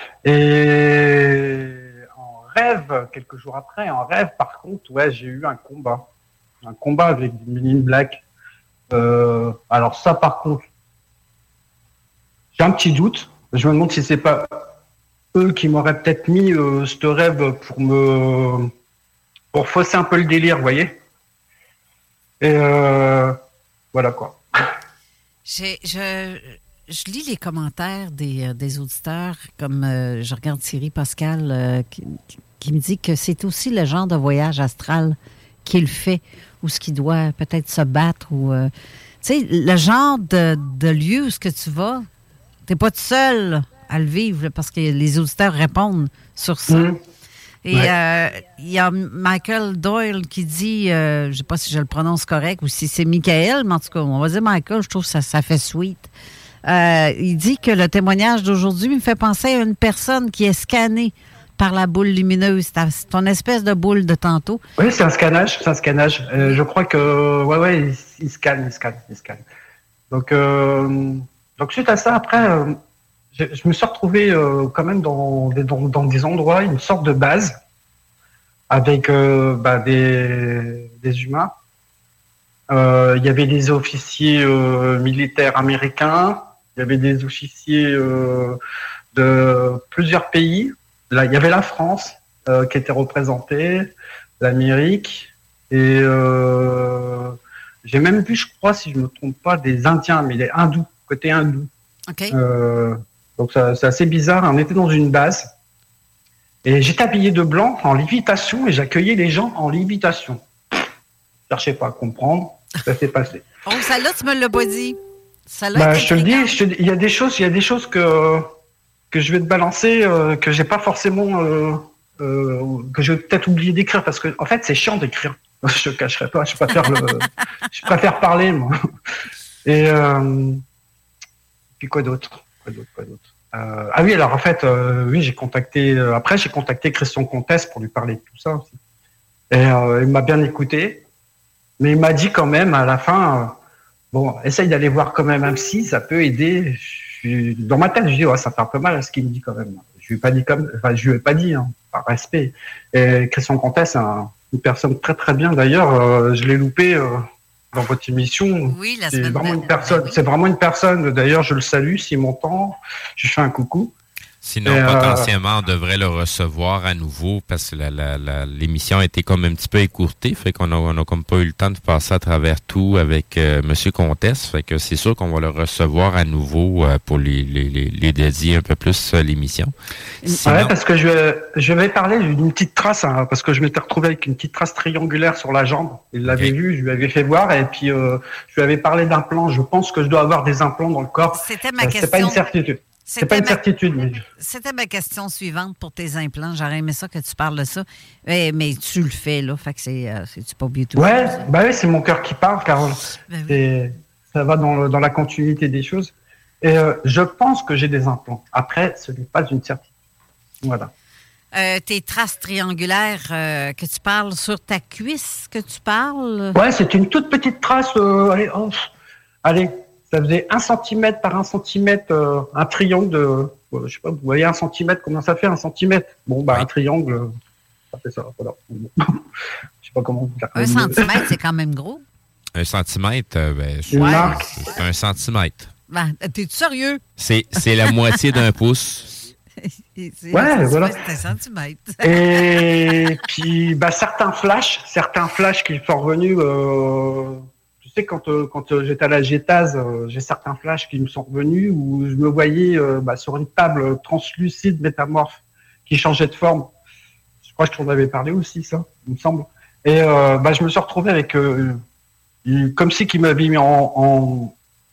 S15: Et en rêve, quelques jours après, en rêve, par contre, ouais, j'ai eu un combat. Un combat avec des Men in Black. Euh, alors ça, par contre, j'ai un petit doute. Je me demande si c'est pas eux qui m'auraient peut-être mis euh, ce rêve pour me... pour fausser un peu le délire, vous voyez. Et euh, voilà quoi.
S16: J'ai, je, je lis les commentaires des, des auditeurs, comme euh, je regarde Thierry Pascal euh, qui, qui me dit que c'est aussi le genre de voyage astral qu'il fait, ou ce qu'il doit peut-être se battre, ou euh, tu sais, le genre de, de lieu où ce que tu vas, t'es pas tout seul à le vivre, là, parce que les auditeurs répondent sur ça. Mmh. Et il ouais. euh, y a Michael Doyle qui dit, euh, je ne sais pas si je le prononce correct ou si c'est Michael, mais en tout cas, on va dire Michael, je trouve que ça, ça fait sweet. Euh, il dit que le témoignage d'aujourd'hui me fait penser à une personne qui est scannée par la boule lumineuse. C'est ton espèce de boule de tantôt.
S15: Oui, c'est un scannage. C'est un scannage. Euh, je crois que, ouais, ouais, il, il scanne, il scanne, il scanne. Donc, euh, donc suite à ça, après... Euh, Je, je me suis retrouvé euh, quand même dans des, dans, dans des endroits, une sorte de base, avec euh, bah, des, des humains. Euh, il y avait des officiers euh, militaires américains, il y avait des officiers euh, de plusieurs pays. Là, il y avait la France euh, qui était représentée, l'Amérique, et euh, j'ai même vu, je crois, si je ne me trompe pas, des Indiens, mais des hindous, côté hindou.
S16: Okay.
S15: Euh, donc ça, c'est assez bizarre. On était dans une base et j'étais habillé de blanc en lévitation et j'accueillais les gens en lévitation. Je cherchais pas à comprendre. Ça s'est passé.
S16: Oh, ça là, tu me l'as pas dit. Ça là,
S15: bah, je te le dis, il y a des choses, il y a des choses que que je vais te balancer euh, que j'ai pas forcément euh, euh, que je vais peut-être oublier d'écrire parce que en fait c'est chiant d'écrire. Je te cacherai pas. Je préfère le, je préfère parler moi. Et euh, puis quoi d'autre? Quoi d'autre, quoi d'autre euh, Ah oui, alors en fait, euh, oui, j'ai contacté. Euh, après, j'ai contacté Christian Comtesse pour lui parler de tout ça aussi. Et euh, il m'a bien écouté, mais il m'a dit quand même à la fin, euh, bon, essaye d'aller voir quand même un psy, ça peut aider. Je suis, dans ma tête, je dis, ouais, ça fait un peu mal à ce qu'il me dit quand même. Je lui ai pas dit comme, enfin, je lui ai pas dit, hein, par respect. Et Christian Comtesse, c'est un, une personne très très bien. D'ailleurs, euh, je l'ai loupé. Euh, dans votre émission.
S16: Oui, la
S15: c'est
S16: semaine
S15: vraiment
S16: dernière.
S15: une personne. Oui. C'est vraiment une personne. D'ailleurs, je le salue s'il m'entend. Je lui fais un coucou.
S10: Sinon, et potentiellement, euh... on devrait le recevoir à nouveau parce que la, la, la, l'émission a été comme un petit peu écourtée. Fait qu'on a, on a comme pas eu le temps de passer à travers tout avec euh, M. Comtesse. Fait que c'est sûr qu'on va le recevoir à nouveau euh, pour les, les, les, les dédier un peu plus à l'émission.
S15: Sinon... Ouais, parce que je, je vais parler d'une petite trace, hein, parce que je m'étais retrouvé avec une petite trace triangulaire sur la jambe. Il l'avait okay. vu, je lui avais fait voir, et puis euh, je lui avais parlé d'implants. Je pense que je dois avoir des implants dans le corps.
S16: C'était ma
S15: euh,
S16: question.
S15: C'est pas une certitude. C'est pas une ma... certitude. Mais...
S16: C'était ma question suivante pour tes implants. J'aurais aimé ça que tu parles de ça. Mais, mais tu le fais, là. Fait que c'est, euh, c'est pas bien tout.
S15: Ouais, bah oui, c'est mon cœur qui parle, Carole. Ben oui. Ça va dans, le, dans la continuité des choses. Et euh, je pense que j'ai des implants. Après, ce n'est pas une certitude. Voilà.
S16: Euh, tes traces triangulaires euh, que tu parles sur ta cuisse, que tu parles?
S15: Ouais, c'est une toute petite trace. Euh, allez, oh, allez. Ça faisait un centimètre par un centimètre, euh, un triangle de, euh, je sais pas, vous voyez un centimètre, combien ça fait un centimètre? Bon, bah, oui. Un triangle, euh, ça fait ça, voilà. Je sais pas comment vous dire.
S16: Un centimètre, c'est quand même gros.
S10: Un centimètre, euh, ben, je
S15: ouais.
S10: c'est, c'est un centimètre.
S16: Ben, t'es-tu sérieux?
S10: C'est, c'est la moitié d'un pouce.
S16: c'est,
S15: ouais, voilà.
S16: C'est un centimètre.
S15: Et puis, bah, certains flashs, certains flashs qui sont revenus, euh, Quand, euh, quand euh, j'étais à la Gétase, euh, j'ai certains flashs qui me sont revenus où je me voyais euh, bah, sur une table translucide métamorphe qui changeait de forme. Je crois que je t'en avais parlé aussi, ça, il me semble. Et euh, bah, je me suis retrouvé avec euh, une, comme si qu'il m'avait mis en, en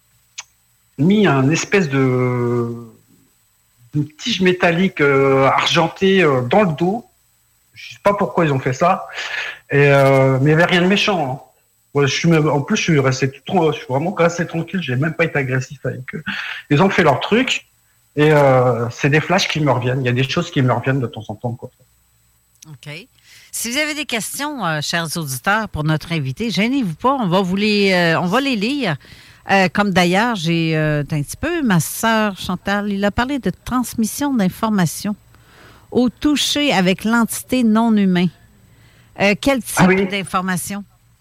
S15: mis un espèce de une tige métallique euh, argentée euh, dans le dos. Je sais pas pourquoi ils ont fait ça. Et euh, mais il n'y avait rien de méchant. Hein. Ouais, je suis même, en plus, je suis resté tout, je suis vraiment resté tranquille. J'ai même pas été agressif avec eux. Ils ont fait leur truc et euh, c'est des flashs qui me reviennent. Il y a des choses qui me reviennent de temps en temps. Quoi.
S16: OK. Si vous avez des questions, euh, chers auditeurs, pour notre invité, gênez-vous pas. On va vous les, euh, on va les lire. Euh, comme d'ailleurs, j'ai euh, un petit peu ma sœur Chantal. Il a parlé de transmission d'informations au toucher avec l'entité non humain. Euh, quel type ah oui. d'informations?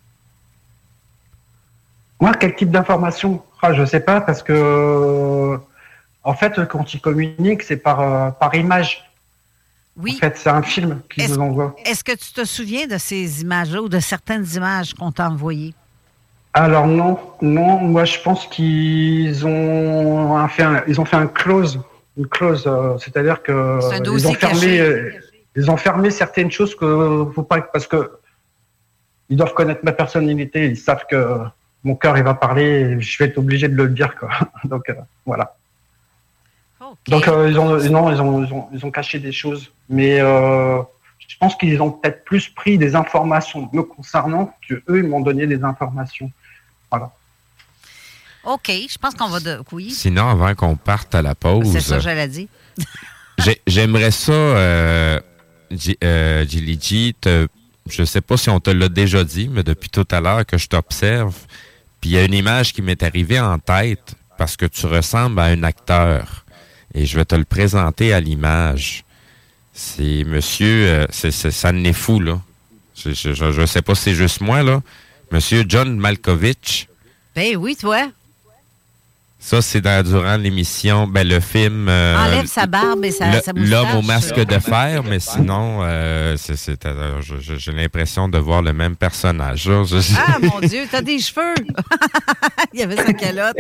S15: Moi, quel type d'information? Ah, je ne sais pas, parce que, euh, en fait, quand ils communiquent, c'est par, euh, par image.
S16: Oui.
S15: En fait, c'est un film qu'ils nous envoient.
S16: Est-ce que tu te souviens de ces images-là ou de certaines images qu'on t'a envoyées?
S15: Alors non, non, moi je pense qu'ils ont un- fait un, ils ont fait un close, une clause, euh, c'est-à-dire que
S16: C'est un
S15: ils
S16: dossier
S15: ont fermé,
S16: caché.
S15: euh, ils ont fermé certaines choses que faut pas, parce que ils doivent connaître ma personnalité, ils savent que mon cœur il va parler, et je vais être obligé de le dire quoi. Donc euh, voilà. Donc euh, ils ont, non, ils ont, ils ont, ils ont caché des choses, mais euh, je pense qu'ils ont peut-être plus pris des informations me concernant que eux ils m'ont donné des informations. Voilà.
S16: OK, je pense qu'on va... De... Oui,
S10: Sinon, avant qu'on parte à la pause,
S16: c'est ça que j'allais dire.
S10: j'ai- j'aimerais ça, euh, J- euh, Jilly G, te- je sais pas si on te l'a déjà dit, mais depuis tout à l'heure que je t'observe, puis il y a une image qui m'est arrivée en tête parce que tu ressembles à un acteur. Et je vais te le présenter à l'image. C'est monsieur, euh, c'est, c'est, ça en est fou, là. Je, je, je, je sais pas si c'est juste moi, là. Monsieur John Malkovich.
S16: Ben oui, toi.
S10: Ça, c'est dans, durant l'émission, ben, le film... euh,
S16: Enlève sa barbe et sa,
S10: le-
S16: sa moustache.
S10: L'homme au masque de fer, mais sinon, euh, c'est, c'est, euh, je- je- j'ai l'impression de voir le même personnage. là. Je-
S16: Ah, mon Dieu, t'as des cheveux. Il y avait sa calotte.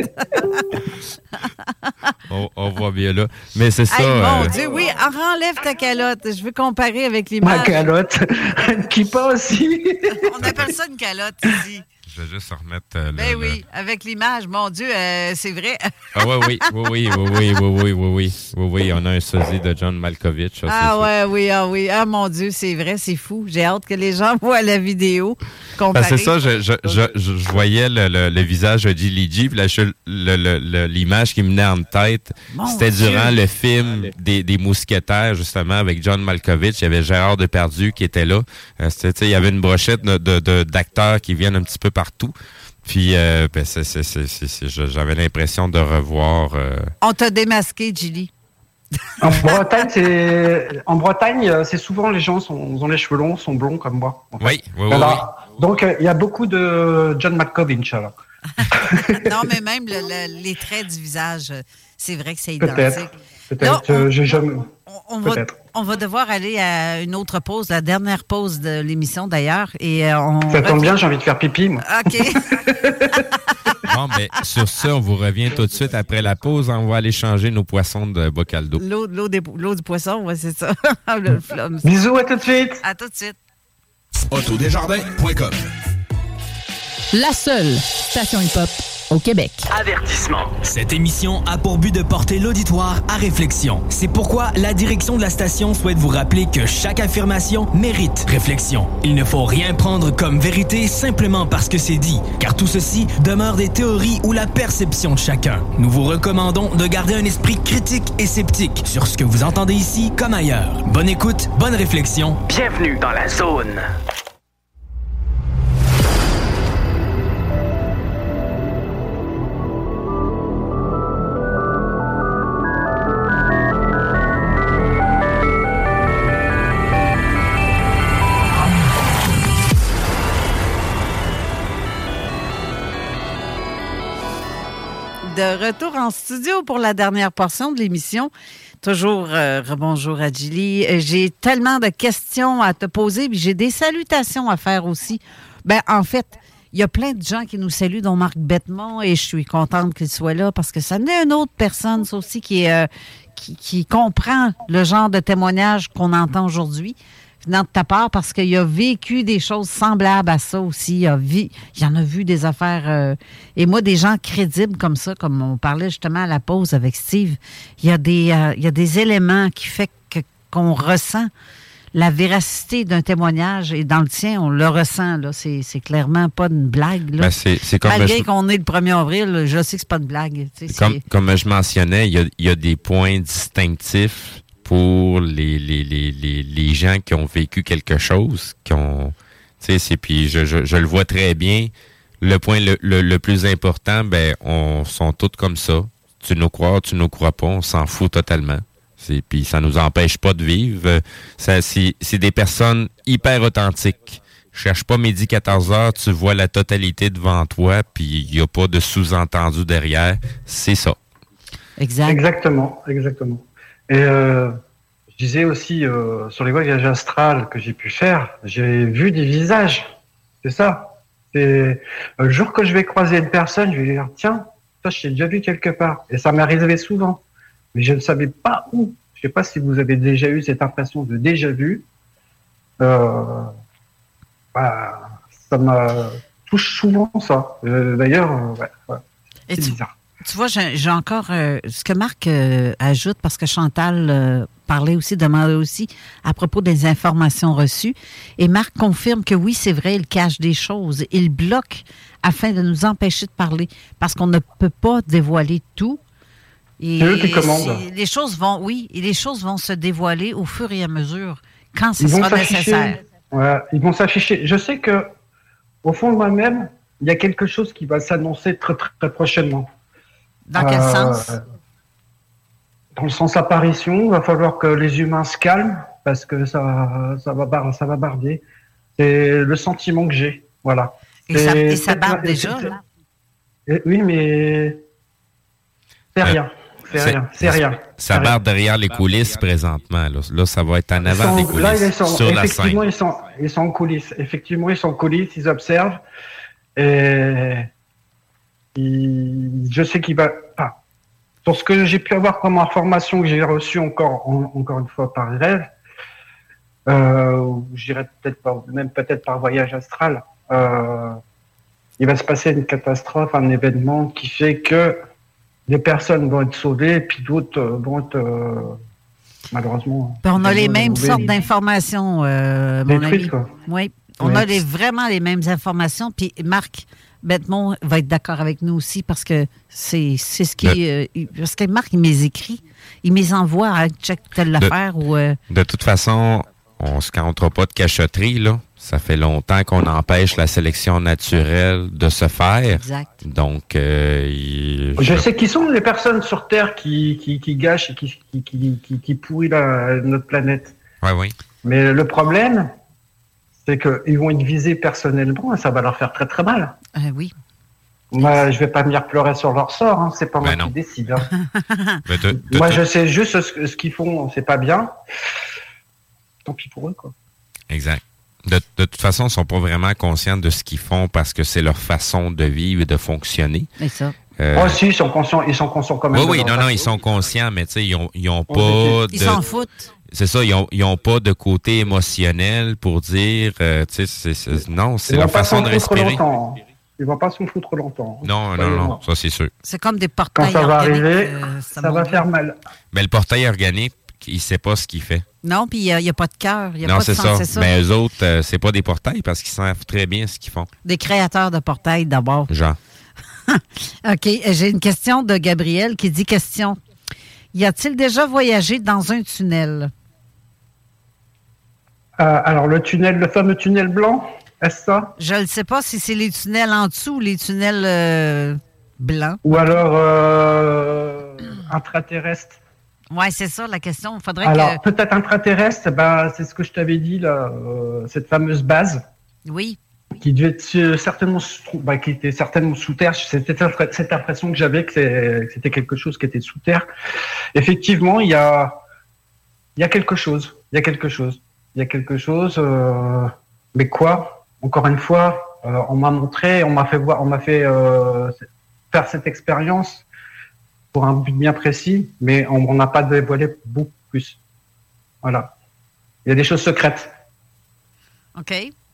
S10: on, on voit bien là. Mais c'est ça...
S16: Hey, mon
S10: euh,
S16: Dieu, oui, enlève ta calotte. Je veux comparer avec l'image.
S15: Ma calotte, qui pas aussi.
S16: On appelle ça une calotte ici.
S10: je vais juste remettre... euh, le-
S16: Ben
S10: le-
S16: oui, avec l'image, mon Dieu, euh, c'est vrai.
S10: Ah ouais, oui, oui, oui, oui, oui, oui, oui, oui, oui, oui, oui, on a un sosie de John Malkovich. Ça,
S16: Ah
S10: c'est
S16: ouais, oui, ah oui. Ah mon Dieu, c'est vrai, c'est fou. J'ai hâte que les gens voient la vidéo.
S10: Ben,
S16: Comparer.
S10: c'est ça, je, je, je, je, je voyais le, le, le visage de Jilly G, puis la, le, le, le, l'image qui me venait en tête,
S16: Mon
S10: c'était
S16: Dieu.
S10: durant le film des, des Mousquetaires, justement, avec John Malkovich. Il y avait Gérard Depardieu qui était là. Euh, c'était, tu sais, il y avait une brochette de, de, de- d'acteurs qui viennent un petit peu partout. Puis, euh, ben, c'est, c'est, c'est, c'est, c'est- j'avais l'impression de revoir... euh,
S16: On t'a démasqué, Julie.
S15: En Bretagne, c'est en Bretagne, euh, c'est souvent les gens sont, ont les cheveux longs, sont blonds comme moi. en fait.
S10: Oui, oui, oui,
S15: Alors, donc euh, il y a beaucoup de John Malkovich alors.
S16: Non, mais même le- le- les traits du visage, euh, c'est vrai que c'est
S15: Peut-être,
S16: identique.
S15: peut-être.
S16: Là,
S15: euh,
S16: on-
S15: j'ai jamais.
S16: On va,
S15: Peut-être.
S16: on va devoir aller à une autre pause, la dernière pause de l'émission d'ailleurs. Et euh, on
S15: Ça tombe
S16: revient-
S15: bien, j'ai envie de faire pipi moi.
S16: OK.
S10: Bon, ben, sur ça, on vous revient tout de suite après la pause. On va aller changer nos poissons de bocal d'eau.
S16: L'eau, l'eau, des- l'eau du poisson, ouais, c'est ça. Le flum.
S15: Bisous, à tout de suite.
S16: À tout de suite.
S14: Autodesjardins point com.
S12: La seule station hip-hop au Québec.
S6: Avertissement.
S5: Cette émission a pour but de porter l'auditoire à réflexion. C'est pourquoi la direction de la station souhaite vous rappeler que chaque affirmation mérite réflexion. Il ne faut rien prendre comme vérité simplement parce que c'est dit, car tout ceci demeure des théories ou la perception de chacun. Nous vous recommandons de garder un esprit critique et sceptique sur ce que vous entendez ici comme ailleurs. Bonne écoute, bonne réflexion.
S6: Bienvenue dans la zone.
S16: De retour en studio pour la dernière portion de l'émission. Toujours euh, rebonjour à Julie. Euh, J'ai tellement de questions à te poser, puis j'ai des salutations à faire aussi. Ben, en fait, il y a plein de gens qui nous saluent, dont Marc Bettemont, et je suis contente qu'il soit là parce que ça n'est une autre personne, ça aussi, qui, est, euh, qui, qui comprend le genre de témoignage qu'on entend aujourd'hui venant de ta part, parce qu'il a vécu des choses semblables à ça aussi. Il, a vu, il en a vu des affaires. euh, et moi, des gens crédibles comme ça, comme on parlait justement à la pause avec Steve, il y a des, euh, il y a des éléments qui font que, qu'on ressent la véracité d'un témoignage. Et dans le tien, on le ressent. Là. C'est, c'est clairement pas une blague. Là.
S10: Ben, c'est, c'est comme
S16: Malgré
S10: je-
S16: qu'on est le premier avril, je sais que c'est pas une blague. Tu sais,
S10: Comme,
S16: c'est-
S10: comme je mentionnais, il y a, il y a des points distinctifs pour les, les, les, les, les gens qui ont vécu quelque chose, qui ont, tu sais, c'est, puis je, je, je le vois très bien. Le point le, le, le plus important, ben, on sont tous comme ça. Tu nous crois, tu nous crois pas, on s'en fout totalement. C'est, puis ça nous empêche pas de vivre. Ça, c'est, c'est des personnes hyper authentiques. Cherche pas midi quatorze heures, tu vois la totalité devant toi, puis il y a pas de sous-entendu derrière. C'est ça.
S16: Exact.
S15: Exactement, exactement. Et euh, je disais aussi, euh, sur les voyages astrales que j'ai pu faire, j'ai vu des visages. C'est ça. C'est le jour que je vais croiser une personne, je vais dire tiens, ça je t'ai déjà vu quelque part. Et ça m'est arrivé souvent, mais je ne savais pas où. Je sais pas si vous avez déjà eu cette impression de déjà vu. Euh, bah, ça me touche souvent ça. Euh, d'ailleurs, euh, ouais, ouais, c'est
S16: tu,
S15: bizarre.
S16: Tu vois, j'ai, j'ai encore euh, ce que Marc euh, ajoute, parce que Chantal euh, parlait aussi, demandait aussi à propos des informations reçues. Et Marc confirme que oui, c'est vrai, il cache des choses. Il bloque afin de nous empêcher de parler, parce qu'on ne peut pas dévoiler tout. Et
S15: c'est eux qui commandent.
S16: Les choses vont, oui, et les choses vont se dévoiler au fur et à mesure, quand ce
S15: Ils
S16: sera
S15: vont
S16: nécessaire.
S15: Ouais, ils vont s'afficher. Je sais que, au fond de moi-même, il y a quelque chose qui va s'annoncer très, très, très prochainement.
S16: Dans quel
S15: euh,
S16: sens?
S15: Dans le sens apparition, il va falloir que les humains se calment, parce que ça, ça, va, bar, ça va barder. C'est le sentiment que j'ai. Voilà.
S16: Et, ça, et ça barde déjà,
S15: c'est,
S16: là?
S15: Et, oui, mais c'est
S10: Euh,
S15: rien. C'est,
S10: c'est
S15: rien. C'est rien.
S10: Ça
S15: C'est
S10: barre
S15: rien.
S10: derrière les coulisses présentement. Là, là ça va être en avant
S15: Sont,
S10: des coulisses,
S15: là, ils sont,
S10: sur la
S15: effectivement,
S10: scène.
S15: ils sont, ils sont en coulisses. Effectivement, ils sont en coulisses, ils observent. Et il, je sais qu'il va... Ah, pour ce que j'ai pu avoir comme information que j'ai reçue encore, en, encore une fois par rêve, euh, ou je dirais peut-être par, même peut-être par voyage astral, euh, il va se passer une catastrophe, un événement qui fait que des personnes vont être sauvées, et puis d'autres vont être... Euh, malheureusement...
S16: Ben, on a les mêmes
S15: déroulées.
S16: sortes d'informations, euh, mon
S15: Détruites,
S16: ami.
S15: quoi.
S16: Oui, on
S15: Ouais.
S16: a les, vraiment les mêmes informations. Puis Marc Bettemont va être d'accord avec nous aussi, parce que c'est, c'est ce qui...
S10: De-
S16: euh, il- parce que Marc, il m'les écrit. Il m'les envoie à check telle l'affaire ou... euh,
S10: De toute façon, on se comptera pas de cachotterie, là. Ça fait longtemps qu'on empêche la sélection naturelle de se faire.
S16: Exact.
S10: Donc, euh, il-
S15: Je sais qui sont les personnes sur Terre qui, qui, qui gâchent et qui, qui, qui, qui, qui pourrissent la- notre planète.
S10: Oui, oui.
S15: Mais le problème, c'est qu'ils vont être visés personnellement et ça va leur faire très très mal.
S16: euh, oui.
S15: Moi, je vais pas venir pleurer sur leur sort, hein. C'est pas moi
S10: Ben non.
S15: qui décide. Hein.
S10: Mais de- de
S15: Moi,
S10: tout-
S15: je sais juste ce, ce qu'ils font, c'est pas bien. Tant pis pour eux, quoi.
S10: Exact. De, de toute façon, ils ne sont pas vraiment conscients de ce qu'ils font parce que c'est leur façon de vivre et de fonctionner.
S16: C'est ça.
S10: Euh,
S15: Oh, si, ils sont conscients, ils sont conscients quand même.
S10: oui,
S15: de
S10: oui,
S15: leur
S10: non, non,
S15: façon.
S10: ils sont conscients, mais tu sais, ils ont, ils ont
S15: On
S10: pas
S15: dit-
S16: Ils
S10: de...
S16: s'en foutent.
S10: C'est ça, ils ont, ils ont pas de côté émotionnel pour dire, euh, tu sais, c'est, c'est- non, c'est
S15: Ils
S10: leur
S15: vont pas
S10: façon
S15: s'en
S10: de
S15: foutre
S10: respirer.
S15: longtemps. Ils vont pas s'en foutre longtemps.
S10: Non, non,
S15: Croyez-moi.
S10: non, ça c'est sûr.
S16: C'est comme des
S15: Quand
S16: portails
S15: ça va
S16: organiques,
S15: arriver,
S16: euh,
S15: ça va
S16: monte
S15: faire
S16: bien.
S15: mal.
S10: Mais le portail organique, il sait pas ce qu'il fait.
S16: Non, puis il n'y a, pas de cœur, il n'y a
S10: Non,
S16: pas de
S10: c'est
S16: sens,
S10: ça.
S16: c'est ça.
S10: Mais eux autres, euh, c'est pas des portails parce qu'ils savent très bien ce qu'ils font.
S16: Des créateurs de portails, d'abord.
S10: Genre.
S16: OK, j'ai une question de Gabriel qui dit, question, y a-t-il déjà voyagé dans un tunnel?
S15: Euh, alors, le tunnel, le fameux tunnel blanc, est-ce ça?
S16: Je ne sais pas si c'est les tunnels en dessous ou les tunnels euh, blancs.
S15: Ou alors euh, intraterrestre?
S16: Oui, c'est ça la question. Il faudrait
S15: Alors,
S16: que...
S15: peut-être intraterrestre, ben, c'est ce que je t'avais dit, là, euh, cette fameuse base
S16: Oui.
S15: qui devait être euh, certainement, sous- ben, qui était certainement sous terre. C'était cette impression que j'avais que, c'est- que c'était quelque chose qui était sous terre. Effectivement, il y a, il y a quelque chose. Il y a quelque chose. Il y a quelque chose. euh, mais quoi? Encore une fois, euh, on m'a montré, on m'a fait voir, on m'a fait euh, faire cette expérience pour un but bien précis, mais on n'a pas dévoilé beaucoup plus. Voilà. Il y a des choses secrètes.
S16: OK.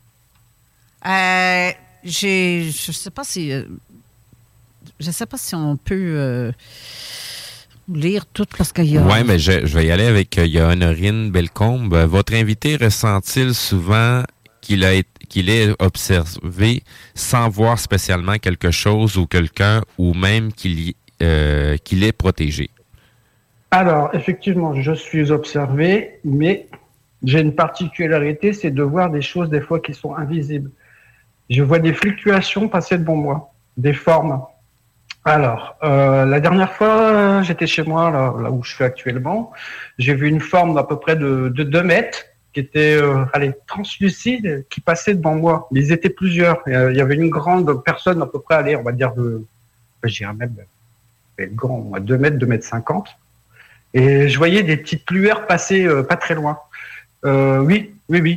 S16: Euh, j'ai, je sais pas si, euh, je sais pas si on peut euh, lire tout parce qu'il y a.
S10: Oui, mais je, je vais y aller avec, euh, il y a Honorine Belcombe. Euh, Votre invité ressent-il souvent qu'il a été qu'il est observé sans voir spécialement quelque chose ou quelqu'un, ou même qu'il y- euh, qu'il est protégé?
S15: Alors, effectivement, je suis observé, mais j'ai une particularité, c'est de voir des choses des fois qui sont invisibles. Je vois des fluctuations passer devant moi, des formes. Alors, euh, la dernière fois, euh, j'étais chez moi, là, là où je suis actuellement, j'ai vu une forme d'à peu près de, de deux mètres, qui était, euh, allez, translucide, qui passait devant moi. Ils étaient plusieurs. Et, euh, il y avait une grande personne, à peu près, allez, on va dire de, je dirais même, euh, grand, moi, deux mètres, deux mètres cinquante. Et je voyais des petites lueurs passer euh, pas très loin. Euh, oui, oui, oui.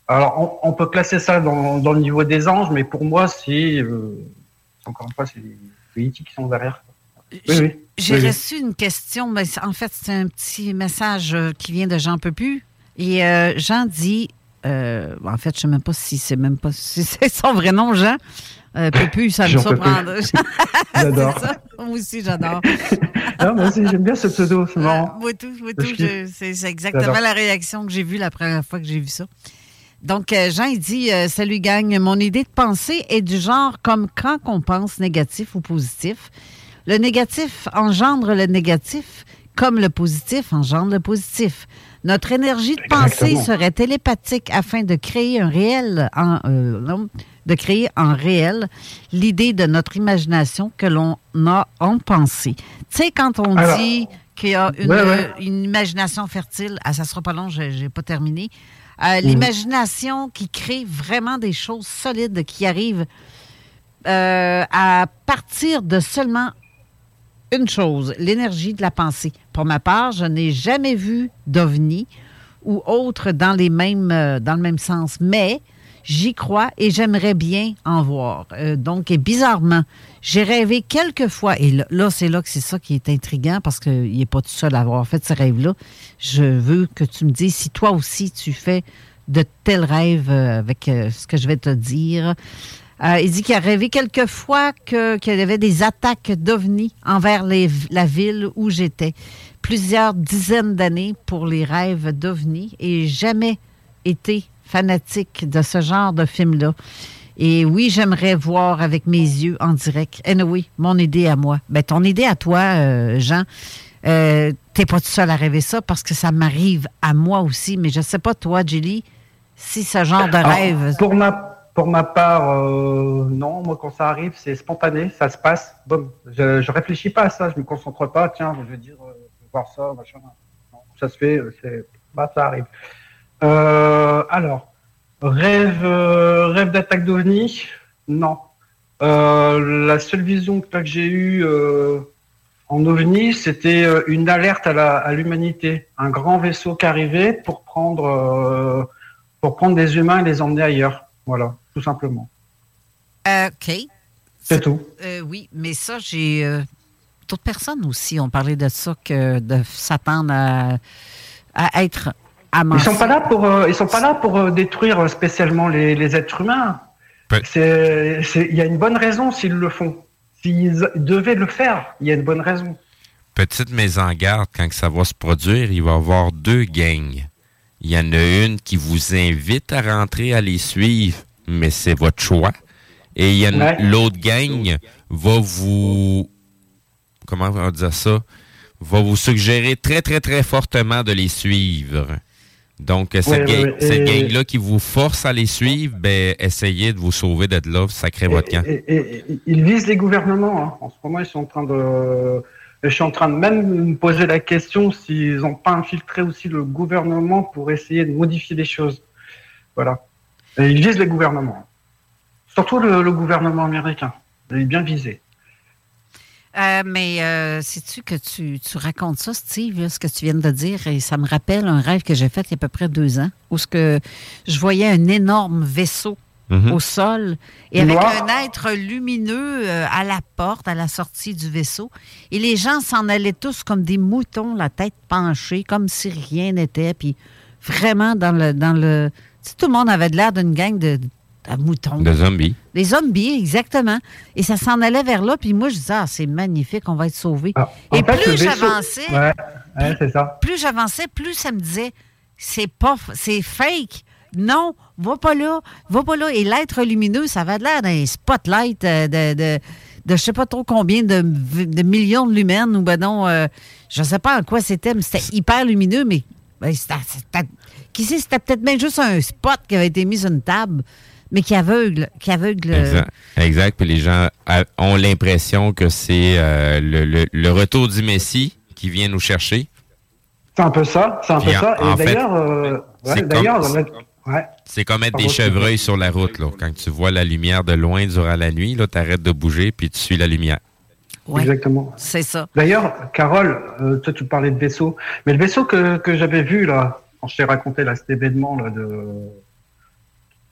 S15: Alors, on, on peut classer ça dans, dans le niveau des anges, mais pour moi, c'est euh, encore une fois, c'est les E T qui sont derrière. Oui, oui.
S16: J'ai
S15: oui,
S16: reçu oui. une question, mais en fait, c'est un petit message qui vient de Jean Pepu. Et euh, Jean dit, euh, en fait, je ne sais même pas si c'est même pas si c'est son vrai nom, Jean. Euh, Pepu, ça me surprend.
S15: J'adore.
S16: Ça. Moi aussi, j'adore.
S15: Non, moi aussi, j'aime bien ce pseudo, c'est marrant.
S16: Euh, moi tout, moi tout. Je, c'est, c'est exactement j'adore. La réaction que j'ai vue la première fois que j'ai vu ça. Donc, euh, Jean, il dit euh, « Salut gang, mon idée de pensée est du genre comme quand on pense négatif ou positif. Le négatif engendre le négatif, comme le positif engendre le positif. Notre énergie de Exactement. Pensée serait télépathique afin de créer un réel, en, euh, non, de créer en réel l'idée de notre imagination que l'on a en pensée. Tu sais, quand on Alors, dit qu'il y a une, ouais, ouais. une imagination fertile, ah, ça sera pas long, j'ai, j'ai pas terminé. Euh, mmh. L'imagination qui crée vraiment des choses solides qui arrivent euh, à partir de seulement une chose, l'énergie de la pensée. Pour ma part, je n'ai jamais vu d'ovni ou autre dans, les mêmes, euh, dans le même sens, mais j'y crois et j'aimerais bien en voir. Euh, donc, et bizarrement, j'ai rêvé quelques fois, et là, là c'est là que c'est ça qui est intriguant parce qu'il n'est pas tout seul à avoir fait ce rêve-là. Je veux que tu me dises si toi aussi tu fais de tels rêves euh, avec euh, ce que je vais te dire. Euh, il dit qu'il a rêvé quelques fois que, qu'il y avait des attaques d'ovnis envers les, la ville où j'étais. Plusieurs dizaines d'années pour les rêves d'ovnis et jamais été fanatique de ce genre de film-là. Et oui, j'aimerais voir avec mes yeux en direct. Et anyway, oui, mon idée à moi. Ben, ton idée à toi, euh, Jean, euh, t'es pas tout seul à rêver ça parce que ça m'arrive à moi aussi. Mais je sais pas, toi, Julie, si ce genre de rêve...
S15: Alors, pour ma... Pour ma part, euh, non. Moi, quand ça arrive, c'est spontané, ça se passe. Bon, je, je réfléchis pas à ça, je me concentre pas. Tiens, je vais dire, euh, je vais voir ça, machin. Non, ça se fait, c'est, bah, ça arrive. Euh, alors, rêve, euh, rêve d'attaque d'ovni, non. Euh, la seule vision que j'ai eue euh, en ovni, c'était une alerte à, la, à l'humanité, un grand vaisseau qui arrivait pour prendre, euh, pour prendre des humains et les emmener ailleurs. Voilà, tout simplement.
S16: Euh, OK.
S15: C'est, c'est tout.
S16: Euh, oui, mais ça, j'ai... Euh, d'autres personnes aussi ont parlé de ça, que de s'attendre à, à être amassés.
S15: Ils sont pas là pour, euh, ils sont pas là pour euh, détruire spécialement les, les êtres humains. Ouais. C'est, c'est, il y a une bonne raison s'ils le font. S'ils devaient le faire, il y a une bonne raison.
S10: Petite mise en garde, quand ça va se produire, il va y avoir deux gangs. Il y en a une qui vous invite à rentrer à les suivre, mais c'est votre choix. Et il y en a ouais. l'autre gang va vous... Comment on va dire ça? Va vous suggérer très, très, très fortement de les suivre. Donc, cette, ouais, gang, ouais, cette et... gang-là qui vous force à les suivre, ben, essayez de vous sauver d'être là, sacrez votre camp.
S15: Et, et, et, et, ils visent les gouvernements. Hein. En ce moment, ils sont en train de... Je suis en train de même me poser la question s'ils n'ont pas infiltré aussi le gouvernement pour essayer de modifier les choses. Voilà. Et ils visent les gouvernements. Surtout le, le gouvernement américain. Il est bien visé.
S16: Euh, mais euh, sais-tu que tu, tu racontes ça, Steve, là, ce que tu viens de dire, et ça me rappelle un rêve que j'ai fait il y a à peu près deux ans, où ce que je voyais un énorme vaisseau Mm-hmm. au sol, et avec Noir. un être lumineux euh, à la porte, à la sortie du vaisseau. Et les gens s'en allaient tous comme des moutons, la tête penchée, comme si rien n'était. Puis vraiment, dans le... dans le tu sais, tout le monde avait de l'air d'une gang de, de moutons.
S10: De zombies.
S16: Des zombies, exactement. Et ça s'en allait vers là. Puis moi, je disais, ah, c'est magnifique, on va être sauvés. Ah, et fait, plus j'avançais...
S15: Ouais, ouais, c'est ça.
S16: Plus j'avançais, plus ça me disait, c'est pas... c'est fake. Non, va pas là, va pas là. Et l'être lumineux, ça avait l'air d'un spotlight de, de, de, de je sais pas trop combien de, de millions de lumens, ou ben non, euh, je sais pas en quoi c'était, mais c'était hyper lumineux, mais ben, c'était, c'était, qui sait, c'était peut-être même juste un spot qui avait été mis sur une table, mais qui aveugle. Qui aveugle
S10: exact. exact. Puis les gens ont l'impression que c'est euh, le, le, le retour du Messie qui vient nous chercher.
S15: C'est un peu ça, c'est un Puis peu en, ça. Et d'ailleurs, fait, euh, ouais, d'ailleurs comme... dans
S10: Ouais. C'est comme être des chevreuils sur la route. Là. Quand tu vois la lumière de loin durant la nuit, tu arrêtes de bouger puis tu suis la lumière.
S16: Ouais,
S15: exactement.
S16: C'est ça.
S15: D'ailleurs, Carole, euh, toi, tu parlais de vaisseau. Mais le vaisseau que, que j'avais vu, là, quand je t'ai raconté là, cet événement là, de,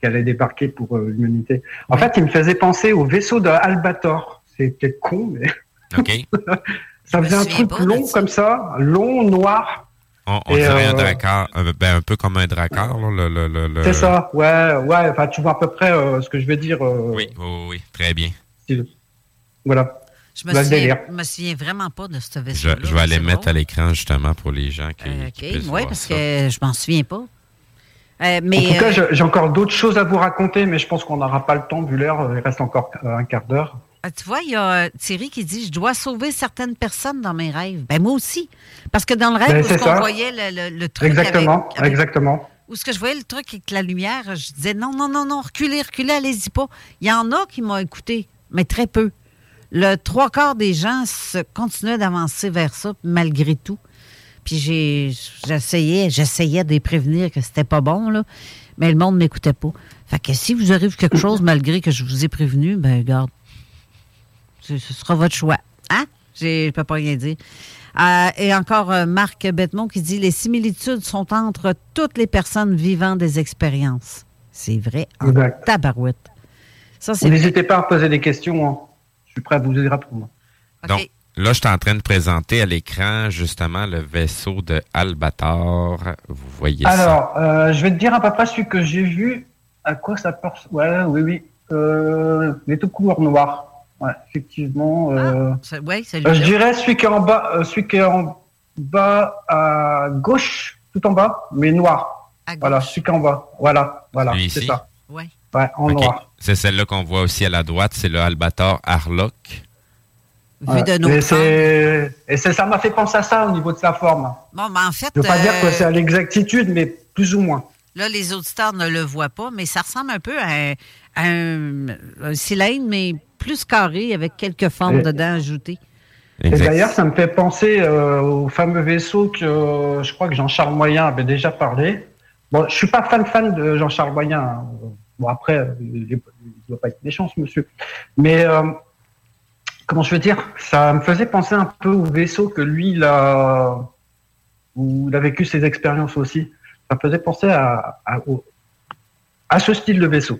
S15: qui allait débarquer pour euh, l'humanité. En fait, il me faisait penser au vaisseau de Albator. C'était con, mais
S10: OK.
S15: ça faisait un truc long comme ça, long, noir.
S10: On, on dirait euh, un dracar, un, ben, un peu comme un dracar. Là, le, le, le, le...
S15: C'est ça, ouais, ouais. Enfin, tu vois à peu près euh, ce que je veux dire. Euh,
S10: oui, oui, oui, très bien.
S15: Voilà.
S16: Je me, souviens, me souviens vraiment pas de ce vaisseau-là.
S10: Je, je vais aller mettre bon. à l'écran, justement, pour les gens qui,
S16: euh,
S10: qui puissent
S16: oui,
S10: voir
S16: parce
S10: ça.
S16: que je m'en souviens pas. Euh, mais,
S15: en tout cas,
S16: euh,
S15: j'ai encore d'autres choses à vous raconter, mais je pense qu'on n'aura pas le temps, vu l'heure. Il reste encore un quart d'heure.
S16: Tu vois, il y a Thierry qui dit « Je dois sauver certaines personnes dans mes rêves. » Ben moi aussi. Parce que dans le rêve, ben, où on voyait le, le, le truc
S15: Exactement,
S16: avec, avec,
S15: exactement.
S16: Où ce que je voyais le truc avec la lumière, je disais « Non, non, non, non, reculez, reculez, allez-y pas. » Il y en a qui m'ont écouté, mais très peu. Le trois quarts des gens se continuaient d'avancer vers ça, malgré tout. Puis j'ai, j'essayais, j'essayais de les prévenir que c'était pas bon, là, mais le monde ne m'écoutait pas. Fait que si vous arrive quelque chose, malgré que je vous ai prévenu, ben regarde, ce sera votre choix. Hein? Je ne peux pas rien dire. Euh, et encore euh, Marc Bettemont qui dit « Les similitudes sont entre toutes les personnes vivant des expériences. » C'est vrai, en exact. Tabarouette. Ça, c'est
S15: N'hésitez pas à poser des questions. Hein. Je suis prêt à vous y répondre.
S10: Okay. Donc, là, je suis en train de présenter à l'écran, justement, le vaisseau de Albator. Vous voyez
S15: Alors,
S10: ça?
S15: Alors, euh, je vais te dire à peu près celui que j'ai vu. À quoi ça peut... Ouais, oui, oui. Euh, les tout couleurs noires. Ouais, effectivement. Euh,
S16: ah, ouais, c'est
S15: euh, je dirais celui qui est en bas, euh, celui qui est en bas à gauche, tout en bas, mais noir. Voilà, celui qui est en bas. Voilà, voilà,
S10: celui
S15: c'est
S10: ici?
S15: ça.
S16: Ouais.
S15: Ouais, en
S10: okay.
S15: noir.
S10: C'est celle-là qu'on voit aussi à la droite, c'est le Albator Harlock.
S16: Vu
S15: ouais.
S16: de nos
S15: et, c'est... et c'est, ça m'a fait penser à ça au niveau de sa forme.
S16: Bon, ben en fait.
S15: Je ne veux pas
S16: euh...
S15: dire que c'est à l'exactitude, mais plus ou moins.
S16: Là, les auditeurs ne le voient pas, mais ça ressemble un peu à un, à un, un cylindre, mais plus carré, avec quelques formes et, dedans ajoutées.
S15: Et d'ailleurs, ça me fait penser euh, au fameux vaisseau que euh, je crois que Jean-Charles Moyen avait déjà parlé. Bon, je ne suis pas fan fan de Jean-Charles Moyen. Hein. Bon, après, il ne doit pas être méchant, ce monsieur. Mais, euh, comment je veux dire, ça me faisait penser un peu au vaisseau que lui, il a, où il a vécu ses expériences aussi. Ça me faisait penser à, à, à ce style de vaisseau.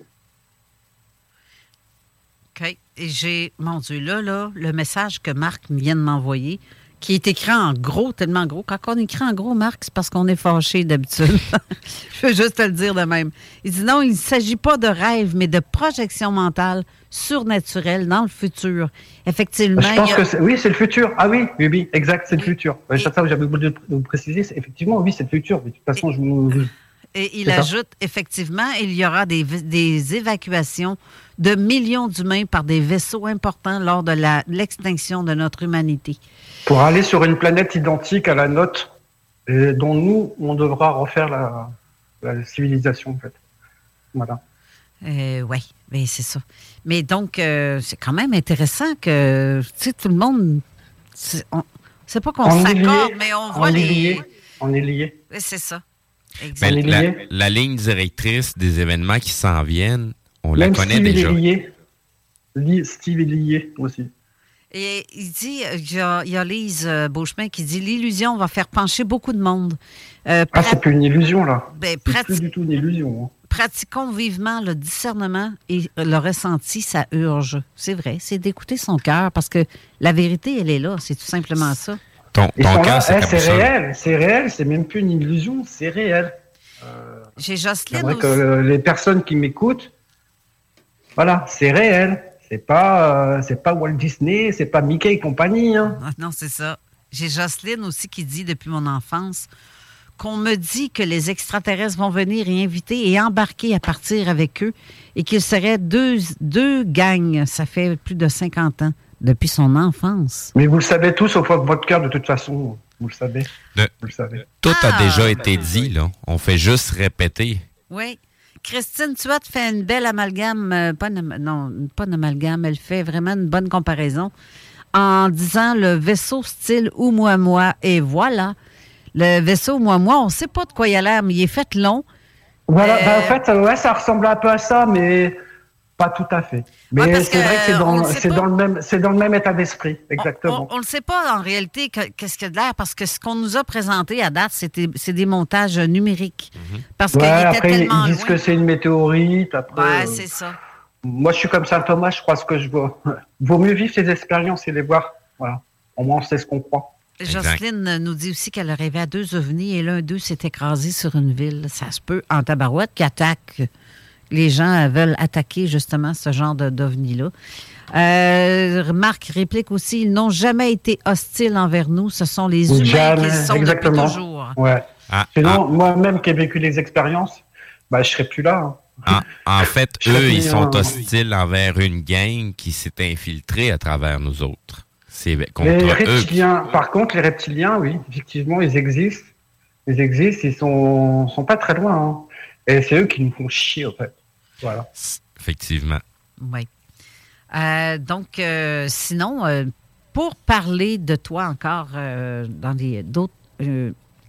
S16: OK. Et j'ai, mon Dieu, là, là, le message que Marc vient de m'envoyer, qui est écrit en gros, tellement gros. Quand on écrit en gros, Marc, c'est parce qu'on est fâché d'habitude. Je veux juste te le dire de même. Il dit non, il ne s'agit pas de rêve, mais de projection mentale surnaturelle dans le futur. Effectivement.
S15: Je pense
S16: a...
S15: que c'est, oui, c'est le futur. Ah oui, oui, oui, exact, c'est oui. le futur. C'est ça que j'avais oublié de vous préciser. C'est, effectivement, oui, c'est le futur. De toute façon,
S16: et,
S15: je vous.
S16: Et il c'est ajoute, ça. Effectivement, il y aura des, des évacuations de millions d'humains par des vaisseaux importants lors de la, l'extinction de notre humanité.
S15: Pour aller sur une planète identique à la nôtre, et dont nous, on devra refaire la, la civilisation, en fait. Voilà.
S16: Euh, oui, mais c'est ça. Mais donc, euh, c'est quand même intéressant que, tu sais, tout le monde, c'est, on, c'est pas qu'on on s'accorde, mais on voit
S15: on
S16: les...
S15: Est liés. On est liés.
S16: Oui, c'est ça.
S10: Ben, la, la ligne directrice des événements qui s'en viennent, on
S15: Même
S10: la connaît
S15: Steve
S10: déjà.
S15: Est lié. Steve est lié aussi.
S16: Et il dit, il y a, il y a Lise Beauchemin qui dit, l'illusion va faire pencher beaucoup de monde.
S15: Euh, ah, prat... c'est plus une illusion, là.
S16: Ben,
S15: c'est
S16: prati...
S15: plus du tout une illusion. Hein.
S16: Pratiquons vivement le discernement et le ressenti, ça urge. C'est vrai, c'est d'écouter son cœur, parce que la vérité, elle est là, c'est tout simplement ça.
S10: Ton, ton cœur,
S15: là,
S10: c'est,
S15: hey, c'est réel, c'est réel, c'est même plus une illusion, c'est réel.
S16: Euh, J'ai Jocelyne
S15: aussi. Que les personnes qui m'écoutent, voilà, c'est réel. C'est pas, euh, c'est pas Walt Disney, c'est pas Mickey et compagnie. Hein.
S16: Non, c'est ça. J'ai Jocelyne aussi qui dit depuis mon enfance qu'on me dit que les extraterrestres vont venir y inviter et embarquer à partir avec eux et qu'ils seraient deux, deux gangs. Ça fait plus de cinquante ans, depuis son enfance.
S15: Mais vous le savez tous, sauf votre cœur, de toute façon. Vous le savez.
S10: De,
S15: vous le savez.
S10: Tout
S16: ah,
S10: a déjà été dit, là. On fait juste répéter.
S16: Oui. Christine Tuat fait une belle amalgame, euh, pas une, non, pas une amalgame, elle fait vraiment une bonne comparaison en disant le vaisseau style Oumuamua. Et voilà, le vaisseau Oumuamua, on ne sait pas de quoi il a l'air, mais il est fait long.
S15: Voilà,
S16: euh...
S15: ben en fait, ouais, ça ressemble un peu à ça, mais Pas tout à fait. Mais
S16: Ouais,
S15: c'est
S16: que,
S15: vrai que c'est
S16: euh, on
S15: dans,
S16: le sait
S15: c'est
S16: pas.
S15: dans le même, c'est dans le même état d'esprit, exactement.
S16: On ne sait pas en réalité que- qu'est-ce qu'il y a de l'air parce que ce qu'on nous a présenté à date, c'était, c'est des montages numériques. Parce
S15: Ouais,
S16: qu'il était
S15: après,
S16: tellement
S15: ils disent
S16: loin.
S15: que c'est une météorite. Après,
S16: Ouais,
S15: euh,
S16: c'est ça.
S15: moi, je suis comme Saint Thomas, je crois ce que je vois. Vaut mieux vivre ces expériences et les voir. Voilà. Au moins, on sait ce qu'on croit.
S16: Jocelyne nous dit aussi qu'elle a rêvé à deux ovnis et l'un d'eux s'est écrasé sur une ville. Ça se peut en tabarouette qui attaque. Les gens veulent attaquer justement ce genre de, d'ovnis-là. Euh, Marc réplique aussi, ils n'ont jamais été hostiles envers nous. Ce sont les humains
S15: Jamais,
S16: qui sont
S15: exactement.
S16: depuis toujours.
S15: Ouais.
S10: Ah,
S15: Sinon, moi-même qui ai vécu les expériences, bah, je serais plus là. hein.
S10: En, en fait,
S15: Je serais
S10: eux,
S15: plus,
S10: ils sont
S15: euh,
S10: hostiles envers une gang qui s'est infiltrée à travers nous autres. C'est contre
S15: Les
S10: eux.
S15: reptiliens, par contre, les reptiliens, oui, effectivement, ils existent. Ils existent, ils sont, sont pas très loin. hein. Et c'est eux qui nous font chier, en fait. Voilà.
S10: Effectivement.
S16: Oui. Euh, donc, euh, sinon, euh, pour parler de toi encore euh, dans des, d'autres euh,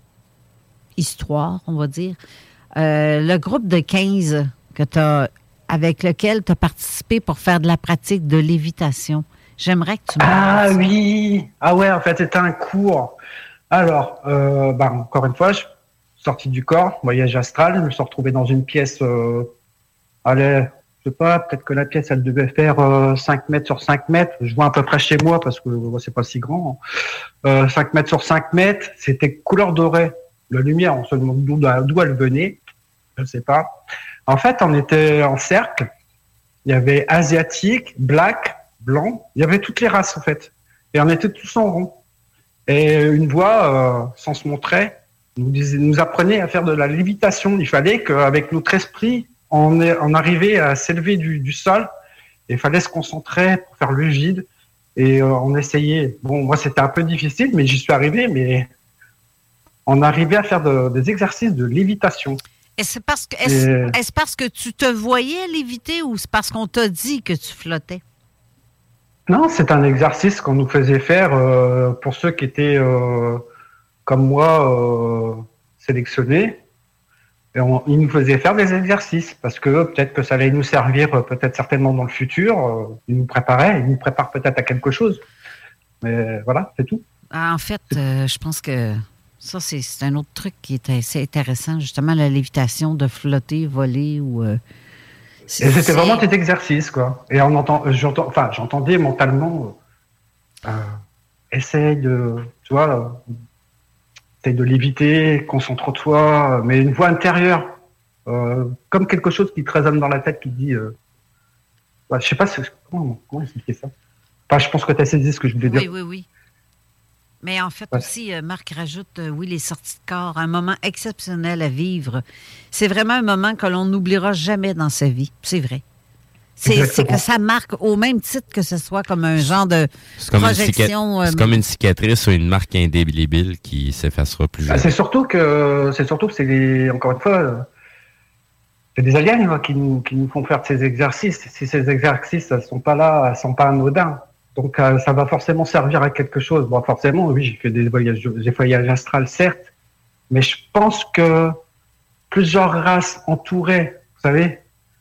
S16: histoires, on va dire, euh, le groupe de quinze que t'as, avec lequel tu as participé pour faire de la pratique de lévitation, j'aimerais que tu me
S15: Ah
S16: dises.
S15: oui. Ah ouais, en fait, c'était un cours. Alors, euh, bah, encore une fois, je suis sorti du corps, voyage astral, je me suis retrouvé dans une pièce, euh, allez, je sais pas, peut-être que la pièce, elle devait faire euh, cinq mètres sur cinq mètres. Je vois à peu près chez moi parce que euh, c'est pas si grand. Euh, cinq mètres sur cinq mètres, c'était couleur dorée. La lumière, on se demande d'où, d'où elle venait. Je sais pas. En fait, on était en cercle. Il y avait asiatique, black, blanc. Il y avait toutes les races, en fait. Et on était tous en rond. Et une voix, euh, sans se montrer, nous, disait, nous apprenait à faire de la lévitation. Il fallait qu'avec notre esprit, on, est, on arrivait à s'élever du, du sol. Et il fallait se concentrer pour faire le vide. Et euh, on essayait. Bon, moi, c'était un peu difficile, mais j'y suis arrivé. Mais on arrivait à faire de, des exercices de lévitation.
S16: Et c'est parce que, est-ce,
S15: Et-
S16: est-ce parce que tu te voyais léviter ou c'est parce qu'on t'a dit que tu flottais?
S15: Non, c'est un exercice qu'on nous faisait faire euh, pour ceux qui étaient, euh, comme moi, euh, sélectionnés. Et on, ils nous faisaient faire des exercices parce que peut-être que ça allait nous servir, euh, peut-être certainement dans le futur. Euh, ils nous préparaient, ils nous préparent peut-être à quelque chose. Mais voilà, c'est tout.
S16: Ah, en fait, euh, je pense que ça, c'est, c'est un autre truc qui est assez intéressant, justement, la lévitation, de flotter, voler ou... euh, c'est-
S15: Et c'était
S16: c'est-
S15: vraiment des exercices, quoi. Et on entend, j'entends, enfin, j'entendais mentalement, euh, euh, essaye de, tu vois, euh, essaye de l'éviter, concentre-toi, mais une voix intérieure, euh, comme quelque chose qui te résonne dans la tête, qui te dit, euh, ouais, je sais pas, c'est- comment, comment expliquer ça. Enfin, je pense que tu as saisi ce que je voulais
S16: Oui,
S15: dire.
S16: oui, oui. Mais en fait
S15: Ouais.
S16: aussi, euh, Marc rajoute, euh, oui, les sorties de corps, un moment exceptionnel à vivre. C'est vraiment un moment que l'on n'oubliera jamais dans sa vie. C'est vrai. C'est, c'est
S15: Exactement.
S16: que ça marque au même titre que ce soit comme un genre de
S10: C'est comme, une
S16: projection.
S10: cica-
S16: euh,
S10: c'est comme une cicatrice ou une marque indélébile qui s'effacera plus
S15: Ah,
S10: jamais.
S15: c'est surtout que, c'est surtout que c'est des, encore une fois, euh, c'est des aliens là, qui nous, qui nous font faire ces exercices. Si ces exercices ne sont pas là, elles sont pas anodins. Donc euh, ça va forcément servir à quelque chose. Bon, forcément, oui, j'ai fait des voyages, des voyages astrales, certes, mais je pense que plusieurs races entourées, vous savez,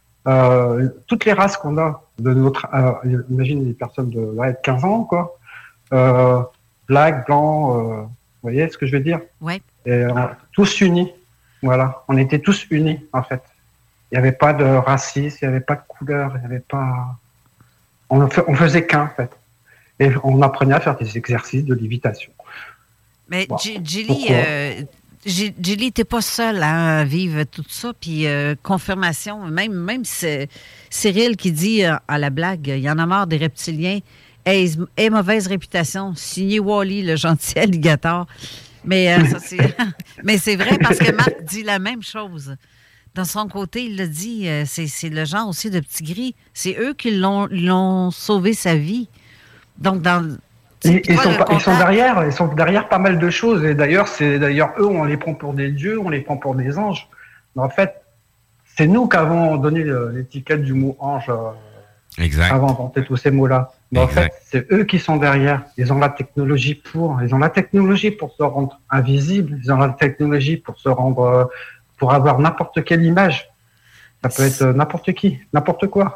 S15: euh, toutes les races qu'on a de notre, euh, imagine des personnes de ouais, quinze ans, quoi, euh, black, blanc, euh, vous voyez ce que je veux dire?
S16: Ouais.
S15: Et, euh, tous unis, voilà, on était tous unis en fait. Il n'y avait pas de racisme, il n'y avait pas de couleur, il n'y avait pas, on, fa- on faisait qu'un en fait. Et on apprenait à faire des exercices de lévitation.
S16: Mais
S15: Bon,
S16: J- Jilly,
S15: pourquoi?
S16: euh, J- Jilly, t'es pas seule hein, à vivre tout ça. Puis euh, confirmation, même, même c'est Cyril qui dit euh, à la blague, il y en a marre des reptiliens. Aie, aie mauvaise réputation. Signé Wally, le gentil alligator. Mais, euh, ça, c'est... Mais c'est vrai parce que Marc dit la même chose. Dans son côté, il le dit, euh, c'est, c'est le genre aussi de petit gris. C'est eux qui l'ont, l'ont sauvé sa vie. Donc, dans...
S15: Ils, ils
S16: toi,
S15: sont
S16: le
S15: pas- ils sont
S16: contact-
S15: derrière, ils sont derrière pas mal de choses. Et d'ailleurs, c'est d'ailleurs eux, on les prend pour des dieux, on les prend pour des anges. Mais en fait, c'est nous qui avons donné le- l'étiquette du mot ange. euh,
S10: Exact.
S15: Avant d'inventer tous ces mots-là. Mais en fait, c'est eux qui sont derrière. Ils ont la technologie pour. Ils ont la technologie pour se rendre invisible. Ils ont la technologie pour se rendre, euh, pour avoir n'importe quelle image. Ça peut être euh, n'importe qui, n'importe quoi.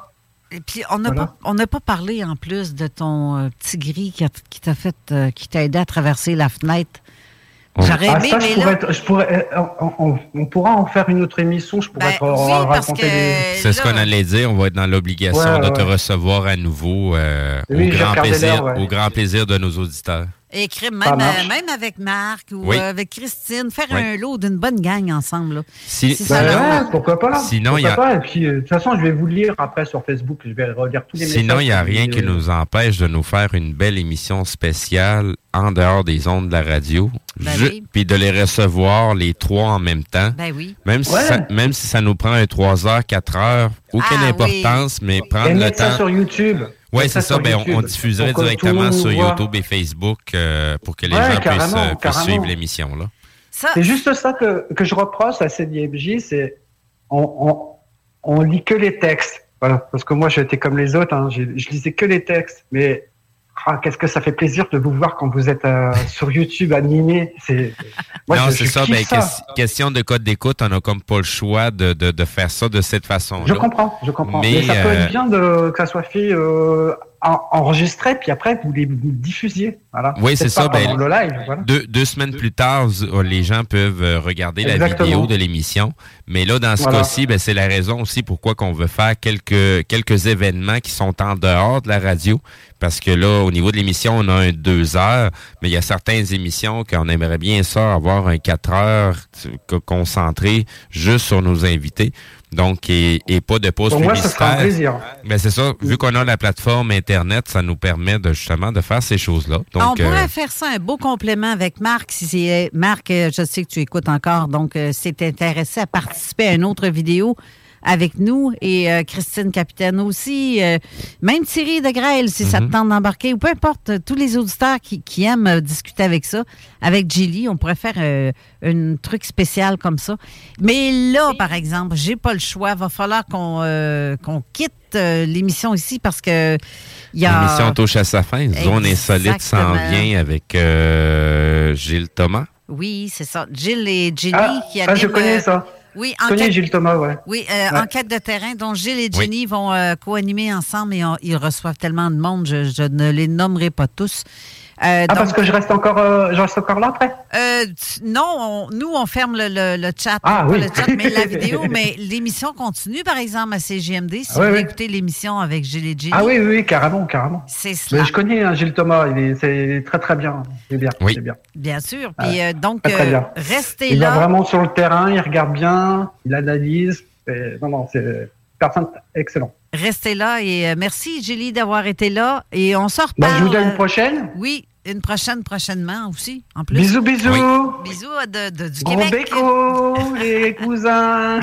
S16: Et puis, on n'a
S15: Voilà.
S16: pas, on n'a pas parlé en plus de ton euh, petit gris qui, a- qui t'a fait, euh, qui t'a aidé à traverser la fenêtre. J'aurais
S15: Ah,
S16: aimé,
S15: ça,
S16: mais
S15: je pourrais,
S16: là...
S15: être- je pourrais, euh, on, on- on pourra en faire une autre émission. Je pourrais
S16: Ben,
S15: te
S16: oui,
S15: ra-
S16: parce
S15: raconter
S16: que-
S15: les.
S10: C'est ce qu'on allait dire. On va être dans l'obligation
S15: Ouais,
S10: de te
S15: ouais.
S10: recevoir à nouveau euh,
S15: Oui,
S10: au,
S15: j'ai
S10: grand
S15: regardé
S10: plaisir,
S15: l'heure, ouais.
S10: au grand plaisir de nos auditeurs.
S16: Écrire
S15: Ça
S16: même,
S15: marche.
S16: euh, même avec Marc ou
S10: Oui.
S16: euh, avec Christine, faire
S10: Oui.
S16: un lot d'une bonne gang ensemble. Là.
S10: Si-
S16: Si
S15: Ben
S16: ça leur-
S15: ouais, pourquoi pas.
S10: Sinon,
S15: pourquoi
S10: il y a-
S15: pas. Et puis, euh, de toute façon, je vais vous lire après sur Facebook. Je vais relire tous les messages.
S10: Sinon, il n'y a
S15: que vous-
S10: rien qui nous empêche de nous faire une belle émission spéciale en dehors des ondes de la radio.
S16: Ben
S10: Ju-
S16: oui.
S10: Puis de les recevoir les trois en même temps.
S16: Ben oui.
S10: Même si,
S15: Ouais.
S10: ça, même si ça nous prend un trois heures, quatre heures, aucune
S16: Ah,
S10: importance, mais prendre
S15: Et
S10: le
S15: mettre ça
S10: temps.
S15: sur YouTube.
S10: Oui,
S15: Mettre
S10: c'est ça.
S15: sur
S10: Ben, on,
S15: YouTube
S10: on diffuserait
S15: pour que tout
S10: directement
S15: le monde
S10: sur
S15: voit.
S10: YouTube et Facebook euh, pour que les
S15: Ouais,
S10: gens puissent,
S15: carrément,
S10: euh, puissent
S15: carrément.
S10: suivre l'émission. Là.
S16: Ça,
S15: C'est juste ça que, que je reproche à C D M J, c'est on, on, on lit que les textes. Voilà, parce que moi, j'étais comme les autres, hein, j'ai- je lisais que les textes. Mais ah, qu'est-ce que ça fait plaisir de vous voir quand vous êtes euh, sur YouTube animé. C'est, moi,
S10: non,
S15: je-
S10: c'est
S15: je
S10: ça.
S15: kiffe
S10: Ben,
S15: ça.
S10: ques- question de code d'écoute, on n'a comme pas le choix de, de, de faire ça de cette façon-là.
S15: Je comprends, je comprends.
S10: Mais,
S15: Mais, ça peut
S10: euh,
S15: être bien de, que ça soit fait euh, en- enregistré, puis après, vous les vous diffusiez. Voilà.
S10: Oui, c'est
S15: Peut-être
S10: ça.
S15: pas
S10: Ben,
S15: pendant le live, voilà.
S10: deux, deux semaines plus tard, z- euh, les gens peuvent euh, regarder la
S15: Exactement.
S10: vidéo de l'émission. Mais là, dans ce
S15: Voilà.
S10: cas-ci, ben, c'est la raison aussi pourquoi qu'on veut faire quelques, quelques événements qui sont en dehors de la radio. Parce que là, au niveau de l'émission, on a un deux heures, mais il y a certaines émissions qu'on aimerait bien ça, avoir un quatre heures tu- co- concentré juste sur nos invités. Donc, et, et pas de pause
S15: Pour moi,
S10: publicitaire.
S15: ce sera un plaisir.
S10: Ben, c'est ça. Vu qu'on a la plateforme Internet, ça nous permet de, justement de faire ces choses-là. Donc,
S16: on pourrait
S10: euh,
S16: faire ça un beau complément avec Marc. Si c'est, Marc, euh, je sais que tu écoutes encore, donc euh, s'est intéressé à participer à une autre vidéo avec nous et euh, Christine Capitaine aussi. euh, même Thierry de Grêle, si ça te tente d'embarquer, ou peu importe, euh, tous les auditeurs qui, qui aiment euh, discuter avec ça, avec Gilly, on pourrait faire euh, un truc spécial comme ça. Mais là, par exemple, j'ai pas le choix. Va falloir qu'on euh, qu'on quitte euh, l'émission ici parce que il y a...
S10: l'émission touche à sa fin. Zone Insolite s'en
S16: Exactement.
S10: vient avec euh, Gilles Thomas.
S16: Oui, c'est ça. Gilles et Ginny
S15: Ah,
S16: qui
S15: ah, je
S16: animent,
S15: connais
S16: euh,
S15: ça.
S16: Oui,
S15: Je connais
S16: enquête,
S15: Gilles Thomas, ouais.
S16: oui euh,
S15: Ouais.
S16: enquête de terrain dont Gilles et Ginny vont euh, co-animer ensemble et on- ils reçoivent tellement de monde, je, je ne les nommerai pas tous. Euh,
S15: Ah,
S16: donc,
S15: parce que je reste encore, euh, je reste encore là après?
S16: euh, tu- non, on- nous, on ferme le, le- le chat.
S15: Ah,
S16: pas
S15: oui.
S16: le chat, mais la vidéo. Mais l'émission continue, par exemple, à C G M D. Si
S15: Ah,
S16: vous
S15: oui,
S16: voulez
S15: oui.
S16: écouter l'émission avec Gilles et Ginny.
S15: Ah oui, oui, oui, carrément, carrément.
S16: C'est cela.
S15: Mais je connais hein, Gilles Thomas, il est, c'est très très bien. C'est bien,
S10: Oui.
S15: c'est bien.
S16: Bien sûr.
S15: Ah,
S16: Puis, euh, donc,
S15: très, très
S16: euh,
S15: bien.
S16: restez
S15: Il
S16: là.
S15: va vraiment sur le terrain, il regarde bien, il analyse. Et- non, non, c'est personne excellent.
S16: Restez là et euh, merci, Julie, d'avoir été là. Et on se
S15: Bah,
S16: reparle.
S15: je vous dis à une
S16: euh,
S15: prochaine.
S16: Oui, une prochaine prochainement aussi, en plus.
S15: Bisous, bisous.
S10: Oui.
S16: Bisous euh, de, de- du
S15: Gros
S16: Québec.
S15: béco, les cousins.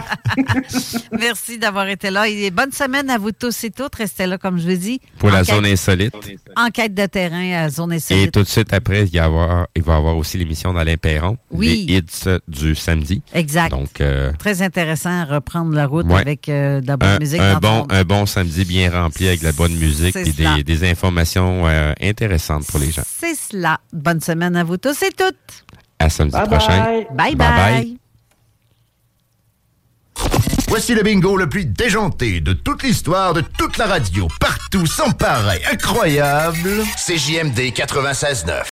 S16: Merci d'avoir été là. Et bonne semaine à vous tous et toutes. Restez là, comme je vous dis.
S10: Pour la
S16: Enquête-
S10: zone insolite.
S16: Enquête de terrain à Zone
S10: Et
S16: Insolite.
S10: tout de suite après, il, y avoir, il va y avoir aussi l'émission d'Alain Perron.
S16: Oui.
S10: Les hits du samedi.
S16: Exact.
S10: Donc, euh,
S16: Très intéressant à reprendre la route
S10: Ouais.
S16: avec euh, de la bonne
S10: un,
S16: musique.
S10: un
S16: dans
S10: bon,
S16: ton-
S10: un bon samedi bien rempli avec de la bonne musique
S16: C'est
S10: et
S16: cela.
S10: des, des informations euh, intéressantes pour les gens.
S16: C'est cela. Bonne semaine à vous tous et toutes.
S10: À samedi
S15: Bye
S10: prochain.
S15: bye.
S16: Bye bye.
S10: Bye-bye.
S4: Voici le bingo le plus déjanté de toute l'histoire de toute la radio, partout, sans pareil, incroyable. C J M D quatre-vingt-seize neuf.